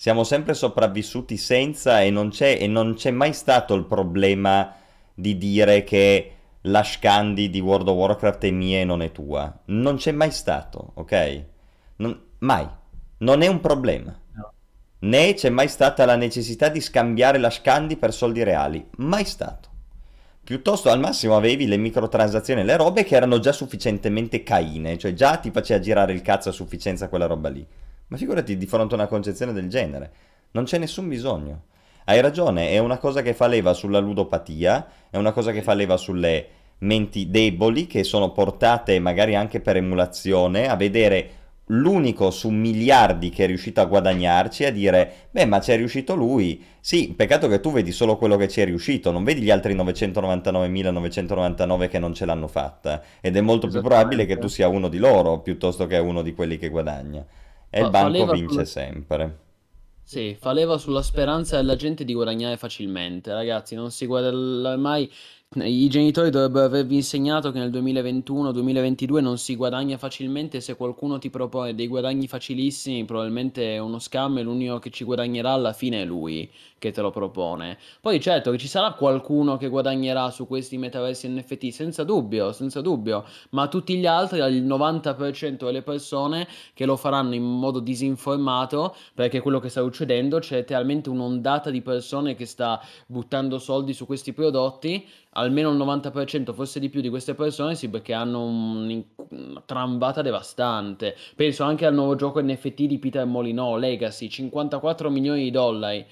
Speaker 3: Siamo sempre sopravvissuti senza e non c'è mai stato il problema di dire che la Scandi di World of Warcraft è mia e non è tua. Non c'è mai stato, ok? Mai. Non è un problema.
Speaker 4: No.
Speaker 3: Né c'è mai stata la necessità di scambiare la Scandi per soldi reali. Mai stato. Piuttosto al massimo avevi le microtransazioni e le robe che erano già sufficientemente caine, cioè già ti faceva girare il cazzo a sufficienza quella roba lì. Ma figurati di fronte a una concezione del genere. Non c'è nessun bisogno. Hai ragione, è una cosa che fa leva sulla ludopatia, è una cosa che fa leva sulle menti deboli che sono portate magari anche per emulazione a vedere l'unico su miliardi che è riuscito a guadagnarci, a dire, beh, ma c'è riuscito lui. Sì, peccato che tu vedi solo quello che ci è riuscito, non vedi gli altri 999.999 che non ce l'hanno fatta. Ed è molto più probabile che tu
Speaker 4: Esattamente.
Speaker 3: sia uno di loro piuttosto che uno di quelli che guadagna. E il
Speaker 4: Fa
Speaker 3: banco
Speaker 4: leva
Speaker 3: vince
Speaker 4: sulla...
Speaker 3: sempre.
Speaker 4: Sì, fa leva sulla speranza della gente di guadagnare facilmente, ragazzi, non si guadagna mai. I genitori dovrebbero avervi insegnato che nel 2021-2022 non si guadagna facilmente. Se qualcuno ti propone dei guadagni facilissimi, probabilmente è uno scam e l'unico che ci guadagnerà alla fine è lui che te lo propone. Poi certo che ci sarà qualcuno che guadagnerà su questi metaversi NFT, senza dubbio, ma tutti gli altri, il 90% delle persone che lo faranno in modo disinformato, perché quello che sta succedendo, c'è letteralmente un'ondata di persone che sta buttando soldi su questi prodotti. Almeno il 90%, forse di più di queste persone, sì, perché hanno una trambata devastante. Penso anche al nuovo gioco NFT di Peter Molyneux, Legacy, 54 milioni di dollari.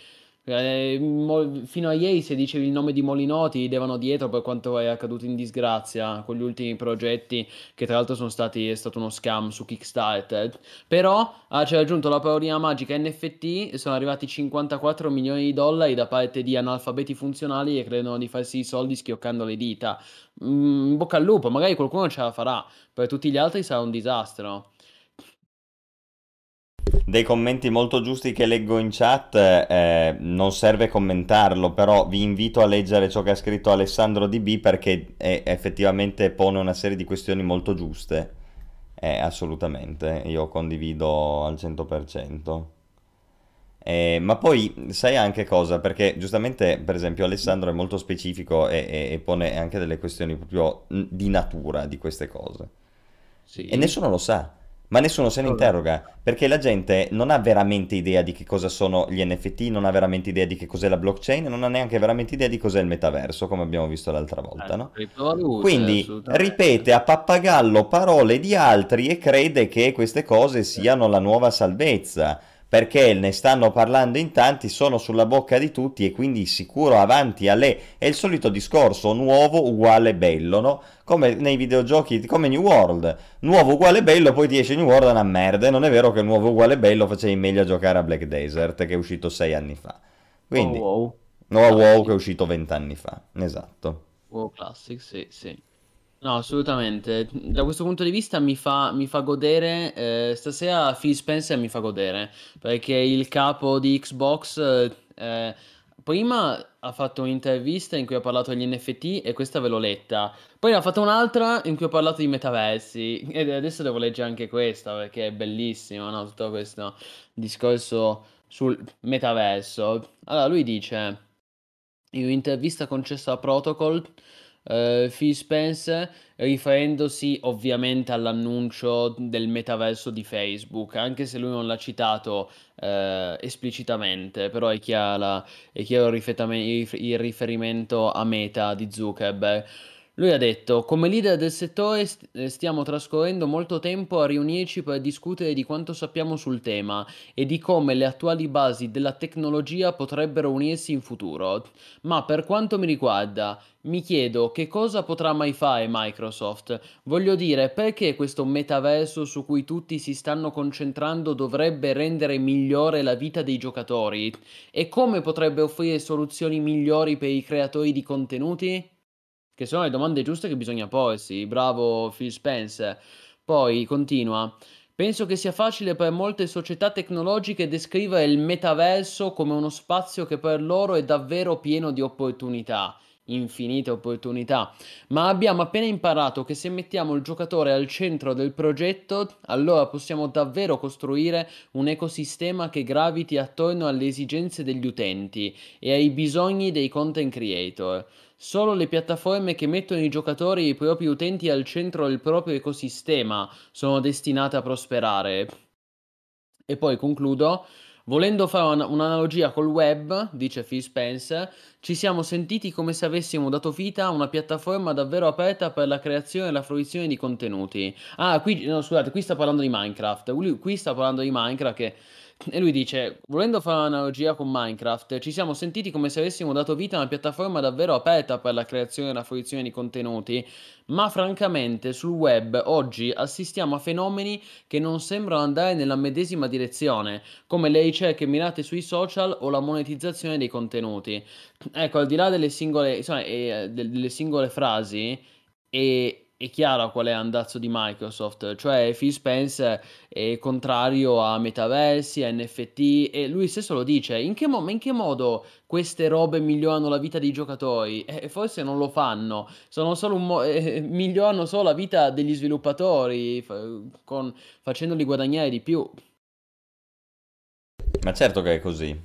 Speaker 4: Fino a ieri, se dicevi il nome di Molyneux, ti ridevano dietro per quanto è accaduto in disgrazia con gli ultimi progetti, che tra l'altro è stato uno scam su Kickstarter. Però c'è raggiunto la parolina magica NFT e sono arrivati 54 milioni di dollari da parte di analfabeti funzionali che credono di farsi i soldi schioccando le dita. In bocca al lupo, magari qualcuno ce la farà, per tutti gli altri sarà un disastro.
Speaker 3: Dei commenti molto giusti che leggo in chat, non serve commentarlo, però vi invito a leggere ciò che ha scritto Alessandro DB perché effettivamente pone una serie di questioni molto giuste. Assolutamente, io condivido al 100%. Ma poi sai anche cosa? Perché giustamente, per esempio, Alessandro è molto specifico e pone anche delle questioni proprio di natura di queste cose. E
Speaker 4: Sì.
Speaker 3: nessuno lo sa, ma nessuno se ne
Speaker 4: Vabbè.
Speaker 3: interroga, perché la gente non ha veramente idea di che cosa sono gli NFT, non ha veramente idea di che cos'è la blockchain, e non ha neanche veramente idea di cos'è il metaverso, come abbiamo visto l'altra volta, no?
Speaker 4: Criptovalute,
Speaker 3: Quindi ripete
Speaker 4: assolutamente.
Speaker 3: a pappagallo parole di altri e crede che queste cose siano la nuova salvezza, perché ne stanno parlando in tanti, sono sulla bocca di tutti e quindi sicuro avanti a lei. È il solito discorso, nuovo uguale bello, no? Come nei videogiochi, come New World. Nuovo uguale bello, poi ti esce New World è una merda. E non è vero che nuovo uguale bello facevi meglio a giocare a Black Desert, che è uscito 6 anni fa.
Speaker 4: Oh
Speaker 3: Quindi,
Speaker 4: wow,
Speaker 3: no a WoW che è
Speaker 4: classic.
Speaker 3: uscito 20 anni fa. Esatto.
Speaker 4: WoW Classic, sì, sì. No, assolutamente. Da questo punto di vista mi fa godere. Stasera Phil Spencer mi fa godere perché il capo di Xbox prima ha fatto un'intervista in cui ha parlato degli NFT e questa ve l'ho letta. Poi ne ha fatto un'altra in cui ha parlato di metaversi e adesso devo leggere anche questa perché è bellissima, no? Tutto questo discorso sul metaverso. Allora, lui dice. In un'intervista concessa a Protocol, Phil Spencer, riferendosi ovviamente all'annuncio del metaverso di Facebook, anche se lui non l'ha citato esplicitamente, però è chiaro il riferimento a Meta di Zuckerberg. Lui ha detto: come leader del settore stiamo trascorrendo molto tempo a riunirci per discutere di quanto sappiamo sul tema e di come le attuali basi della tecnologia potrebbero unirsi in futuro. Ma per quanto mi riguarda, mi chiedo che cosa potrà mai fare Microsoft. Voglio dire, perché questo metaverso su cui tutti si stanno concentrando dovrebbe rendere migliore la vita dei giocatori? E come potrebbe offrire soluzioni migliori per i creatori di contenuti? Che sono le domande giuste che bisogna porsi. Bravo Phil Spencer. Poi continua. Penso che sia facile per molte società tecnologiche descrivere il metaverso come uno spazio che per loro è davvero pieno di opportunità. infinite opportunità, ma abbiamo appena imparato che se mettiamo il giocatore al centro del progetto, allora possiamo davvero costruire un ecosistema che graviti attorno alle esigenze degli utenti e ai bisogni dei content creator. Solo le piattaforme che mettono i giocatori e i propri utenti al centro del proprio ecosistema sono destinate a prosperare. E poi concludo, volendo fare un'analogia col web, dice Phil Spencer, ci siamo sentiti come se avessimo dato vita a una piattaforma davvero aperta per la creazione e la fruizione di contenuti. Ah, qui, no, scusate, qui sta parlando di Minecraft. Qui sta parlando di Minecraft e lui dice, volendo fare un'analogia con Minecraft, ci siamo sentiti come se avessimo dato vita a una piattaforma davvero aperta per la creazione e la fruizione di contenuti, ma francamente sul web oggi assistiamo a fenomeni che non sembrano andare nella medesima direzione, come le ricerche mirate sui social o la monetizzazione dei contenuti. Ecco, al di là delle singole, insomma, delle singole frasi, è chiaro qual è l'andazzo di Microsoft, cioè Phil Spencer è contrario a metaversi, a NFT, e lui stesso lo dice, ma in che modo queste robe migliorano la vita dei giocatori? Forse non lo fanno, sono solo migliorano solo la vita degli sviluppatori, facendoli guadagnare di più.
Speaker 3: Ma certo che è così.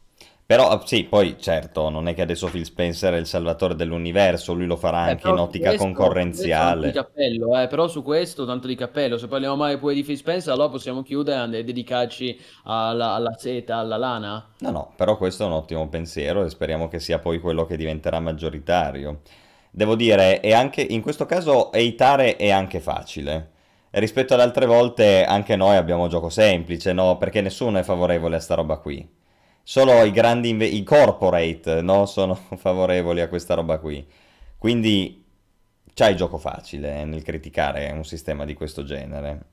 Speaker 3: Però sì, poi certo, non è che adesso Phil Spencer è il salvatore dell'universo, lui lo farà anche in
Speaker 4: Però su
Speaker 3: ottica
Speaker 4: questo tanto di
Speaker 3: concorrenziale.
Speaker 4: cappello, però su questo tanto di cappello, se parliamo mai pure di Phil Spencer, allora possiamo chiudere e dedicarci alla seta, alla lana.
Speaker 3: No, no, però questo è un ottimo pensiero e speriamo che sia poi quello che diventerà maggioritario. Devo dire, e anche in questo caso eitare è anche facile. E rispetto ad altre volte anche noi abbiamo gioco semplice, no? Perché nessuno è favorevole a sta roba qui. Solo i grandi, i corporate, no? Sono favorevoli a questa roba qui. Quindi c'hai gioco facile nel criticare un sistema di questo genere.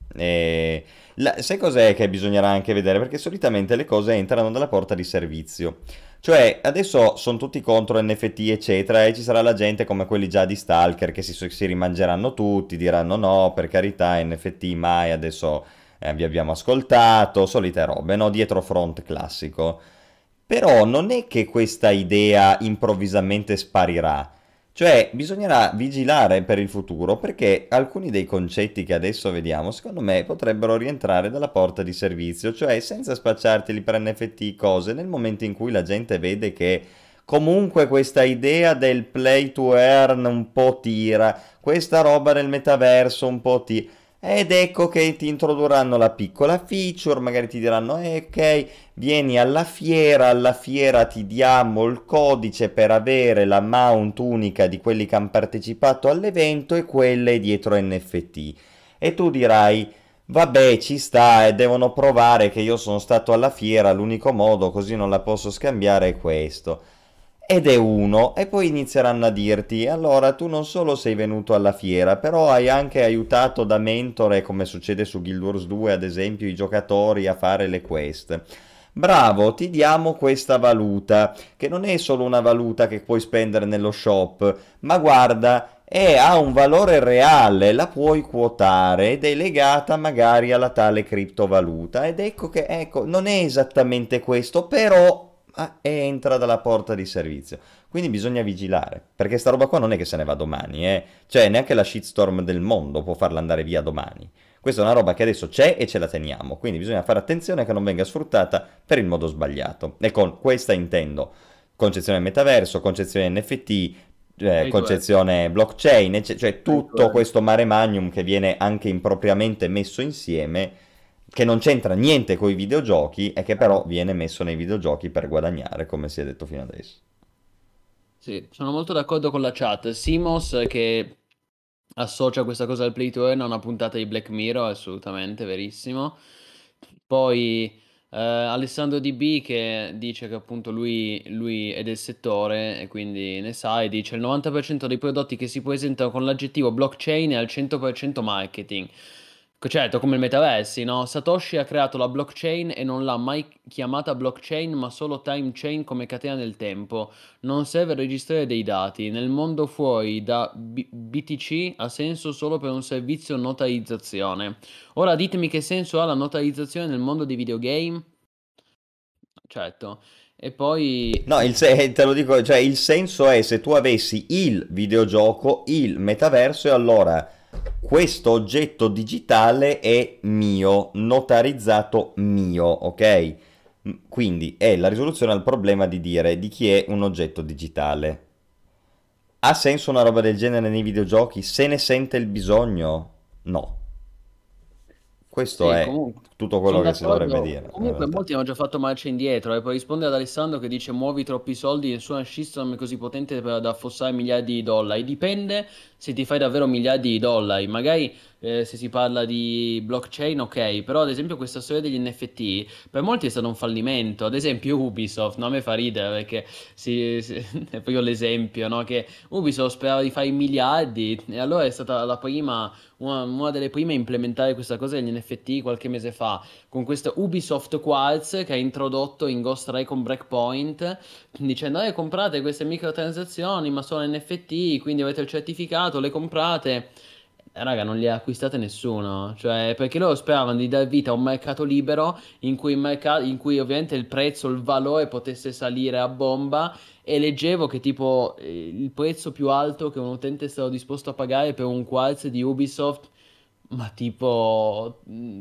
Speaker 3: E sai cos'è che bisognerà anche vedere? Perché solitamente le cose entrano dalla porta di servizio. Cioè, adesso sono tutti contro NFT, eccetera, e ci sarà la gente come quelli già di Stalker che si rimangeranno tutti, diranno no, per carità, NFT mai, adesso vi abbiamo ascoltato, solite robe, no? Dietro front classico. Però non è che questa idea improvvisamente sparirà. Cioè, bisognerà vigilare per il futuro perché alcuni dei concetti che adesso vediamo, secondo me, potrebbero rientrare dalla porta di servizio, cioè senza spacciarteli per NFT cose, nel momento in cui la gente vede che comunque questa idea del play to earn un po' tira, questa roba del metaverso un po' tira. Ed ecco che ti introdurranno la piccola feature, magari ti diranno, ok, vieni alla fiera ti diamo il codice per avere la mount unica di quelli che hanno partecipato all'evento e quelle dietro NFT. E tu dirai, vabbè, ci sta e devono provare che io sono stato alla fiera, l'unico modo così non la posso scambiare è questo. Ed è uno, e poi inizieranno a dirti, allora tu non solo sei venuto alla fiera, però hai anche aiutato da mentore, come succede su Guild Wars 2 ad esempio, i giocatori a fare le quest. Bravo, ti diamo questa valuta, che non è solo una valuta che puoi spendere nello shop, ma guarda, ha un valore reale, la puoi quotare ed è legata magari alla tale criptovaluta. Ed ecco che, ecco, non è esattamente questo, però entra dalla porta di servizio. Quindi bisogna vigilare, perché sta roba qua non è che se ne va domani, eh. Cioè, neanche la shitstorm del mondo può farla andare via domani. Questa è una roba che adesso c'è e ce la teniamo, quindi bisogna fare attenzione che non venga sfruttata per il modo sbagliato. E con questa intendo concezione metaverso, concezione NFT, concezione blockchain, cioè tutto questo mare magnum che viene anche impropriamente messo insieme, che non c'entra niente con i videogiochi e che però viene messo nei videogiochi per guadagnare, come si è detto fino adesso.
Speaker 4: Sì, sono molto d'accordo con la chat. Simos che associa questa cosa al play to earn a una puntata di Black Mirror, assolutamente verissimo. Poi Alessandro DB che dice che appunto lui è del settore e quindi ne sa e dice il 90% dei prodotti che si presentano con l'aggettivo blockchain è al 100% marketing. Certo, come il metaversi, no? Satoshi ha creato la blockchain e non l'ha mai chiamata blockchain, ma solo time chain come catena del tempo. Non serve registrare dei dati. Nel mondo fuori da BTC ha senso solo per un servizio notarizzazione. Ora ditemi che senso ha la notarizzazione nel mondo dei videogame? Certo. E poi
Speaker 3: No, te lo dico, cioè il senso è se tu avessi il videogioco, il metaverso, e allora questo oggetto digitale è mio, notarizzato mio, ok? Quindi è la risoluzione al problema di dire di chi è un oggetto digitale. Ha senso una roba del genere nei videogiochi? Se ne sente il bisogno? No. Questo
Speaker 4: sì,
Speaker 3: è
Speaker 4: comunque
Speaker 3: tutto quello
Speaker 4: sono
Speaker 3: che si dovrebbe
Speaker 4: d'accordo.
Speaker 3: dire, in
Speaker 4: Comunque
Speaker 3: realtà.
Speaker 4: molti hanno già fatto marcia indietro e poi risponde ad Alessandro che dice muovi troppi soldi, nessuna shitstorm è così potente da affossare miliardi di dollari. Dipende se ti fai davvero miliardi di dollari. Magari se si parla di blockchain, ok, però ad esempio questa storia degli NFT per molti è stato un fallimento. Ad esempio Ubisoft, no, a me fa ridere perché è proprio l'esempio, no? Che Ubisoft sperava di fare i miliardi e allora è stata la prima una delle prime a implementare questa cosa degli NFT qualche mese fa, con questa Ubisoft Quartz che ha introdotto in Ghost Recon Breakpoint, dicendo, comprate queste microtransazioni, ma sono NFT, quindi avete il certificato, le comprate. Raga, non li ha acquistate nessuno, cioè perché loro speravano di dar vita a un mercato libero in cui ovviamente il prezzo, il valore potesse salire a bomba e leggevo che tipo il prezzo più alto che un utente è stato disposto a pagare per un quartz di Ubisoft, ma tipo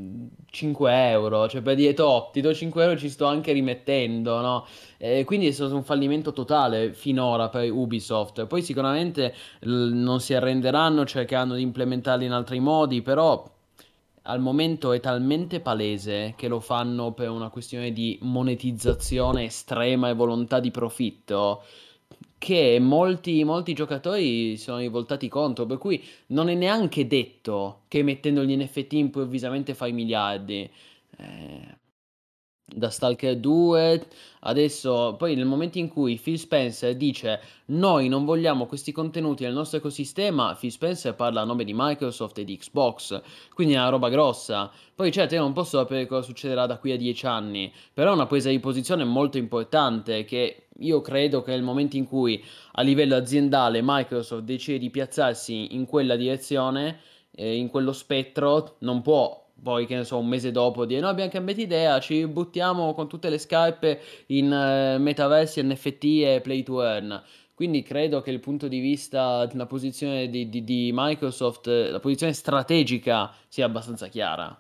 Speaker 4: 5 euro, cioè per dire top, ti do 5 euro ci sto anche rimettendo, no? Quindi è stato un fallimento totale finora per Ubisoft. Poi sicuramente non si arrenderanno, cercheranno di implementarli in altri modi, però al momento è talmente palese che lo fanno per una questione di monetizzazione estrema e volontà di profitto che molti giocatori si sono rivoltati contro, per cui non è neanche detto che mettendo gli NFT improvvisamente fai miliardi. Eh, da Stalker 2, adesso poi nel momento in cui Phil Spencer dice noi non vogliamo questi contenuti nel nostro ecosistema, Phil Spencer parla a nome di Microsoft e di Xbox, quindi è una roba grossa. Poi certo io non posso sapere cosa succederà da qui a 10 anni, però è una presa di posizione molto importante che io credo che nel momento in cui a livello aziendale Microsoft decide di piazzarsi in quella direzione, in quello spettro, non può poi, che ne so, un mese dopo dire no, abbiamo cambiato idea, ci buttiamo con tutte le scarpe in metaversi, NFT e play to earn. Quindi credo che il punto di vista, la posizione di Microsoft, la posizione strategica sia abbastanza chiara.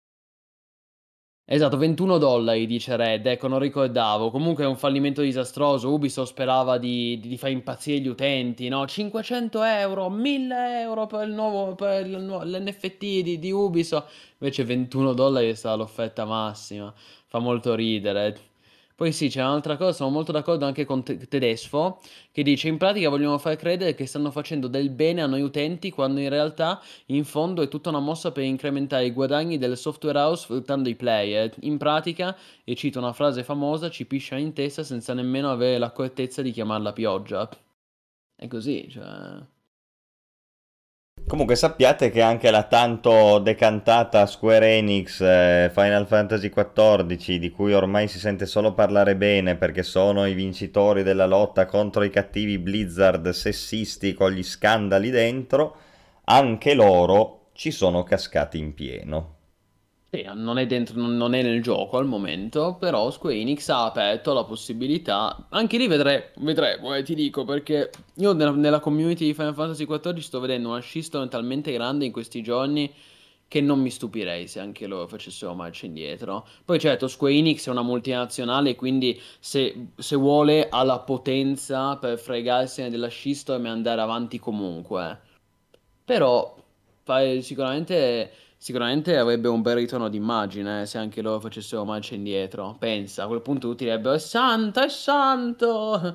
Speaker 4: Esatto, 21 dollari dice Red, ecco, non ricordavo. Comunque è un fallimento disastroso. Ubisoft sperava di far impazzire gli utenti, no? 500 euro, 1000 euro per l'NFT di Ubisoft. Invece 21 dollari è stata l'offerta massima. Fa molto ridere. Poi sì, c'è un'altra cosa, sono molto d'accordo anche con Tedesco, che dice in pratica vogliono far credere che stanno facendo del bene a noi utenti, quando in realtà in fondo è tutta una mossa per incrementare i guadagni del software house sfruttando i player. In pratica, e cito una frase famosa, ci piscia in testa senza nemmeno avere l'accortezza di chiamarla pioggia. È così, cioè...
Speaker 3: Comunque sappiate che anche la tanto decantata Square Enix Final Fantasy XIV, di cui ormai si sente solo parlare bene perché sono i vincitori della lotta contro i cattivi Blizzard sessisti con gli scandali dentro, anche loro ci sono cascati in pieno.
Speaker 4: Sì, non è dentro, non è nel gioco al momento, però Square Enix ha aperto la possibilità. Anche lì vedremo, ti dico, perché io nella community di Final Fantasy XIV sto vedendo una shitstorm talmente grande in questi giorni che non mi stupirei se anche loro facessero marcia indietro. Poi certo, Square Enix è una multinazionale, quindi se vuole ha la potenza per fregarsene della shitstorm e andare avanti comunque. Però sicuramente avrebbe un bel ritorno d'immagine se anche loro facessero marcia indietro. Pensa, a quel punto tutti direbbero: È santo, è santo!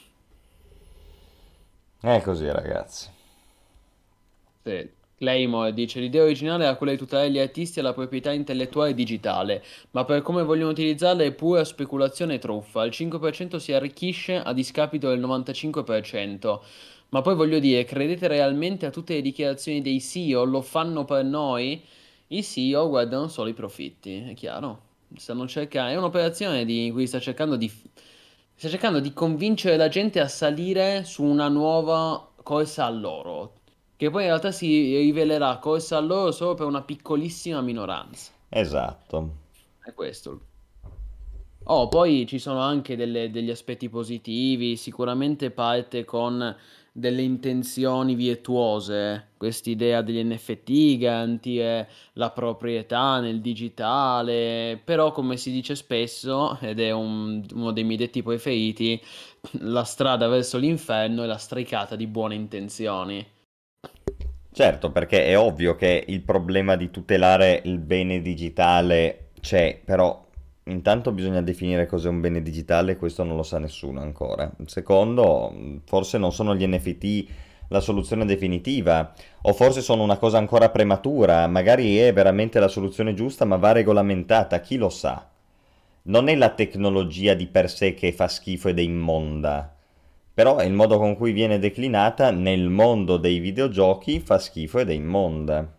Speaker 3: È così, ragazzi.
Speaker 4: Sì. Claymore dice: l'idea originale era quella di tutelare gli artisti e la proprietà intellettuale digitale, ma per come vogliono utilizzarla è pura speculazione e truffa. Il 5% si arricchisce a discapito del 95%. Ma poi voglio dire, credete realmente a tutte le dichiarazioni dei CEO? Lo fanno per noi? I CEO guardano solo i profitti, è chiaro. Stanno cercando, è un'operazione in cui sta cercando di convincere la gente a salire su una nuova corsa a loro, che poi in realtà si rivelerà corsa a loro solo per una piccolissima minoranza.
Speaker 3: Esatto.
Speaker 4: È questo. Oh, poi ci sono anche degli aspetti positivi, sicuramente parte con delle intenzioni virtuose, quest'idea degli NFT, garantire la proprietà nel digitale, però come si dice spesso, ed è uno dei miei detti preferiti, la strada verso l'inferno è la stricata di buone intenzioni.
Speaker 3: Certo, perché è ovvio che il problema di tutelare il bene digitale c'è, però intanto bisogna definire cos'è un bene digitale, questo non lo sa nessuno ancora. Secondo, forse non sono gli NFT la soluzione definitiva, o forse sono una cosa ancora prematura, magari è veramente la soluzione giusta, ma va regolamentata, chi lo sa. Non è la tecnologia di per sé che fa schifo ed è immonda, però è il modo con cui viene declinata nel mondo dei videogiochi fa schifo ed è immonda.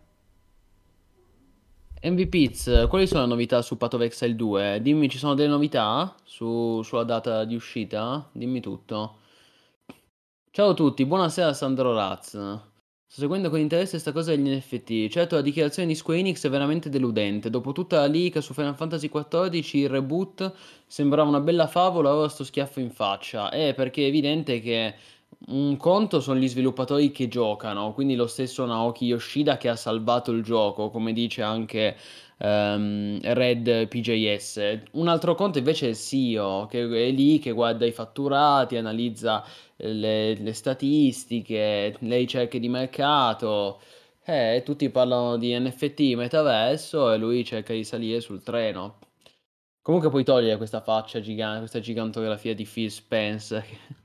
Speaker 4: MVPs, quali sono le novità su Path of Exile 2? Dimmi, ci sono delle novità sulla data di uscita? Dimmi tutto. Ciao a tutti, buonasera Sandro Raz. Sto seguendo con interesse questa cosa degli NFT. Certo, la dichiarazione di Square Enix è veramente deludente. Dopo tutta la leak su Final Fantasy XIV, il reboot sembrava una bella favola, ora sto schiaffo in faccia. Perché è evidente che un conto sono gli sviluppatori che giocano, quindi lo stesso Naoki Yoshida che ha salvato il gioco, come dice anche Red PJS. Un altro conto invece è il CEO, che è lì, che guarda i fatturati, analizza le statistiche, le ricerche di mercato. Tutti parlano di NFT, metaverso e lui cerca di salire sul treno. Comunque puoi togliere questa faccia gigante, questa gigantografia di Phil Spencer.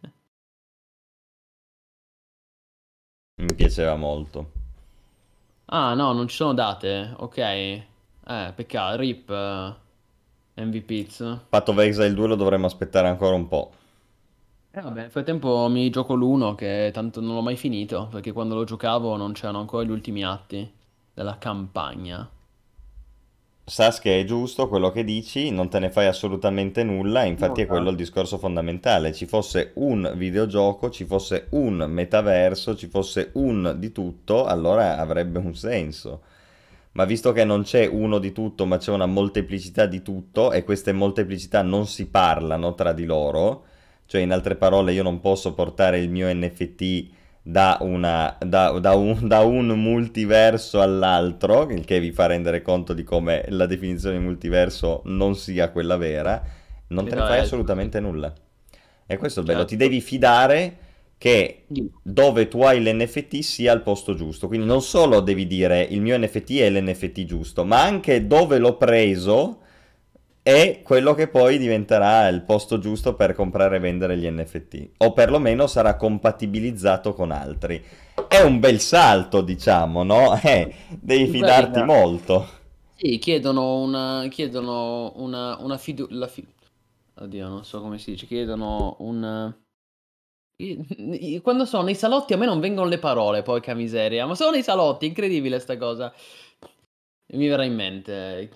Speaker 3: Mi piaceva molto.
Speaker 4: Ah, no, non ci sono date. Ok. Peccato. RIP MVPs.
Speaker 3: Path of Exile 2 lo dovremmo aspettare ancora un po'.
Speaker 4: Vabbè, nel frattempo mi gioco l'uno che tanto non l'ho mai finito, perché quando lo giocavo non c'erano ancora gli ultimi atti della campagna.
Speaker 3: Sasuke è giusto quello che dici, non te ne fai assolutamente nulla,
Speaker 4: No,
Speaker 3: infatti è quello il discorso fondamentale. Ci fosse un videogioco, ci fosse un metaverso, ci fosse un di tutto, allora avrebbe un senso. Ma visto che non c'è uno di tutto, ma c'è una molteplicità di tutto e queste molteplicità non si parlano tra di loro, cioè in altre parole io non posso portare il mio NFT da un multiverso all'altro, il che vi fa rendere conto di come la definizione di multiverso non sia quella vera, non te ne fai
Speaker 4: metaverso, sì.
Speaker 3: assolutamente nulla. E questo è il bello, ti
Speaker 4: Certo.
Speaker 3: devi fidare che dove tu hai l'NFT sia al posto giusto. Quindi non solo devi dire il mio NFT è l'NFT giusto, ma anche dove l'ho preso è quello che poi diventerà il posto giusto per comprare e vendere gli NFT. O perlomeno sarà compatibilizzato con altri. È un bel salto, diciamo, no? Devi
Speaker 4: In
Speaker 3: fidarti
Speaker 4: pratica,
Speaker 3: molto.
Speaker 4: sì, chiedono una oddio, non so come si dice, chiedono un... Quando sono nei salotti a me non vengono le parole, porca miseria, ma sono nei salotti, incredibile sta cosa. Mi verrà in mente,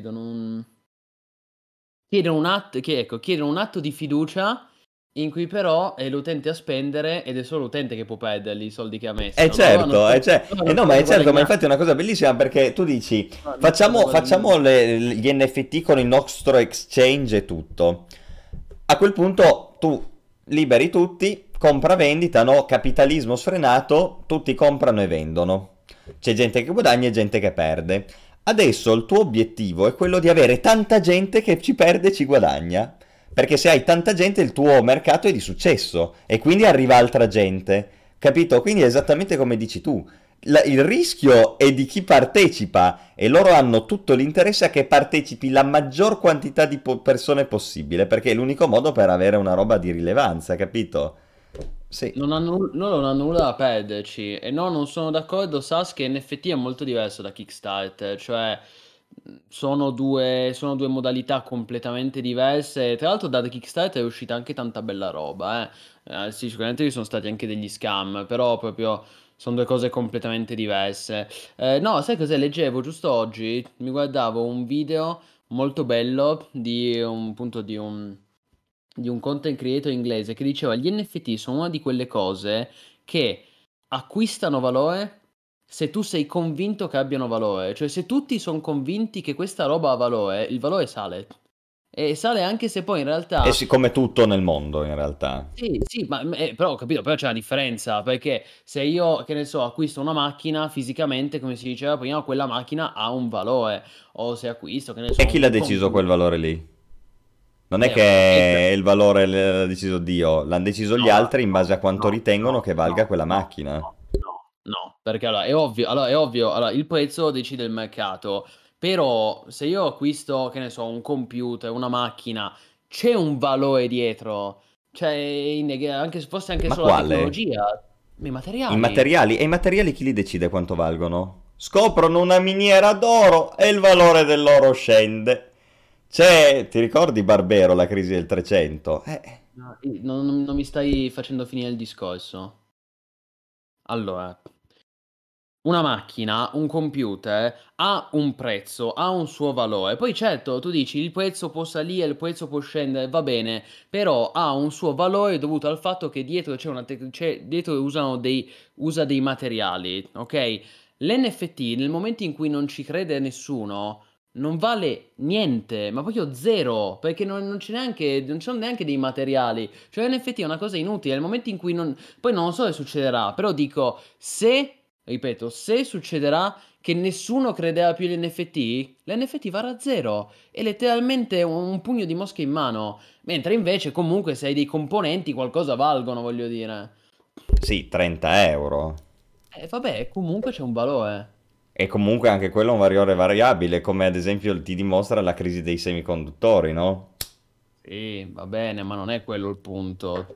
Speaker 4: chiedono un atto di fiducia in cui però è l'utente a spendere ed è solo l'utente che può perderli i soldi che ha
Speaker 3: Eh
Speaker 4: messo. No,
Speaker 3: certo, no, ma è certo, ma
Speaker 4: guadagnare.
Speaker 3: infatti è una cosa bellissima perché tu dici,
Speaker 4: Loro hanno iniziato a guadagnare.
Speaker 3: facciamo gli NFT con il nostro exchange e tutto. A quel punto tu liberi tutti, compra-vendita, no? Capitalismo sfrenato, tutti comprano e vendono. C'è gente che guadagna e gente che perde. Adesso il tuo obiettivo è quello di avere tanta gente che ci perde e ci guadagna. Perché se hai tanta gente il tuo mercato è di successo e quindi arriva altra gente. Capito? Quindi è esattamente come dici tu. Il rischio è di chi partecipa e loro hanno tutto l'interesse a che partecipi la maggior quantità di persone possibile, perché è l'unico modo per avere una roba di rilevanza, capito? Sì.
Speaker 4: Loro non hanno nulla da perderci. E no, non sono d'accordo, Sasuke NFT è molto diverso da Kickstarter, cioè sono due modalità completamente diverse. Tra l'altro da Kickstarter è uscita anche tanta bella roba, eh. Sì, sicuramente ci sono stati anche degli scam, però proprio sono due cose completamente diverse. No, sai cos'è? Leggevo giusto oggi, mi guardavo un video molto bello di un content creator inglese che diceva gli NFT sono una di quelle cose che acquistano valore se tu sei convinto che abbiano valore, cioè se tutti sono convinti che questa roba ha valore, il valore sale. e sale anche se poi in realtà...
Speaker 3: E siccome tutto nel mondo, in realtà.
Speaker 4: Sì, sì, ma però ho capito, però c'è una differenza, perché se io, che ne so, acquisto una macchina fisicamente, come si diceva prima, quella macchina ha un valore, o se acquisto, che ne
Speaker 3: E
Speaker 4: so,
Speaker 3: chi l'ha
Speaker 4: un
Speaker 3: deciso quel
Speaker 4: computer,
Speaker 3: valore lì? Non è
Speaker 4: ovviamente,
Speaker 3: che il valore l'ha deciso Dio, l'hanno deciso gli
Speaker 4: no,
Speaker 3: altri in base a quanto
Speaker 4: no,
Speaker 3: ritengono
Speaker 4: no,
Speaker 3: che
Speaker 4: no,
Speaker 3: valga quella
Speaker 4: no,
Speaker 3: macchina.
Speaker 4: no, no, no, perché allora, è ovvio, allora, il prezzo decide il mercato, però se io acquisto, che ne so, un computer, una macchina, c'è un valore dietro, cioè, anche se fosse anche
Speaker 3: Ma
Speaker 4: solo la
Speaker 3: quale?
Speaker 4: tecnologia, i
Speaker 3: I
Speaker 4: materiali.
Speaker 3: materiali? E i materiali chi li decide quanto valgono? Scoprono una miniera d'oro e il valore dell'oro scende. Ti ricordi Barbero, la crisi del 300?
Speaker 4: No, non mi stai facendo finire il discorso. Allora, una macchina, un computer ha un prezzo, ha un suo valore. Poi certo, tu dici il prezzo può salire, il prezzo può scendere, va bene, però ha un suo valore dovuto al fatto che dietro c'è dietro usa dei materiali, ok? L'NFT nel momento in cui non ci crede nessuno non vale niente, ma proprio zero, perché non c'è neanche, non ci sono neanche dei materiali. Cioè l'NFT è una cosa inutile, nel momento in cui non... Poi non so se succederà, però dico, se ripeto, se succederà che nessuno crederà più agli NFT, l'NFT varrà a zero. È letteralmente un pugno di mosche in mano. Mentre invece, comunque, se hai dei componenti, qualcosa valgono, voglio dire.
Speaker 3: Sì, 30 euro.
Speaker 4: E vabbè, comunque c'è un valore.
Speaker 3: E comunque anche quello è un valore variabile, come ad esempio ti dimostra la crisi dei semiconduttori, no?
Speaker 4: Sì, va bene, ma non è quello il punto.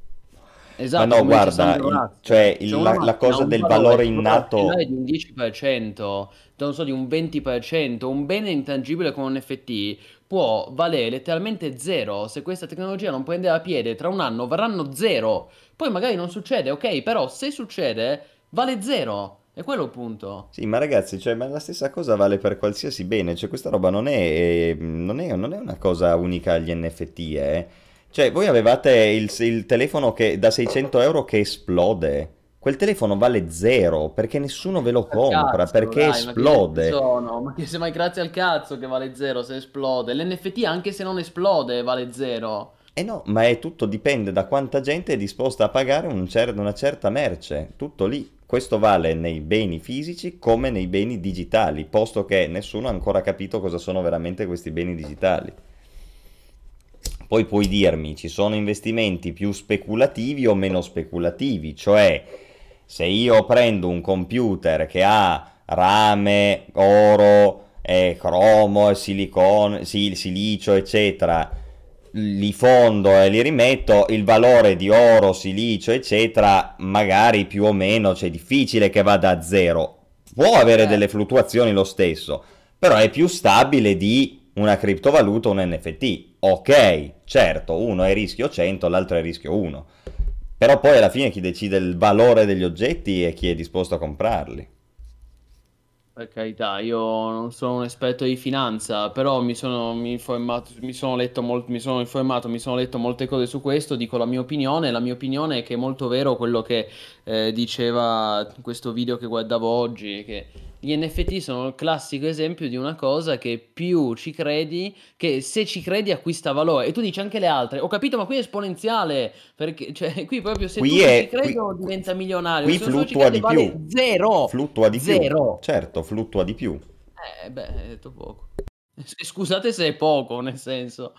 Speaker 3: Ma
Speaker 4: Esatto,
Speaker 3: no,
Speaker 4: come dice
Speaker 3: guarda,
Speaker 4: Sandro Razzi,
Speaker 3: cioè
Speaker 4: cioè una
Speaker 3: la
Speaker 4: macchina ha
Speaker 3: cosa
Speaker 4: un
Speaker 3: del
Speaker 4: valore
Speaker 3: valore
Speaker 4: che potrà oscillare
Speaker 3: innato.
Speaker 4: di un 10%, non so, di un 20%, un bene intangibile come un NFT può valere letteralmente zero. Se questa tecnologia non prende a piede, tra un anno varranno zero. Poi magari non succede, ok, però se succede, vale zero. E quello è il punto.
Speaker 3: Sì, ma ragazzi, cioè, ma la stessa cosa vale per qualsiasi bene, cioè questa roba non è una cosa unica agli NFT, eh. Cioè, voi avevate il telefono che, da 600 euro che esplode. Quel telefono vale zero perché nessuno ve lo
Speaker 4: Al
Speaker 3: compra,
Speaker 4: cazzo,
Speaker 3: perché
Speaker 4: dai, ma che gente
Speaker 3: esplode.
Speaker 4: sono? Ma che se mai grazie al cazzo che vale zero se esplode. L'NFT anche se non esplode vale zero.
Speaker 3: Eh no, ma è tutto dipende da quanta gente è disposta a pagare una certa merce, tutto lì. Questo vale nei beni fisici come nei beni digitali, posto che nessuno ha ancora capito cosa sono veramente questi beni digitali. Poi puoi dirmi, ci sono investimenti più speculativi o meno speculativi, cioè se io prendo un computer che ha rame, oro, cromo, silicone, silicio, eccetera, li fondo e li rimetto, il valore di oro, silicio, eccetera, magari più o meno, cioè è difficile che vada a zero. Può avere delle
Speaker 4: Certo.
Speaker 3: fluttuazioni lo stesso, però è più stabile di una criptovaluta o un NFT. Ok, certo, uno è rischio 100, l'altro è rischio 1. Però poi alla fine chi decide il valore degli oggetti è chi è disposto a comprarli.
Speaker 4: Per carità, io non sono un esperto di finanza, però informato, mi sono informato, mi sono letto molte cose su questo, dico la mia opinione. La mia opinione è che è molto vero quello che diceva in questo video che guardavo oggi, che gli NFT sono il classico esempio di una cosa che più ci credi, che se ci credi acquista valore. E tu dici anche le altre, ho capito, ma qui è esponenziale, perché cioè, qui proprio se
Speaker 3: Qui
Speaker 4: tutto ci
Speaker 3: è.
Speaker 4: credo diventa milionario,
Speaker 3: Qui
Speaker 4: se nessuno ci
Speaker 3: fluttua
Speaker 4: crede
Speaker 3: di più.
Speaker 4: vale zero,
Speaker 3: Fluttua di più.
Speaker 4: zero.
Speaker 3: Certo, fluttua di più.
Speaker 4: Beh, hai detto poco. Scusate se è poco, nel senso.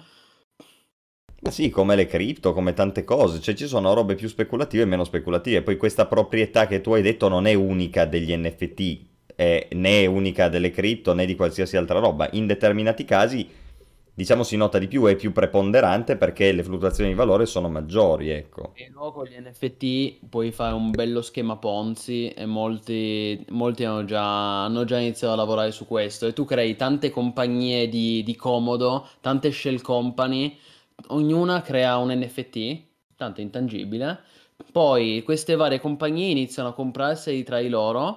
Speaker 3: Ma sì, come le cripto, come tante cose, cioè ci sono robe più speculative e meno speculative. Poi questa proprietà che tu hai detto non è unica degli NFT, né è unica delle cripto né di qualsiasi altra roba. In determinati casi, diciamo, si nota di più, è più preponderante perché le fluttuazioni di valore sono maggiori, ecco.
Speaker 4: E no, con gli NFT puoi fare un bello schema Ponzi e molti hanno già iniziato a lavorare su questo. E tu crei tante compagnie di comodo, tante shell company, ognuna crea un NFT, tanto intangibile. Poi queste varie compagnie iniziano a comprarsi tra di loro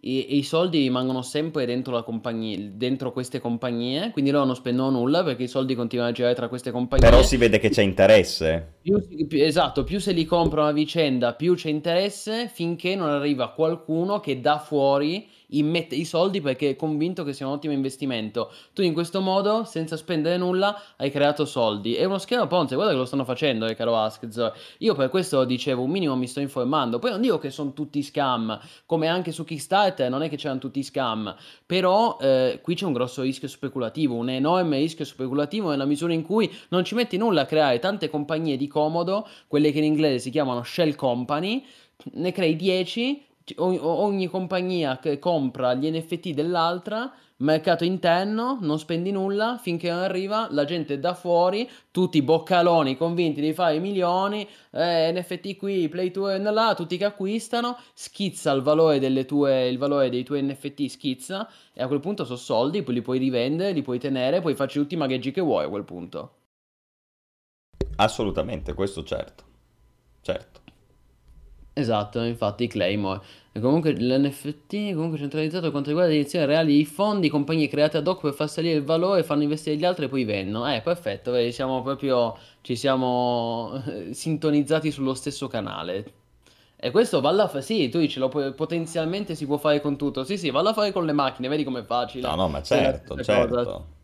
Speaker 4: i soldi rimangono sempre dentro la compagnia, dentro queste compagnie, quindi loro non spendono nulla perché i soldi continuano a girare tra queste
Speaker 3: Però
Speaker 4: compagnie.
Speaker 3: si vede che c'è interesse.
Speaker 4: Esatto, più se li compra una vicenda, più c'è interesse finché non arriva qualcuno che da fuori immette i soldi perché è convinto che sia un ottimo investimento. Tu in questo modo, senza spendere nulla, hai creato soldi. È uno schema Ponzi, guarda che lo stanno facendo, caro Askz. Io per questo dicevo, un minimo mi sto informando. Poi non dico che sono tutti scam, come anche su Kickstarter, non è che c'erano tutti scam, però qui c'è un grosso rischio speculativo, un enorme rischio speculativo nella misura in cui non ci metti nulla a creare tante compagnie di comodo, quelle che in inglese si chiamano shell company, ne crei 10, ogni compagnia che compra gli NFT dell'altra, mercato interno, non spendi nulla finché non arriva la gente da fuori, tutti boccaloni convinti di fare i milioni, NFT qui, play to earn là, tutti che acquistano, schizza il valore il valore dei tuoi NFT schizza e a quel punto sono soldi, poi li puoi rivendere, li puoi tenere, puoi farci tutti i magheggi che vuoi a quel punto.
Speaker 3: Assolutamente, questo certo. Certo.
Speaker 4: Esatto, infatti Claymore. E comunque l'NFT comunque centralizzato per quanto riguarda l'edizione reale di fondi, compagnie create ad hoc per far salire il valore, fanno investire gli altri e poi vendono. Perfetto, vedi, siamo proprio, ci siamo sintonizzati sullo stesso canale. E questo valla a fare, sì, tu dici, potenzialmente si può fare con tutto. Sì, sì, valla a fare con le macchine, vedi com'è
Speaker 3: No,
Speaker 4: facile.
Speaker 3: no, ma
Speaker 4: Se è la
Speaker 3: certo,
Speaker 4: stessa cosa.
Speaker 3: certo.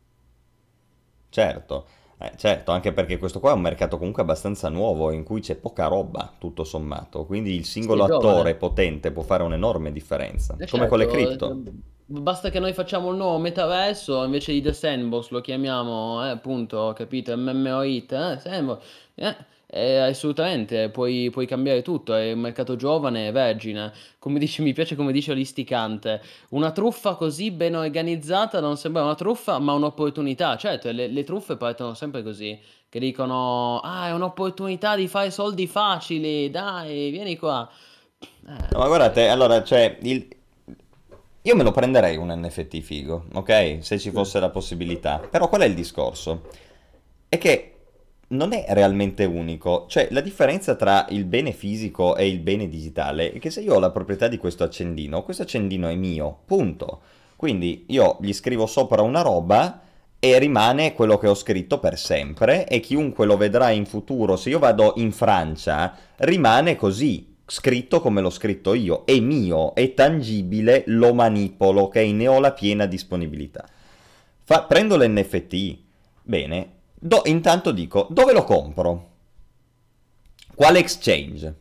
Speaker 3: Certo, certo, anche perché questo qua è un mercato comunque abbastanza nuovo in cui c'è poca roba, tutto sommato, quindi il
Speaker 4: Sì,
Speaker 3: singolo
Speaker 4: è
Speaker 3: attore
Speaker 4: giovane.
Speaker 3: potente può fare un'enorme differenza, come con le
Speaker 4: Certo,
Speaker 3: cripto.
Speaker 4: basta che noi facciamo il nuovo metaverso invece di The Sandbox, lo chiamiamo, appunto, capito? MMOIT, Sandbox. Assolutamente, puoi cambiare tutto, è un mercato giovane e vergine. Come dici, mi piace come dice l'isticante. Una truffa così ben organizzata non sembra una truffa, ma un'opportunità. Certo, le truffe partono sempre così, che dicono, ah, è un'opportunità di fare soldi facili, dai, vieni qua.
Speaker 3: No, ma guardate, allora, cioè, io me lo prenderei un NFT figo, ok? Se ci
Speaker 4: Mm.
Speaker 3: fosse la possibilità. Però qual è il discorso? È che non è realmente unico. Cioè, la differenza tra il bene fisico e il bene digitale è che se io ho la proprietà di questo accendino è mio, punto. Quindi io gli scrivo sopra una roba e rimane quello che ho scritto per sempre e chiunque lo vedrà in futuro, se io vado in Francia, rimane così, scritto come l'ho scritto io, è mio, è tangibile, lo manipolo, ok? Ne ho la piena disponibilità. Prendo l'NFT, bene, intanto dico, dove lo compro? Quale exchange?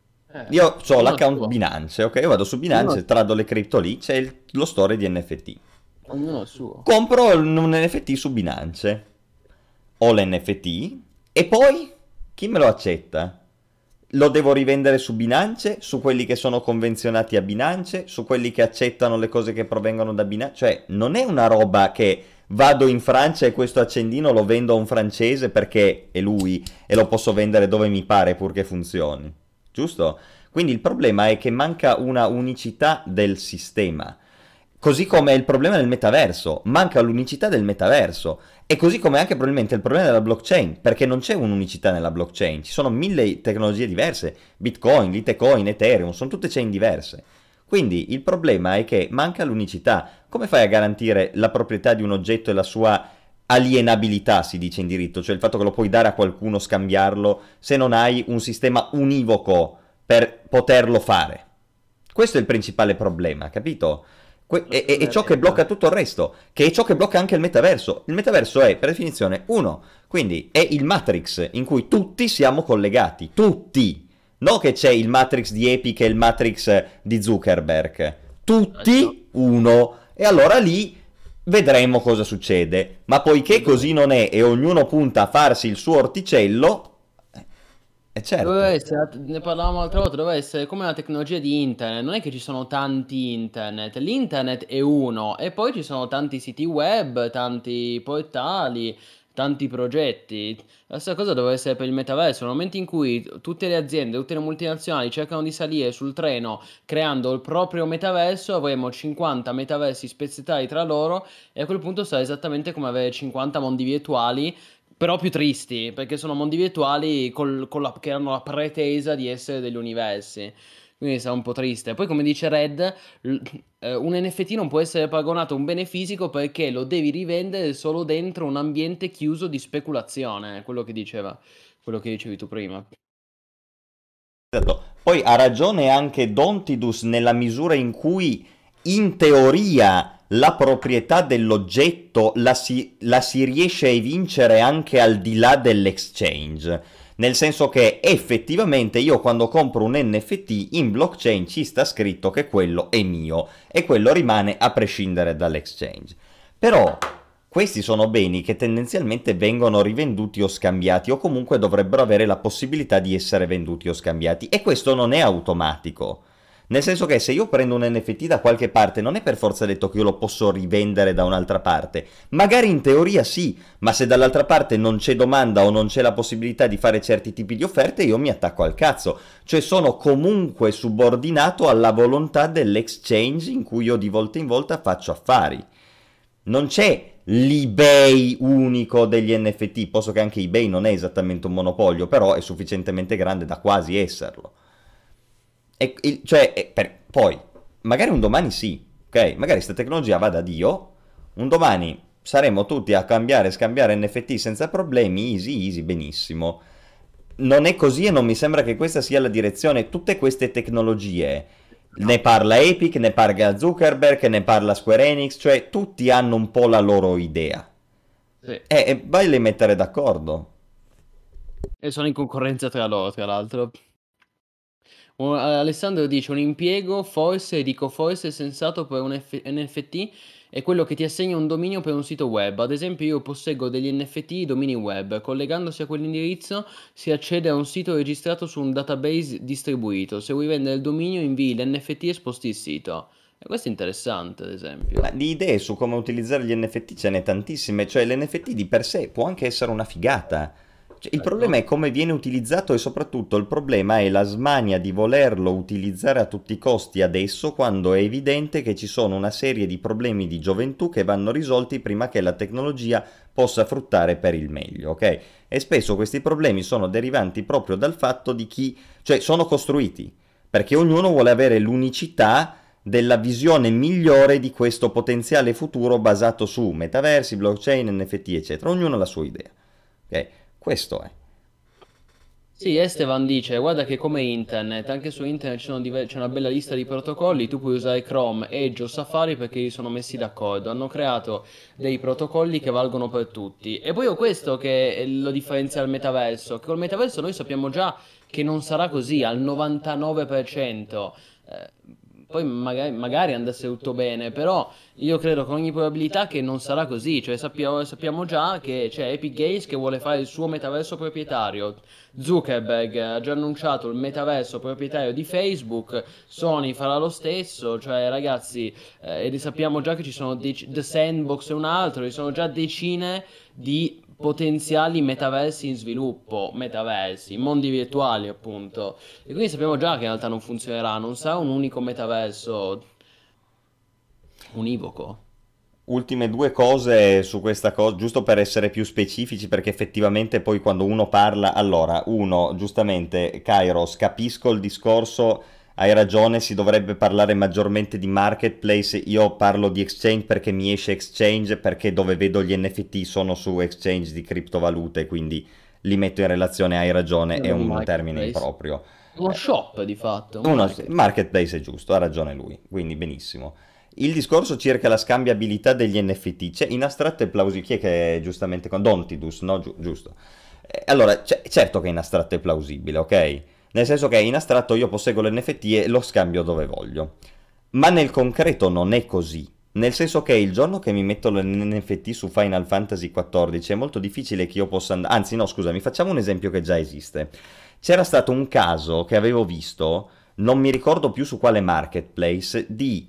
Speaker 3: Io ho
Speaker 4: Ognuno il
Speaker 3: l'account
Speaker 4: suo,
Speaker 3: Binance, ok? Io vado su
Speaker 4: ognuno,
Speaker 3: Binance, trado le cripto lì, c'è lo store di NFT.
Speaker 4: ognuno il suo.
Speaker 3: Compro un NFT su Binance, ho l'NFT e poi chi me lo accetta? Lo devo rivendere su Binance, su quelli che sono convenzionati a Binance, su quelli che accettano le cose che provengono da Binance. Cioè, non è una roba che vado in Francia e questo accendino lo vendo a un francese perché è lui e lo posso vendere dove mi pare purché funzioni. Giusto? Quindi il problema è che manca una unicità del sistema. Così come è il problema del metaverso, manca l'unicità del metaverso. E così come anche probabilmente il problema della blockchain, perché non c'è un'unicità nella blockchain, ci sono mille tecnologie diverse, Bitcoin, Litecoin, Ethereum, sono tutte chain diverse. Quindi il problema è che manca l'unicità. Come fai a garantire la proprietà di un oggetto e la sua alienabilità, si dice in diritto, cioè il fatto che lo puoi dare a qualcuno, scambiarlo, se non hai un sistema univoco per poterlo fare? Questo è il principale problema, capito? È ciò che blocca tutto il resto, che è ciò che blocca anche il metaverso. Il metaverso è, per definizione, uno, quindi è il Matrix in cui tutti siamo collegati, tutti. Non che c'è il Matrix di Epic e il Matrix di Zuckerberg,
Speaker 4: Certo.
Speaker 3: tutti uno. E allora lì vedremo cosa succede. Ma poiché così non è e ognuno punta a farsi il suo orticello, è
Speaker 4: Doveva
Speaker 3: certo.
Speaker 4: essere, ne parlavamo l'altra volta, doveva essere come la tecnologia di internet, non è che ci sono tanti internet, l'internet è uno e poi ci sono tanti siti web, tanti portali, tanti progetti. La stessa cosa doveva essere per il metaverso, nel momento in cui tutte le aziende, tutte le multinazionali cercano di salire sul treno creando il proprio metaverso, avremo 50 metaversi spezzettati tra loro e a quel punto sarà esattamente come avere 50 mondi virtuali però più tristi, perché sono mondi virtuali che hanno la pretesa di essere degli universi. quindi sarà un po' triste. Poi come dice Red, un NFT non può essere paragonato a un bene fisico perché lo devi rivendere solo dentro un ambiente chiuso di speculazione, è quello che dicevi tu prima.
Speaker 3: Esatto. Poi ha ragione anche Dontidus nella misura in cui, in teoria, la proprietà dell'oggetto la si riesce a evincere anche al di là dell'exchange. Nel senso che effettivamente io quando compro un NFT in blockchain ci sta scritto che quello è mio e quello rimane a prescindere dall'exchange. Però questi sono beni che tendenzialmente vengono rivenduti o scambiati o comunque dovrebbero avere la possibilità di essere venduti o scambiati e questo non è automatico. Nel senso che se io prendo un NFT da qualche parte non è per forza detto che io lo posso rivendere da un'altra parte. Magari in teoria sì, ma se dall'altra parte non c'è domanda o non c'è la possibilità di fare certi tipi di offerte io mi attacco al cazzo. Cioè sono comunque subordinato alla volontà dell'exchange in cui io di volta in volta faccio affari. Non c'è l'eBay unico degli NFT, posto che anche eBay non è esattamente un monopolio, però è sufficientemente grande da quasi esserlo. Poi, magari un domani sì, ok? Magari questa tecnologia va da Dio, un domani saremo tutti a cambiare e scambiare NFT senza problemi, easy, easy, benissimo. Non è così e non mi sembra che questa sia la direzione. Tutte queste tecnologie, ne parla Epic, ne parla Zuckerberg, ne parla Square Enix, cioè tutti hanno un po' la loro idea.
Speaker 4: Sì.
Speaker 3: E vai a le mettere d'accordo.
Speaker 4: E sono in concorrenza tra loro, tra l'altro. Alessandro dice un impiego forse, dico forse sensato per un NFT è quello che ti assegna un dominio per un sito web. Ad esempio io posseggo degli NFT domini web. Collegandosi a quell'indirizzo si accede a un sito registrato su un database distribuito. Se vuoi vendere il dominio invii l'NFT e sposti il sito. E questo è interessante, ad esempio.
Speaker 3: Ma di idee su come utilizzare gli NFT ce n'è tantissime, cioè l'NFT di per sé può anche essere una figata. Cioè, il problema è come viene utilizzato e soprattutto il problema è la smania di volerlo utilizzare a tutti i costi adesso quando è evidente che ci sono una serie di problemi di gioventù che vanno risolti prima che la tecnologia possa fruttare per il meglio, ok? E spesso questi problemi sono derivanti proprio dal fatto di chi, cioè sono costruiti, perché ognuno vuole avere l'unicità della visione migliore di questo potenziale futuro basato su metaversi, blockchain, NFT, eccetera. Ognuno ha la sua idea, ok? Questo è.
Speaker 4: Sì, Estevan dice, guarda che come internet, anche su internet c'è una bella lista di protocolli, tu puoi usare Chrome, Edge o Safari perché li sono messi d'accordo, hanno creato dei protocolli che valgono per tutti. E poi ho questo che lo differenzia dal metaverso, che col metaverso noi sappiamo già che non sarà così al 99%. Poi magari andasse tutto bene, però io credo con ogni probabilità che non sarà così, cioè sappiamo già che c'è Epic Games che vuole fare il suo metaverso proprietario, Zuckerberg ha già annunciato il metaverso proprietario di Facebook, Sony farà lo stesso, cioè ragazzi, e sappiamo già che ci sono The Sandbox e un altro, ci sono già decine di potenziali metaversi in sviluppo, metaversi, mondi virtuali appunto, e quindi sappiamo già che in realtà non funzionerà, non sarà un unico metaverso univoco.
Speaker 3: Ultime due cose su questa cosa, giusto per essere più specifici, perché effettivamente poi quando uno parla, allora, uno, giustamente, Kairos, capisco il discorso, hai ragione, si dovrebbe parlare maggiormente di marketplace, io parlo di exchange perché mi esce exchange, perché dove vedo gli NFT sono su exchange di criptovalute, quindi li metto in relazione, hai ragione, è un termine improprio.
Speaker 4: Uno shop di fatto.
Speaker 3: Marketplace è giusto, ha ragione lui, quindi benissimo. Il discorso circa la scambiabilità degli NFT, cioè in astratto è plausibile, chi è che è giustamente con Dontidus, no? Giusto. Allora, certo che in astratto è plausibile, ok? Nel senso che in astratto io posseggo l'NFT e lo scambio dove voglio. Ma nel concreto non è così. Nel senso che il giorno che mi metto l'NFT su Final Fantasy XIV è molto difficile che io possa andare... Anzi, no, scusami, facciamo un esempio che già esiste. C'era stato un caso che avevo visto, non mi ricordo più su quale marketplace, di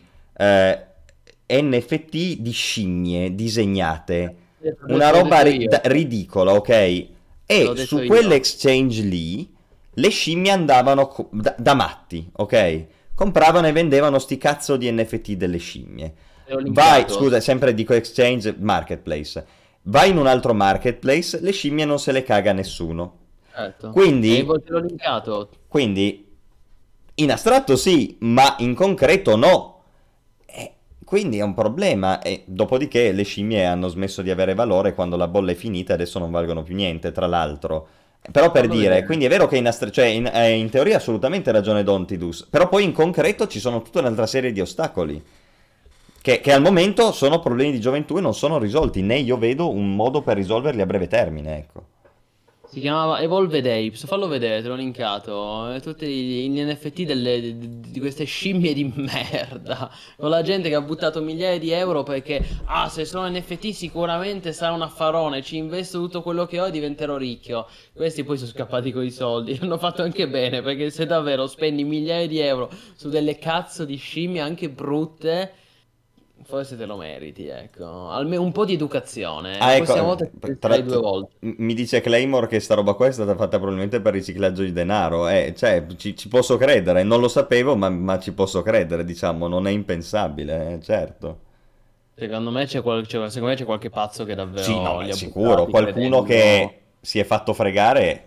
Speaker 3: NFT di scimmie disegnate. Una roba ridicola, ok? E su quell'exchange lì le scimmie andavano da matti, ok? Compravano e vendevano sti cazzo di NFT delle scimmie. Vai, scusa, sempre dico exchange, marketplace. Vai in un altro marketplace, le scimmie non se le caga nessuno.
Speaker 4: Certo.
Speaker 3: Quindi,
Speaker 4: l'ho linkato.
Speaker 3: Quindi In astratto sì, ma in concreto no. Quindi è un problema. E dopodiché le scimmie hanno smesso di avere valore quando la bolla è finita e adesso non valgono più niente, tra l'altro. Però per
Speaker 4: Fallo
Speaker 3: dire,
Speaker 4: vedere.
Speaker 3: quindi è vero che cioè in teoria ha assolutamente ragione Dontidus, però poi in concreto ci sono tutta un'altra serie di ostacoli. Che al momento sono problemi di gioventù e non sono risolti, né io vedo un modo per risolverli a breve termine, ecco.
Speaker 4: Si chiamava Evolve Apes, fallo vedere, te l'ho linkato. Tutti gli NFT di queste scimmie di merda. Con la gente che ha buttato migliaia di euro perché, se sono NFT sicuramente sarà un affarone, ci investo tutto quello che ho e diventerò ricchio. Questi poi sono scappati con i soldi. Hanno fatto anche bene, perché se davvero spendi migliaia di euro su delle cazzo di scimmie anche brutte, forse te lo meriti, ecco. Almeno un po' di educazione.
Speaker 3: Ah,
Speaker 4: La
Speaker 3: ecco,
Speaker 4: prossima volta ci penserai due volte.
Speaker 3: mi dice Claymore che sta roba qua è stata fatta probabilmente per riciclaggio di denaro, cioè ci posso credere, non lo sapevo, ma ci posso credere, diciamo, non è impensabile, certo.
Speaker 4: Secondo me secondo me c'è qualche pazzo che
Speaker 3: Sì, no,
Speaker 4: davvero
Speaker 3: ma
Speaker 4: li
Speaker 3: è
Speaker 4: ha
Speaker 3: sicuro,
Speaker 4: buttati
Speaker 3: qualcuno
Speaker 4: credendo
Speaker 3: che si è fatto fregare.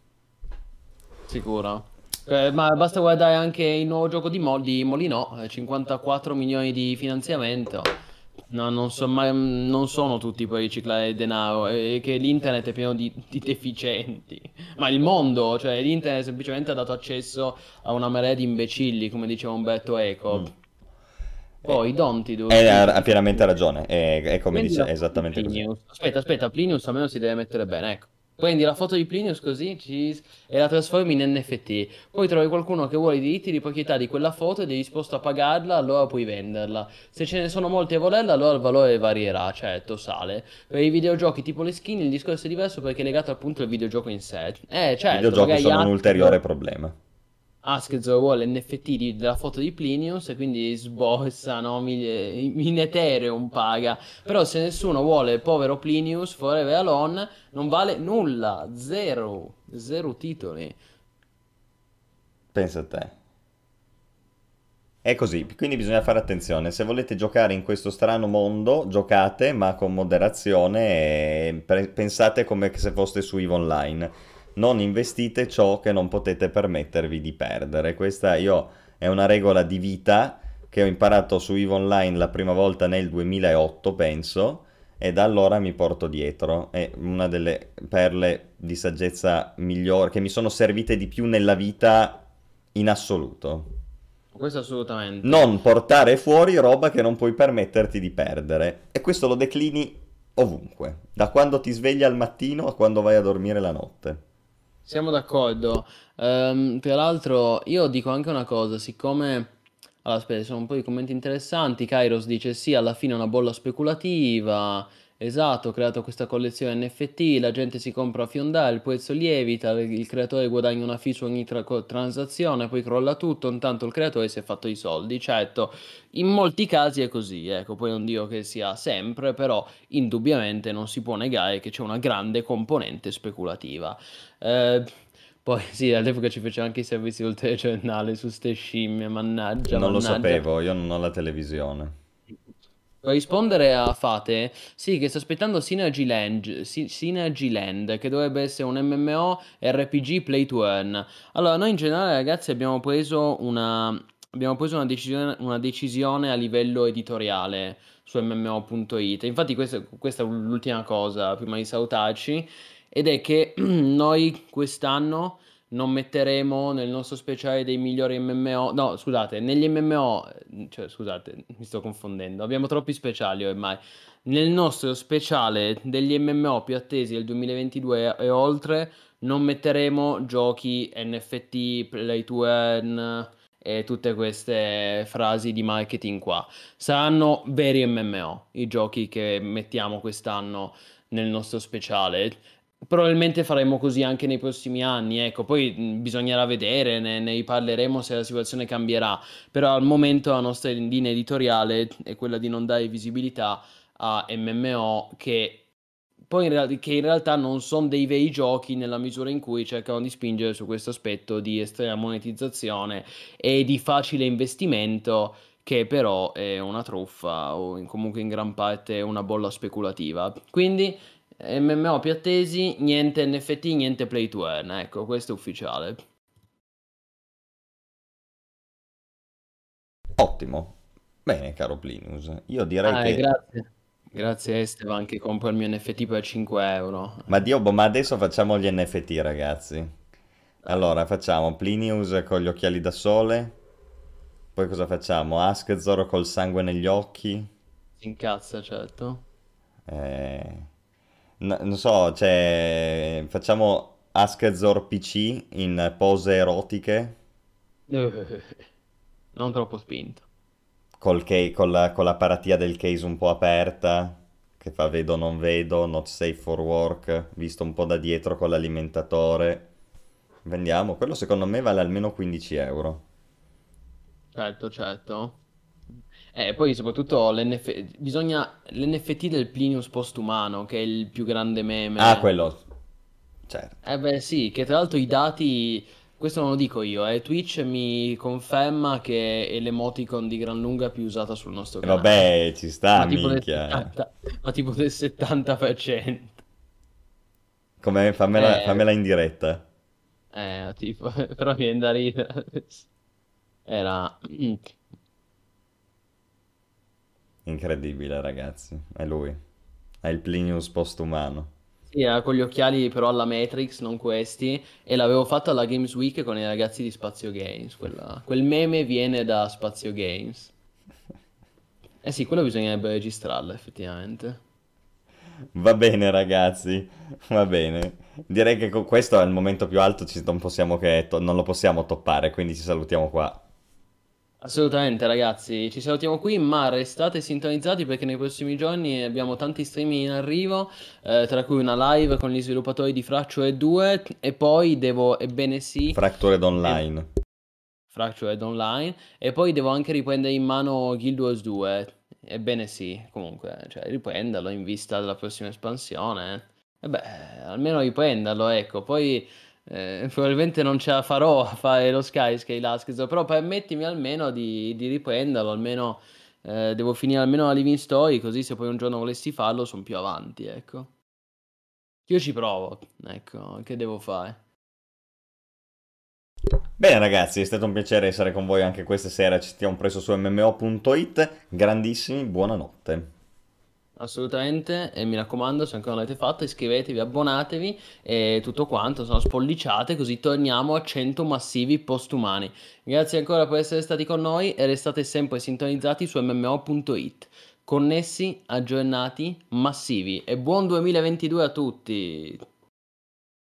Speaker 4: sicuro. Ma basta guardare anche il nuovo gioco di Molinò, 54 milioni di finanziamento. No, non sono tutti per riciclare il denaro, è che l'internet è pieno di deficienti. Ma il mondo, cioè l'internet semplicemente ha dato accesso a una marea di imbecilli, come diceva Umberto Eco.
Speaker 3: Mm.
Speaker 4: Poi
Speaker 3: Eh,
Speaker 4: Dontidus
Speaker 3: ha
Speaker 4: dice ti
Speaker 3: pienamente
Speaker 4: conviene.
Speaker 3: ragione, è come
Speaker 4: Prendi
Speaker 3: dice,
Speaker 4: la
Speaker 3: è
Speaker 4: foto di
Speaker 3: esattamente così.
Speaker 4: Plinius. Aspetta, Plinius almeno si deve mettere bene, ecco. Prendi la foto di Plinius così e la trasformi in NFT. Poi trovi qualcuno che vuole i diritti di proprietà di quella foto ed è disposto a pagarla, allora puoi venderla. Se ce ne sono molti a volerla, allora il valore varierà, certo, sale. Per i videogiochi tipo le skin il discorso è diverso perché è legato appunto al videogioco in sé.
Speaker 3: I
Speaker 4: Certo,
Speaker 3: videogiochi
Speaker 4: magari
Speaker 3: sono un ulteriore problema.
Speaker 4: Askez vuole l'NFT della foto di Plinius e quindi sborsano in Ethereum paga. Però se nessuno vuole il povero Plinius Forever Alone non vale nulla, zero titoli.
Speaker 3: Pensa a te. È così, quindi bisogna fare attenzione. Se volete giocare in questo strano mondo, giocate, ma con moderazione e pensate come se foste su EVE Online. Non investite ciò che non potete permettervi di perdere. È una regola di vita che ho imparato su EVE Online la prima volta nel 2008, penso, e da allora mi porto dietro. È una delle perle di saggezza migliori che mi sono servite di più nella vita in assoluto.
Speaker 4: Questo assolutamente.
Speaker 3: Non portare fuori roba che non puoi permetterti di perdere. E questo lo declini ovunque, da quando ti svegli al mattino a quando vai a dormire la notte.
Speaker 4: Siamo d'accordo. Tra l'altro, io dico anche una cosa, siccome... Allora, aspetta, ci sono un po' di commenti interessanti. Kairos dice sì, alla fine è una bolla speculativa. Esatto, ho creato questa collezione NFT, la gente si compra a fiondare, il prezzo lievita, il creatore guadagna una fee su ogni transazione, poi crolla tutto, intanto il creatore si è fatto i soldi. Certo, in molti casi è così, ecco, poi non dico che sia sempre, però indubbiamente non si può negare che c'è una grande componente speculativa. Eh, poi sì, all'epoca ci faceva anche i servizi sul telegiornale su ste scimmie, mannaggia,
Speaker 3: Non lo
Speaker 4: mannaggia.
Speaker 3: sapevo, io non ho la televisione.
Speaker 4: Per rispondere a Fate, sì, che sto aspettando Synergy Land, che dovrebbe essere un MMO RPG Play to Earn. Allora, noi in generale, ragazzi, abbiamo preso una decisione a livello editoriale su MMO.it. Infatti, questa è l'ultima cosa prima di salutarci, ed è che noi quest'anno non metteremo nel nostro speciale dei migliori MMO. No, scusate, negli MMO, cioè scusate, mi sto confondendo. Abbiamo troppi speciali ormai. Nel nostro speciale degli MMO più attesi del 2022 e oltre, non metteremo giochi NFT, Play to Earn e tutte queste frasi di marketing qua. Saranno veri MMO i giochi che mettiamo quest'anno nel nostro speciale. Probabilmente faremo così anche nei prossimi anni, ecco, poi bisognerà vedere, ne riparleremo se la situazione cambierà, però al momento la nostra linea editoriale è quella di non dare visibilità a MMO che in realtà non sono dei veri giochi nella misura in cui cercano di spingere su questo aspetto di estrema monetizzazione e di facile investimento, che però è una truffa o comunque in gran parte una bolla speculativa. Quindi MMO più attesi, niente NFT, niente play to earn, ecco, questo è ufficiale.
Speaker 3: Ottimo. Bene, caro Plinius. Io direi che...
Speaker 4: Grazie. Grazie Esteban che compra il mio NFT per 5 euro.
Speaker 3: Ma Dio, ma adesso facciamo gli NFT, ragazzi.
Speaker 4: Dai,
Speaker 3: Allora, facciamo Plinius con gli occhiali da sole. Poi cosa facciamo? Askzor col sangue negli occhi.
Speaker 4: si incazza, certo.
Speaker 3: Eh, non so, cioè, facciamo Askzor PC in pose erotiche.
Speaker 4: Non troppo spinto.
Speaker 3: Con la paratia del case un po' aperta. Che fa vedo non vedo, not safe for work. Visto un po' da dietro con l'alimentatore. Vendiamo. Quello secondo me vale almeno 15 euro.
Speaker 4: Certo, certo. E poi soprattutto l'NFT del Plinius postumano, che è il più grande
Speaker 3: Ah,
Speaker 4: meme.
Speaker 3: quello. Certo.
Speaker 4: Eh beh sì, che tra l'altro i dati, questo non lo dico io, Twitch mi conferma che è l'emoticon di gran lunga più usata sul nostro
Speaker 3: E
Speaker 4: canale.
Speaker 3: vabbè, ci sta,
Speaker 4: Ma tipo del
Speaker 3: minchia.
Speaker 4: 70, ma tipo del 70%.
Speaker 3: Come,
Speaker 4: Eh,
Speaker 3: fammela in diretta.
Speaker 4: tipo, però viene da ridere adesso. Era...
Speaker 3: Incredibile, ragazzi. È lui. È il Plinius postumano.
Speaker 4: Sì, era con gli occhiali però alla Matrix, non questi, e l'avevo fatto alla Games Week con i ragazzi di Spazio Games. Quel meme viene da Spazio Games. Eh sì, quello bisognerebbe registrarlo effettivamente.
Speaker 3: Va bene, ragazzi. Va bene. Direi che con questo è il momento più alto, non possiamo non lo possiamo toppare, quindi ci salutiamo qua.
Speaker 4: Assolutamente ragazzi, ci salutiamo qui, ma restate sintonizzati perché nei prossimi giorni abbiamo tanti streaming in arrivo, tra cui una live con gli sviluppatori di Fracture 2 e poi devo, ebbene sì,
Speaker 3: Fractured
Speaker 4: devo-
Speaker 3: Online.
Speaker 4: Fractured Online, e poi devo anche riprendere in mano Guild Wars 2. Ebbene sì, comunque, cioè riprenderlo in vista della prossima espansione. E beh, almeno riprenderlo, ecco. Poi probabilmente non ce la farò a fare lo Skyscale Askzo, però permettimi almeno di riprenderlo, almeno devo finire almeno la Living Story, così se poi un giorno volessi farlo sono più avanti, ecco. Io ci provo, ecco, che devo fare?
Speaker 3: Bene, ragazzi, è stato un piacere essere con voi anche questa sera. Ci sentiamo presto su MMO.it. Grandissimi, buonanotte.
Speaker 4: Assolutamente, e mi raccomando, se ancora non l'avete fatto, iscrivetevi, abbonatevi e tutto quanto, sono spolliciate, così torniamo a 100 massivi postumani. Grazie ancora per essere stati con noi e restate sempre sintonizzati su MMO.it. Connessi, aggiornati, massivi e buon 2022 a tutti!